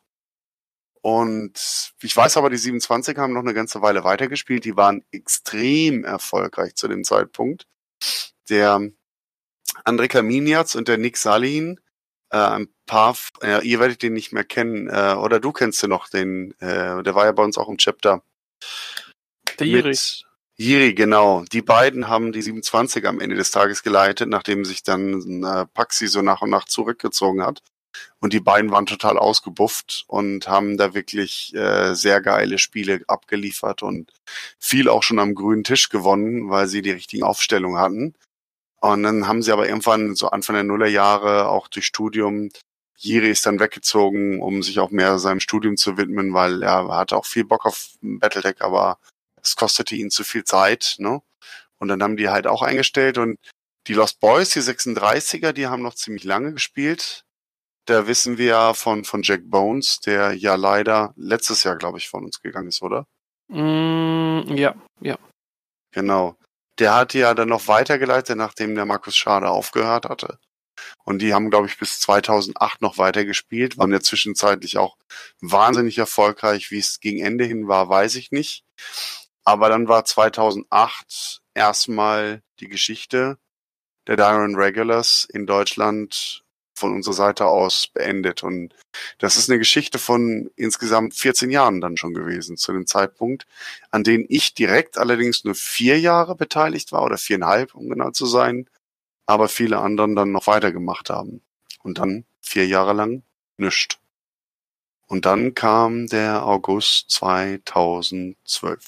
Und ich weiß aber, die siebenundzwanzig haben noch eine ganze Weile weitergespielt. Die waren extrem erfolgreich zu dem Zeitpunkt. Der André Kaminiatz und der Nick Salin, äh, ein paar, äh, ihr werdet den nicht mehr kennen, äh, oder du kennst den noch, den, äh, der war ja bei uns auch im Chapter. Der Jiri. Jiri, genau. Die beiden haben die siebenundzwanzig am Ende des Tages geleitet, nachdem sich dann äh, Paxi so nach und nach zurückgezogen hat. Und die beiden waren total ausgebufft und haben da wirklich äh, sehr geile Spiele abgeliefert und viel auch schon am grünen Tisch gewonnen, weil sie die richtigen Aufstellungen hatten. Und dann haben sie aber irgendwann so Anfang der Nullerjahre auch durch Studium, Jiri ist dann weggezogen, um sich auch mehr seinem Studium zu widmen, weil er hatte auch viel Bock auf Battletech, aber es kostete ihn zu viel Zeit, ne? Und dann haben die halt auch eingestellt und die Lost Boys, die sechsunddreißiger, die haben noch ziemlich lange gespielt. Da wissen wir ja von, von Jack Bones, der ja leider letztes Jahr, glaube ich, von uns gegangen ist, oder? Mm, ja, ja. Genau. Der hatte ja dann noch weitergeleitet, nachdem der Markus Schade aufgehört hatte. Und die haben, glaube ich, bis zweitausendacht noch weitergespielt, waren ja zwischenzeitlich auch wahnsinnig erfolgreich. Wie es gegen Ende hin war, weiß ich nicht. Aber dann war zweitausendacht erstmal die Geschichte der Diron Regulars in Deutschland von unserer Seite aus beendet. Und das ist eine Geschichte von insgesamt vierzehn Jahren dann schon gewesen, zu dem Zeitpunkt, an denen ich direkt allerdings nur vier Jahre beteiligt war, oder viereinhalb, um genau zu sein, aber viele anderen dann noch weitergemacht haben. Und dann vier Jahre lang nichts. Und dann kam der August zweitausendzwölf.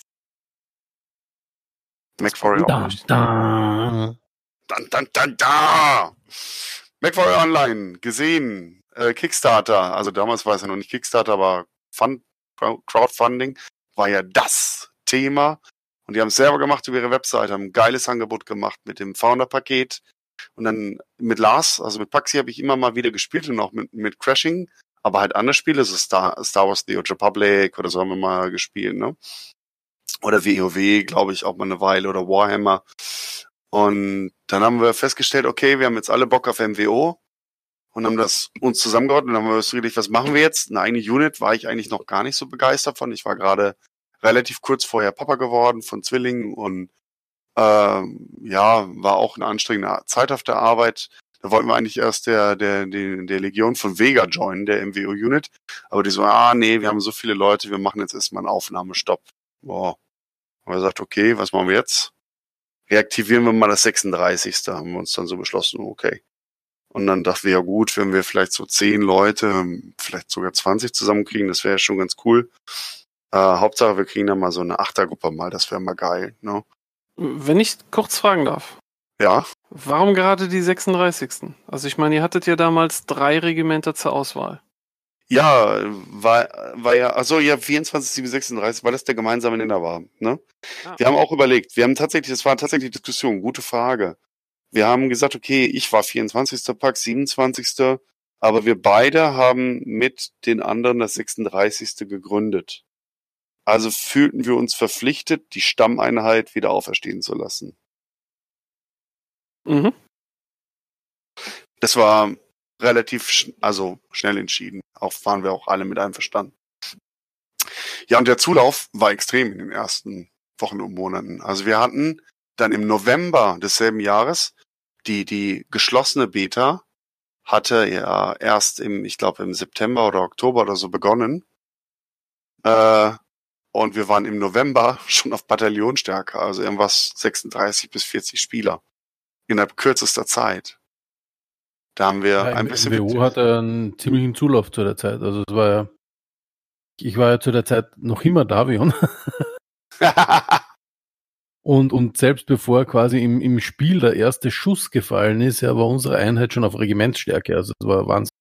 MacFarlane August. Da. Dann, dann, dann, da! MacFarlane Online, gesehen, äh, Kickstarter, also damals war es ja noch nicht Kickstarter, aber Fund, Crowdfunding war ja das Thema. Und die haben es selber gemacht über ihre Webseite, haben ein geiles Angebot gemacht mit dem Founder-Paket. Und dann mit Lars, also mit Paxi habe ich immer mal wieder gespielt und auch mit, mit Crashing, aber halt andere Spiele, so Star, Star Wars The Old Republic oder so haben wir mal gespielt, ne? Oder WoW, glaube ich, auch mal eine Weile, oder Warhammer. Und dann haben wir festgestellt, okay, wir haben jetzt alle Bock auf M W O und haben das uns zusammengeordnet und dann haben wir wirklich, was machen wir jetzt? Eine eigene Unit war ich eigentlich noch gar nicht so begeistert von. Ich war gerade relativ kurz vorher Papa geworden von Zwillingen und ähm, ja, war auch eine anstrengende Zeit auf der Arbeit. Da wollten wir eigentlich erst der, der, der, der Legion von Vega joinen, der M W O-Unit. Aber die so, ah nee, wir haben so viele Leute, wir machen jetzt erstmal einen Aufnahmestopp. Boah. Und wir gesagt, okay, was machen wir jetzt? Reaktivieren wir mal das sechsunddreißigste Haben wir uns dann so beschlossen, okay. Und dann dachten wir, ja gut, wenn wir vielleicht so zehn Leute, vielleicht sogar zwanzig zusammenkriegen, das wäre schon ganz cool. Äh, Hauptsache, wir kriegen dann mal so eine Achtergruppe mal, das wäre mal geil, ne? Wenn ich kurz fragen darf. Ja. Warum gerade die sechsunddreißigsten? Also ich meine, ihr hattet ja damals drei Regimenter zur Auswahl. Ja, war, war ja, achso, ja, vierundzwanzig sieben sechsunddreißig, weil das der gemeinsame Nenner war, ne? Ah. Wir haben auch überlegt, wir haben tatsächlich, das war tatsächlich Diskussion, gute Frage. Wir haben gesagt, okay, ich war vierundzwanzigster Pax, siebenundzwanzigster aber wir beide haben mit den anderen das sechsunddreißigste gegründet. Also fühlten wir uns verpflichtet, die Stammeinheit wieder auferstehen zu lassen. Mhm. Das war relativ, sch- also schnell entschieden. Auch waren wir auch alle mit einverstanden. Ja, und der Zulauf war extrem in den ersten Wochen und Monaten. Also wir hatten dann im November desselben Jahres die, die geschlossene Beta hatte ja erst im, ich glaube im September oder Oktober oder so begonnen. Äh, und wir waren im November schon auf Bataillonstärke, also irgendwas sechsunddreißig bis vierzig Spieler. Innerhalb kürzester Zeit. Da haben wir Ja, ein M- bisschen... M W O hatte einen ziemlichen Zulauf zu der Zeit. Also es war ja, ich war ja zu der Zeit noch immer Davion. Und, und selbst bevor quasi im, im Spiel der erste Schuss gefallen ist, ja, war unsere Einheit schon auf Regimentsstärke. Also das war Wahnsinn.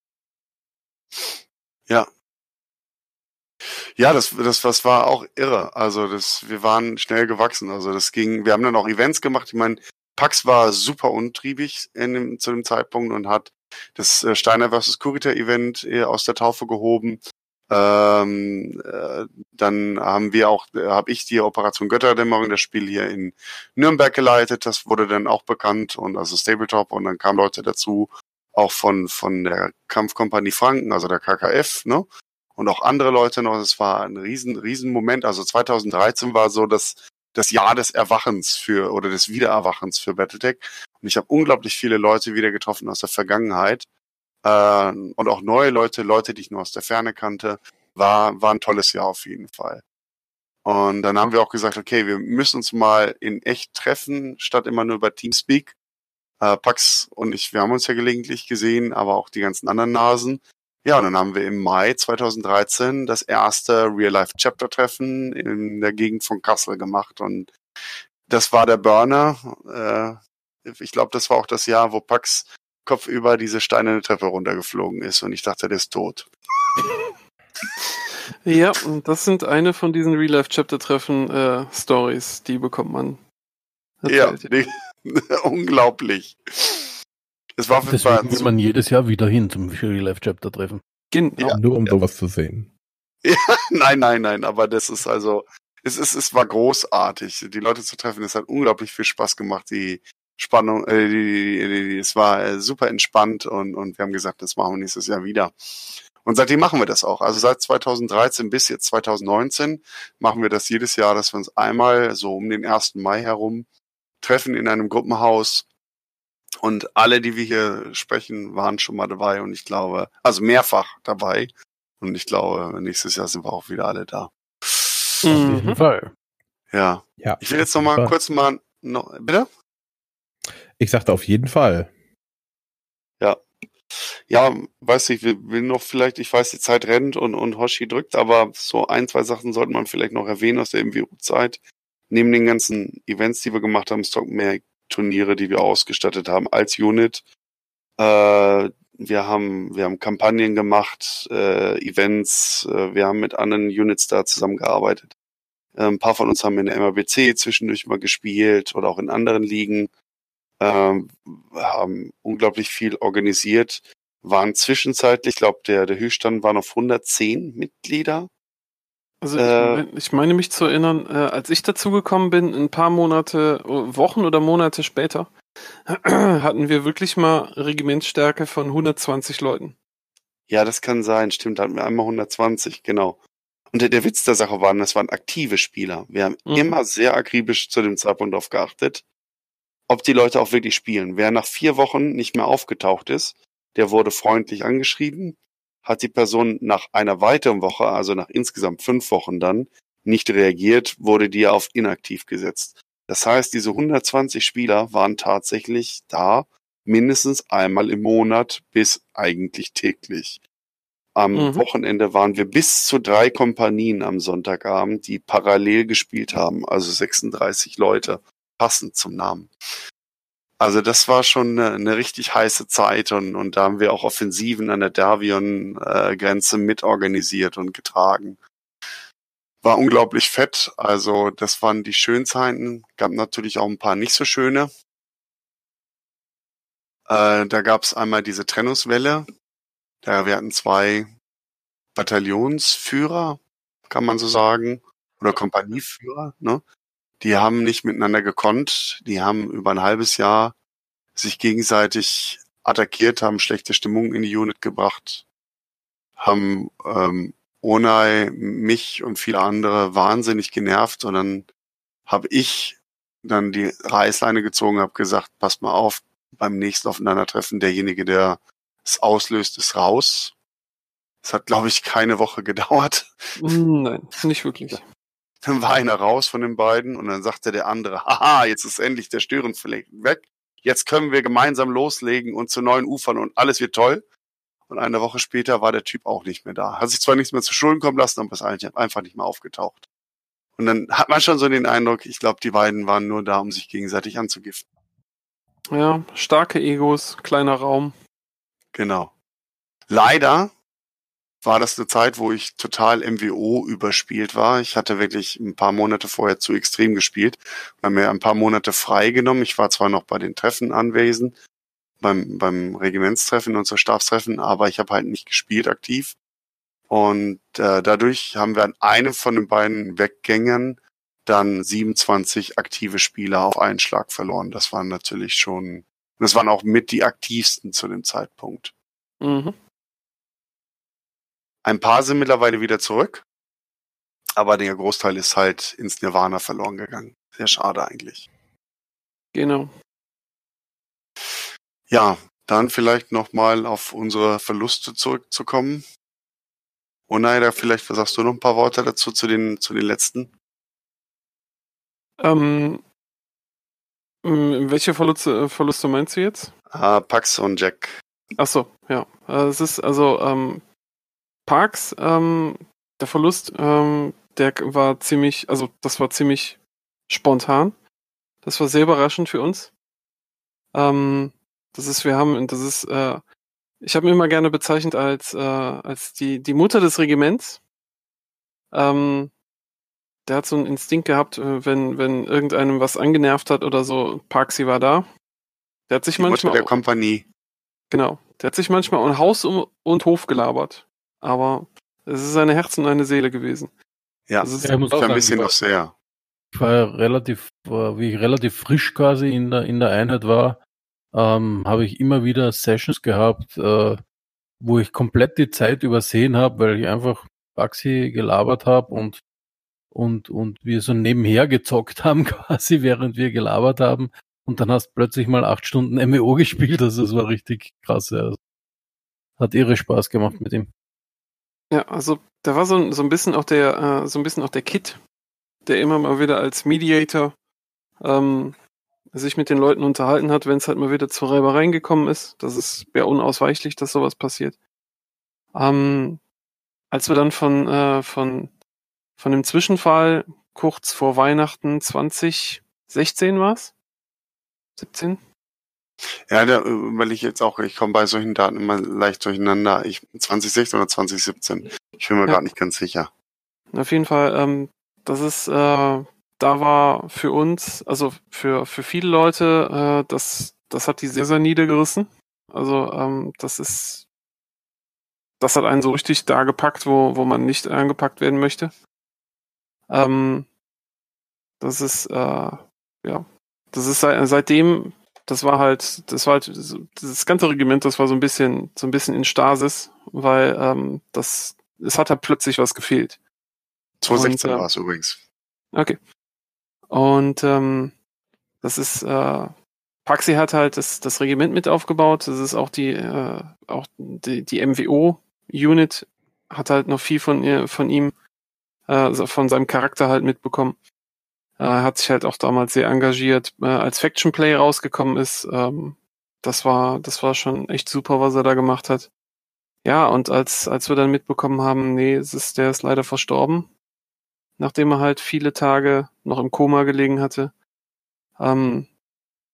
Ja. Ja, das, das, das war auch irre. Also das, wir waren schnell gewachsen. Also das ging, wir haben dann auch Events gemacht. Ich meine, Pax war super untriebig in dem, zu dem Zeitpunkt und hat das äh, Steiner versus. Kurita Event äh, aus der Taufe gehoben. Ähm, äh, dann haben wir auch, äh, habe ich die Operation Götterdämmerung, das Spiel hier in Nürnberg geleitet. Das wurde dann auch bekannt und also Stabletop und dann kamen Leute dazu, auch von von der Kampfkompanie Franken, also der K K F, ne? Und auch andere Leute noch. Es war ein riesen riesen Moment. Also zweitausenddreizehn war so das das Jahr des Erwachens für oder des Wiedererwachens für Battletech. Und ich habe unglaublich viele Leute wieder getroffen aus der Vergangenheit. Äh, und auch neue Leute, Leute, die ich nur aus der Ferne kannte, war, war ein tolles Jahr auf jeden Fall. Und dann haben wir auch gesagt, okay, wir müssen uns mal in echt treffen, statt immer nur über Teamspeak. Äh, Pax und ich, wir haben uns ja gelegentlich gesehen, aber auch die ganzen anderen Nasen. Ja, und dann haben wir im Mai zweitausenddreizehn das erste Real-Life-Chapter-Treffen in der Gegend von Kassel gemacht. Und das war der Burner. Äh, ich glaube, das war auch das Jahr, wo Pax kopfüber diese steinerne Treppe runtergeflogen ist und ich dachte, der ist tot. Ja, und das sind eine von diesen Real-Life-Chapter-Treffen-Stories, äh, die bekommt man erzählt. Ja, die, unglaublich. Es war für Deswegen will man jedes Jahr wieder hin zum Real-Life-Chapter-Treffen. Genau. Ja. Nur um sowas zu sehen. Ja, nein, nein, nein, aber das ist also, es ist, es war großartig, die Leute zu treffen. Es hat unglaublich viel Spaß gemacht, die Spannung, äh, die, die, die, es war äh, super entspannt und, und wir haben gesagt, das machen wir nächstes Jahr wieder. Und seitdem machen wir das auch. Also seit zweitausenddreizehn bis jetzt zweitausendneunzehn machen wir das jedes Jahr, dass wir uns einmal so um den ersten Mai herum treffen in einem Gruppenhaus. Und alle, die wir hier sprechen, waren schon mal dabei und ich glaube, also mehrfach dabei. Und ich glaube, nächstes Jahr sind wir auch wieder alle da. Auf jeden Mhm. Fall. Ja. Ja. Ich will jetzt noch mal kurz mal noch, bitte? Ich sagte auf jeden Fall. Ja, weiß ich, will, will noch vielleicht, ich weiß, die Zeit rennt und, und Hoshi drückt, aber so ein, zwei Sachen sollte man vielleicht noch erwähnen aus der M W O-Zeit. Neben den ganzen Events, die wir gemacht haben, Stockmare-Turniere, die wir ausgestattet haben als Unit. Äh, wir haben, wir haben Kampagnen gemacht, äh, Events, äh, wir haben mit anderen Units da zusammengearbeitet. Äh, ein paar von uns haben in der M A B C zwischendurch mal gespielt oder auch in anderen Ligen. Ähm, haben unglaublich viel organisiert, waren zwischenzeitlich, ich glaube, der, der Höchststand waren auf hundertzehn Mitglieder. Also Äh, ich, ich meine mich zu erinnern, äh, als ich dazugekommen bin, ein paar Monate, Wochen oder Monate später, hatten wir wirklich mal Regimentsstärke von hundertzwanzig Leuten. Ja, das kann sein, stimmt, hatten wir einmal hundertzwanzig, genau. Und der, der Witz der Sache war, das waren aktive Spieler. Wir haben Mhm. immer sehr akribisch zu dem Zeitpunkt darauf geachtet, ob die Leute auch wirklich spielen. Wer nach vier Wochen nicht mehr aufgetaucht ist, der wurde freundlich angeschrieben, hat die Person nach einer weiteren Woche, also nach insgesamt fünf Wochen dann, nicht reagiert, wurde die auf inaktiv gesetzt. Das heißt, diese hundertzwanzig Spieler waren tatsächlich da mindestens einmal im Monat bis eigentlich täglich. Am Mhm. Wochenende waren wir bis zu drei Kompanien am Sonntagabend, die parallel gespielt haben, also sechsunddreißig Leute, passend zum Namen. Also das war schon eine, eine richtig heiße Zeit und, und da haben wir auch Offensiven an der Davion-Grenze mitorganisiert und getragen. War unglaublich fett, also das waren die schönen Zeiten, gab natürlich auch ein paar nicht so schöne. Äh, da gab es einmal diese Trennungswelle, da wir hatten zwei Bataillonsführer, kann man so sagen, oder Kompanieführer, ne? Die haben nicht miteinander gekonnt, die haben über ein halbes Jahr sich gegenseitig attackiert, haben schlechte Stimmung in die Unit gebracht, haben ähm, Onai, mich und viele andere wahnsinnig genervt und dann habe ich dann die Reißleine gezogen, habe gesagt, passt mal auf, beim nächsten Aufeinandertreffen derjenige, der es auslöst, ist raus. Es hat, glaube ich, keine Woche gedauert. Nein, nicht wirklich. Dann war einer raus von den beiden und dann sagte der andere, haha, jetzt ist endlich der Störenfleck weg. Jetzt können wir gemeinsam loslegen und zu neuen Ufern und alles wird toll. Und eine Woche später war der Typ auch nicht mehr da. Hat sich zwar nichts mehr zu Schulden kommen lassen, aber ist einfach nicht mehr aufgetaucht. Und dann hat man schon so den Eindruck, ich glaube, die beiden waren nur da, um sich gegenseitig anzugiften. Ja, starke Egos, kleiner Raum. Genau. Leider war das eine Zeit, wo ich total M W O überspielt war. Ich hatte wirklich ein paar Monate vorher zu extrem gespielt und habe mir ein paar Monate frei genommen. Ich war zwar noch bei den Treffen anwesend, beim, beim Regimentstreffen und so Stabstreffen, aber ich habe halt nicht gespielt aktiv. Und äh, dadurch haben wir an einem von den beiden Weggängern dann siebenundzwanzig aktive Spieler auf einen Schlag verloren. Das waren natürlich schon, das waren auch mit die aktivsten zu dem Zeitpunkt. Mhm. Ein paar sind mittlerweile wieder zurück, aber der Großteil ist halt ins Nirvana verloren gegangen. Sehr schade eigentlich. Genau. Ja, dann vielleicht nochmal auf unsere Verluste zurückzukommen. Onai, vielleicht sagst du noch ein paar Worte dazu, zu den, zu den letzten. Ähm, welche Verluste, Verluste meinst du jetzt? Ah, Pax und Jack. Ach so, ja. Es ist also ähm, Parks, ähm, der Verlust, ähm, der war ziemlich, also das war ziemlich spontan. Das war sehr überraschend für uns. Ähm, das ist, wir haben, das ist, äh, ich habe ihn immer gerne bezeichnet als, äh, als die, die Mutter des Regiments. Ähm, der hat so einen Instinkt gehabt, äh, wenn, wenn irgendeinem was angenervt hat oder so, Parksy war da. Der hat sich Die manchmal. Mutter der Kompanie. Genau. Der hat sich manchmal um Haus um, und Hof gelabert. Aber es ist eine Herz und eine Seele gewesen. Ja, das ist, Ja, ich muss auch ein sagen, bisschen ich war- noch sehr. Ich war ja relativ, äh, wie ich relativ frisch quasi in der, in der Einheit war, ähm, habe ich immer wieder Sessions gehabt, äh, wo ich komplett die Zeit übersehen habe, weil ich einfach Baxi gelabert habe und, und, und wir so nebenher gezockt haben quasi, während wir gelabert haben. Und dann hast plötzlich mal acht Stunden M E O gespielt. Also das war richtig krass. Ja. Hat irre Spaß gemacht mit ihm. ja, also da war so, ein- so ein bisschen auch der, äh, so ein bisschen auch der Kid, der immer mal wieder als Mediator ähm, sich mit den Leuten unterhalten hat, wenn es halt mal wieder zu Reibereien gekommen ist. Das ist ja unausweichlich, dass sowas passiert. Ähm, als wir dann von, äh, von, von dem Zwischenfall kurz vor Weihnachten zwanzig sechzehn war's? siebzehn? Ja, da überlege ich jetzt auch, ich komme bei solchen Daten immer leicht durcheinander. Ich zwanzig sechzehn oder zwanzig siebzehn. Ich bin mir Ja. gerade nicht ganz sicher. Auf jeden Fall, ähm, das ist, äh, da war für uns, also für, für viele Leute, äh, das, das hat die sehr, sehr niedergerissen. Also, ähm, das ist, das hat einen so richtig da gepackt, wo, wo man nicht angepackt werden möchte. Ähm, das ist, äh, ja, das ist seit, seitdem, das war halt, das war halt, so- das ganze Regiment, das war so ein bisschen, so ein bisschen in Stasis, weil, ähm, das, es hat halt plötzlich was gefehlt. zwanzig sechzehn Und, äh, war es übrigens. Okay. Und ähm, das ist, äh, Paxi hat halt das, das Regiment mit aufgebaut. Das ist auch die, äh, auch die, die M W O-Unit hat halt noch viel von ihr, von ihm, äh, also von seinem Charakter halt mitbekommen. Äh, hat sich halt auch damals sehr engagiert, äh, als Faction Play rausgekommen ist. Ähm, das war, das war schon echt super, was er da gemacht hat. Ja, und als, als wir dann mitbekommen haben, nee, es ist, der ist leider verstorben, nachdem er halt viele Tage noch im Koma gelegen hatte, ähm,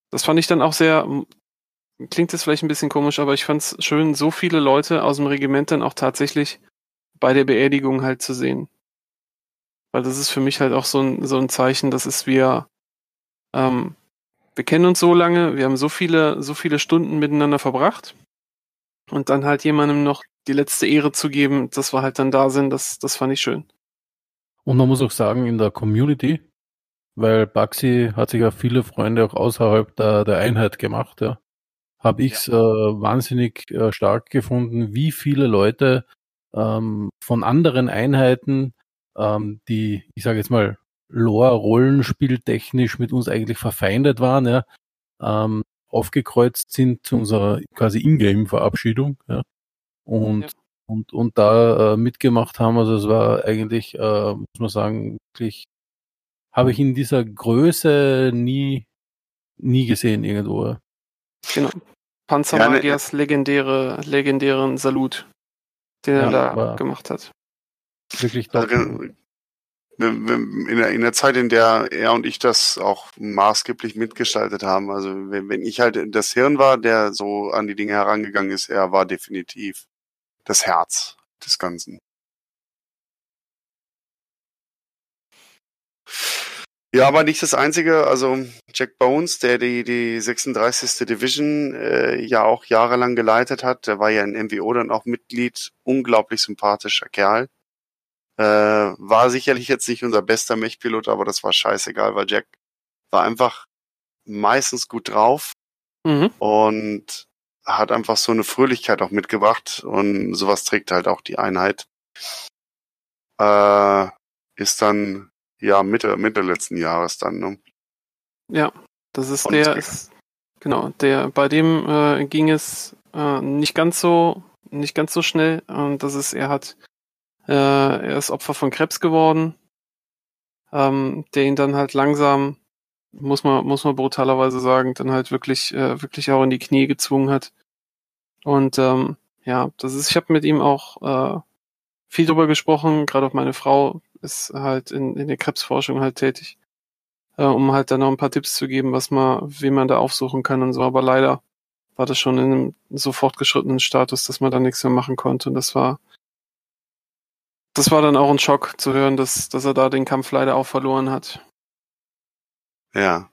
das fand ich dann auch sehr, klingt jetzt vielleicht ein bisschen komisch, aber ich fand es schön, so viele Leute aus dem Regiment dann auch tatsächlich bei der Beerdigung halt zu sehen. Weil das ist für mich halt auch so ein, so ein Zeichen, dass es wir, ähm, wir kennen uns so lange, wir haben so viele, so viele Stunden miteinander verbracht und dann halt jemandem noch die letzte Ehre zu geben, dass wir halt dann da sind, das, das fand ich schön. Und man muss auch sagen, in der Community, weil Baxi hat sich ja viele Freunde auch außerhalb der, der Einheit gemacht, ja, habe ich es äh, wahnsinnig äh, stark gefunden, wie viele Leute ähm, von anderen Einheiten, ähm, die, ich sage jetzt mal, Lore-Rollenspieltechnisch mit uns eigentlich verfeindet waren, ja, ähm, aufgekreuzt sind zu unserer quasi Ingame-Verabschiedung, ja, und, Ja. und, und da äh, mitgemacht haben. Also es war eigentlich, äh, muss man sagen, wirklich, habe ich in dieser Größe nie, nie gesehen irgendwo. Ja. Genau. Panzermagiers legendäre, legendären Salut, den Ja, er da war- gemacht hat. Wirklich Also, top. ge- wenn- wenn- in, der, in der Zeit, in der er und ich das auch maßgeblich mitgestaltet haben, also wenn, wenn ich halt das Hirn war, der so an die Dinge herangegangen ist, er war definitiv das Herz des Ganzen. Ja, aber nicht das Einzige. Also Jack Bones, der die, die sechsunddreißigste Division äh, ja auch jahrelang geleitet hat, der war ja in M W O dann auch Mitglied, unglaublich sympathischer Kerl. Äh, war sicherlich jetzt nicht unser bester Mech-Pilot, aber das war scheißegal, weil Jack war einfach meistens gut drauf Mhm. und hat einfach so eine Fröhlichkeit auch mitgebracht und sowas trägt halt auch die Einheit. Äh, ist dann ja Mitte, Mitte letzten Jahres dann, ne? Ja, das ist Und der, es- ist, genau, der, bei dem äh, ging es äh, nicht ganz so, nicht ganz so schnell. Und das ist, er hat, äh, er ist Opfer von Krebs geworden, ähm, der ihn dann halt langsam, muss man, muss man brutalerweise sagen, dann halt wirklich, äh, wirklich auch in die Knie gezwungen hat. Und ähm, ja, das ist, ich habe mit ihm auch äh, viel drüber gesprochen, gerade auch meine Frau ist halt in, in der Krebsforschung halt tätig, äh, um halt dann noch ein paar Tipps zu geben, was man, wen man da aufsuchen kann und so. Aber leider war das schon in einem so fortgeschrittenen Status, dass man da nichts mehr machen konnte. Und das war, das war dann auch ein Schock zu hören, dass, dass er da den Kampf leider auch verloren hat. Ja.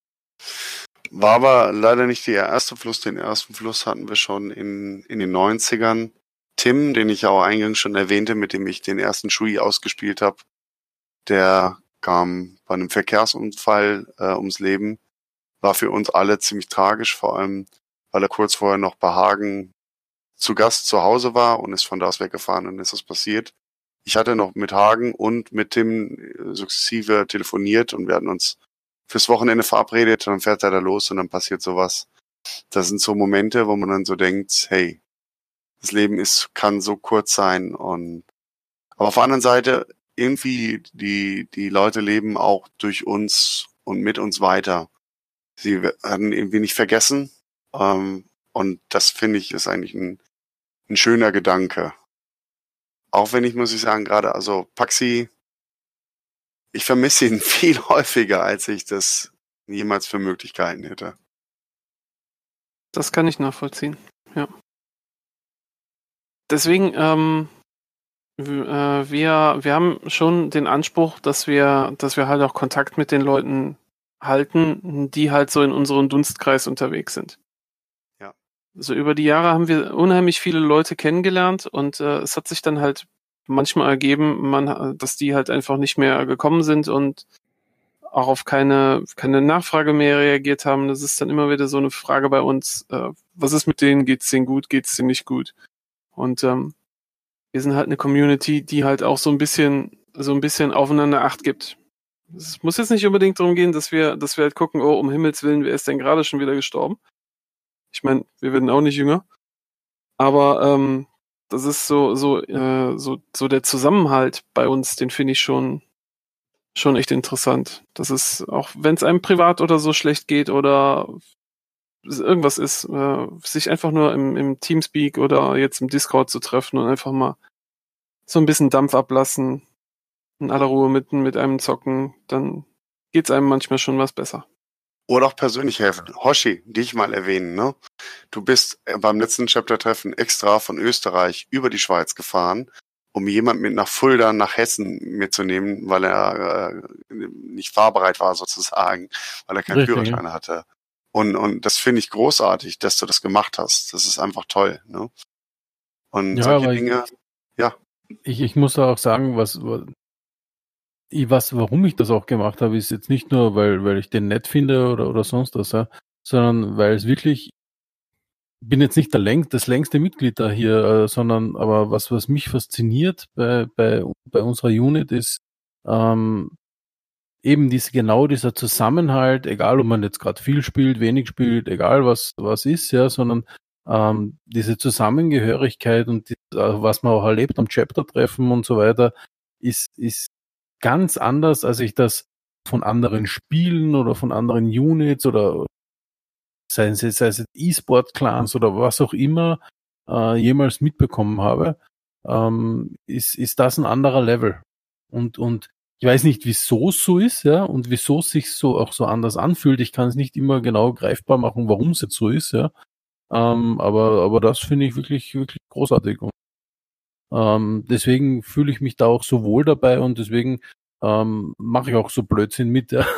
War aber leider nicht der erste Fluss. Den ersten Fluss hatten wir schon in, in den neunzigern. Tim, den ich ja auch eingangs schon erwähnte, mit dem ich den ersten Shui ausgespielt habe, der kam bei einem Verkehrsunfall äh, ums Leben. War für uns alle ziemlich tragisch, vor allem, weil er kurz vorher noch bei Hagen zu Gast zu Hause war und ist von da aus weggefahren und ist das passiert. Ich hatte noch mit Hagen und mit Tim äh, sukzessive telefoniert und wir hatten uns fürs Wochenende verabredet und dann fährt er da los und dann passiert sowas. Das sind so Momente, wo man dann so denkt, hey, das Leben ist, kann so kurz sein und, aber auf der anderen Seite, irgendwie, die, die Leute leben auch durch uns und mit uns weiter. Sie werden irgendwie nicht vergessen, ähm, und das finde ich ist eigentlich ein, ein schöner Gedanke. Auch wenn ich, muss ich sagen, gerade, also Paxi, ich vermisse ihn viel häufiger, als ich das jemals für Möglichkeiten hätte. Das kann ich nachvollziehen, ja. Deswegen, ähm, w- äh, wir, wir haben schon den Anspruch, dass wir, dass wir halt auch Kontakt mit den Leuten halten, die halt so in unserem Dunstkreis unterwegs sind. Ja. Also über die Jahre haben wir unheimlich viele Leute kennengelernt und äh, es hat sich dann halt manchmal ergeben, man, dass die halt einfach nicht mehr gekommen sind und auch auf keine, keine Nachfrage mehr reagiert haben. Das ist dann immer wieder so eine Frage bei uns, äh, was ist mit denen, geht's denen gut, geht's denen nicht gut? Und ähm, wir sind halt eine Community, die halt auch so ein bisschen, so ein bisschen aufeinander Acht gibt. Es muss jetzt nicht unbedingt darum gehen, dass wir, dass wir halt gucken, oh, um Himmels Willen, wer ist denn gerade schon wieder gestorben? Ich meine, wir werden auch nicht jünger. Aber ähm, das ist so, so, äh, so, so der Zusammenhalt bei uns, den finde ich schon, schon echt interessant. Das ist, auch wenn es einem privat oder so schlecht geht oder irgendwas ist, äh, sich einfach nur im, im Teamspeak oder jetzt im Discord zu treffen und einfach mal so ein bisschen Dampf ablassen, in aller Ruhe mitten mit einem zocken, dann geht's einem manchmal schon was besser. Oder auch persönlich helfen. Hoshi, dich mal erwähnen, ne? Du bist beim letzten Chapter-Treffen extra von Österreich über die Schweiz gefahren, um jemanden mit nach Fulda, nach Hessen mitzunehmen, weil er äh, nicht fahrbereit war sozusagen, weil er keinen Richtig, Führerschein ja. hatte. Und, und das finde ich großartig, dass du das gemacht hast. Das ist einfach toll, ne? Und Ja, solche aber ich- Dinge, Ich, ich muss da auch sagen, was, was, ich- was, warum ich das auch gemacht habe, ist jetzt nicht nur, weil, weil ich den nett finde oder, oder sonst was, ja, sondern weil es wirklich, ich bin jetzt nicht der längst, das längste Mitglied da hier, äh, sondern aber was, was mich fasziniert bei, bei, bei unserer Unit ist ähm, eben diese, genau dieser Zusammenhalt, egal ob man jetzt gerade viel spielt, wenig spielt, egal was, was ist, ja, sondern ähm, diese Zusammengehörigkeit und die, äh, was man auch erlebt am Chapter-Treffen und so weiter, ist, ist ganz anders, als ich das von anderen Spielen oder von anderen Units oder sei es, sei es E-Sport-Clans oder was auch immer äh, jemals mitbekommen habe, ähm, ist, ist das ein anderer Level. Und, und ich weiß nicht, wieso es so ist, ja, und wieso es sich so auch so anders anfühlt. Ich kann es nicht immer genau greifbar machen, warum es jetzt so ist, ja. Ähm, aber, aber das finde ich wirklich, wirklich großartig. Und, ähm, deswegen fühle ich mich da auch so wohl dabei und deswegen ähm, mache ich auch so Blödsinn mit, ja.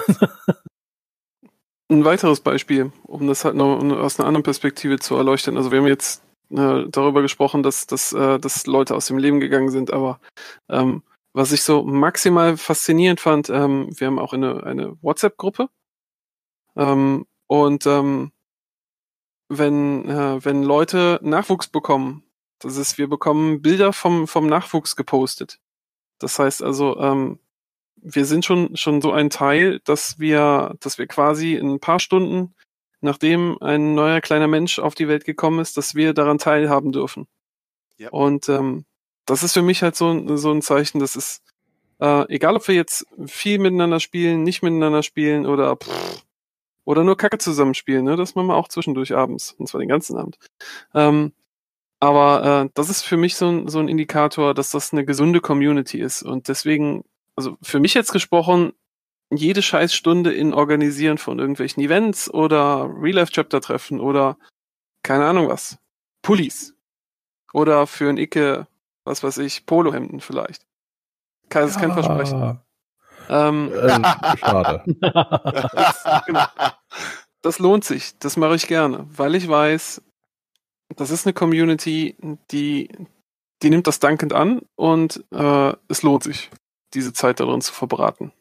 Ein weiteres Beispiel, um das halt noch aus einer anderen Perspektive zu erleuchten. Also wir haben jetzt äh, darüber gesprochen, dass, dass, äh, dass Leute aus dem Leben gegangen sind, aber ähm, was ich so maximal faszinierend fand, ähm, wir haben auch eine, eine WhatsApp-Gruppe ähm, und ähm, wenn, äh, wenn Leute Nachwuchs bekommen, das ist, wir bekommen Bilder vom, vom Nachwuchs gepostet. Das heißt also, ähm, wir sind schon, schon so ein Teil, dass wir, dass wir quasi in ein paar Stunden, nachdem ein neuer kleiner Mensch auf die Welt gekommen ist, dass wir daran teilhaben dürfen. Ja. Und ähm, das ist für mich halt so, so ein Zeichen, das ist, äh, egal ob wir jetzt viel miteinander spielen, nicht miteinander spielen oder pff, oder nur Kacke zusammenspielen, ne? Das machen wir auch zwischendurch abends, und zwar den ganzen Abend. Ähm, aber äh, das ist für mich so ein, so ein Indikator, dass das eine gesunde Community ist. Und deswegen, also für mich jetzt gesprochen, jede Scheißstunde in Organisieren von irgendwelchen Events oder Real-Life-Chapter-Treffen oder keine Ahnung was. Pullis. Oder für ein Icke, was weiß ich, Polohemden vielleicht. Kein, das ist kein Versprechen. Ähm, Ähm, schade. das, genau. Das lohnt sich. Das mache ich gerne, weil ich weiß, das ist eine Community, die, die nimmt das dankend an und äh, es lohnt sich, diese Zeit darin zu verbraten.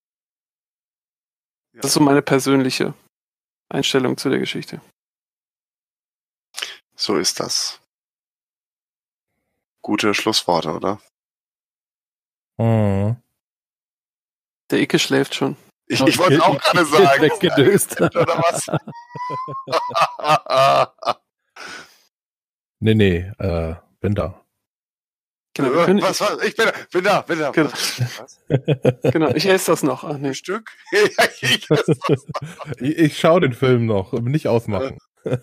Das ist so meine persönliche Einstellung zu der Geschichte. So ist das. Gute Schlussworte, oder? Mhm. Der Icke schläft schon. Ich, ich wollte es auch gerade sagen. Weggedöst. Oder was? Nee, nee, äh, bin da. Genau, wir können, was, was? Ich bin da, bin da, bin da. Genau. Was? genau, ich esse das noch. Ach, nee. Ein Stück? Ja, ich esse das. Ich, ich schaue den Film noch, nicht ausmachen.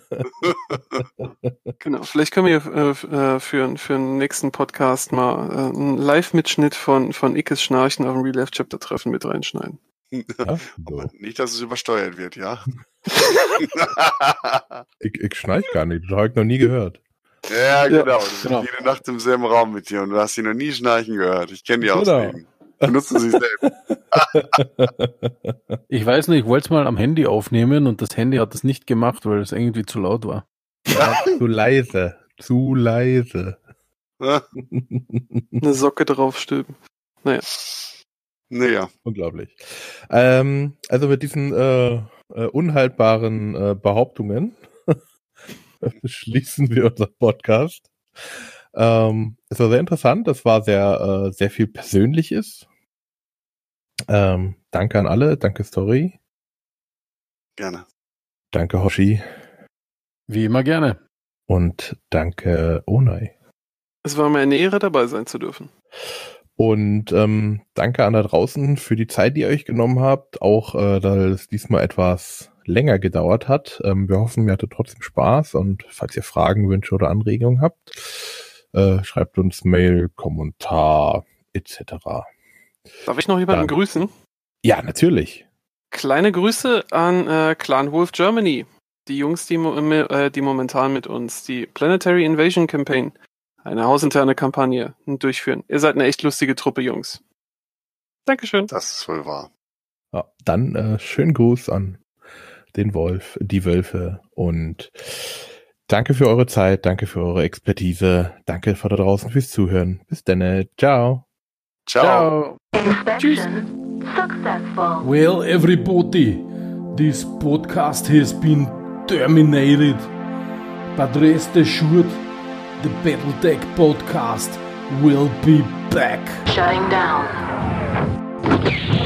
Genau, vielleicht können wir äh, äh, für, für den nächsten Podcast mal äh, einen Live-Mitschnitt von, von Ickes Schnarchen auf dem Real-Life-Chapter-Treffen mit reinschneiden. Ja, so. Nicht, dass es übersteuert wird, ja? Ich, ich schnarch gar nicht, das habe ich noch nie gehört. Ja, genau. Ja, Du bist genau. jede Nacht im selben Raum mit dir und du hast sie noch nie schnarchen gehört. Ich kenne die Genau. Ausreden. Benutzen sie selbst. Ich weiß nicht, ich wollte es mal am Handy aufnehmen und das Handy hat es nicht gemacht, weil es irgendwie zu laut war. Ja, zu leise, zu leise. Eine Socke draufstülpen. Naja. Naja. Unglaublich. Ähm, also mit diesen äh, äh, unhaltbaren äh, Behauptungen schließen wir unseren Podcast. Ähm, es war sehr interessant, es war sehr, äh, sehr viel Persönliches. Ähm, danke an alle, danke Story, Gerne. danke Hoshi Wie immer gerne. und danke Onai. Es war mir eine Ehre, dabei sein zu dürfen. Und ähm, danke an da draußen für die Zeit, die ihr euch genommen habt, auch äh, da es diesmal etwas länger gedauert hat. Ähm, wir hoffen, ihr hattet trotzdem Spaß und falls ihr Fragen, Wünsche oder Anregungen habt, äh, schreibt uns Mail, Kommentar et cetera. Darf ich noch jemanden Dann- grüßen? Ja, natürlich. Kleine Grüße an äh, Clan Wolf Germany. Die Jungs, die, mo- äh, die momentan mit uns die Planetary Invasion Campaign, eine hausinterne Kampagne, durchführen. Ihr seid eine echt lustige Truppe, Jungs. Dankeschön. Das ist wohl wahr. Ja, dann äh, schönen Gruß an den Wolf, die Wölfe und danke für eure Zeit, danke für eure Expertise, danke vor da draußen fürs Zuhören. Bis dann, ciao. Ciao. Inspection successful. Well, everybody, this podcast has been terminated. But rest assured, the Battletech podcast will be back. Shutting down.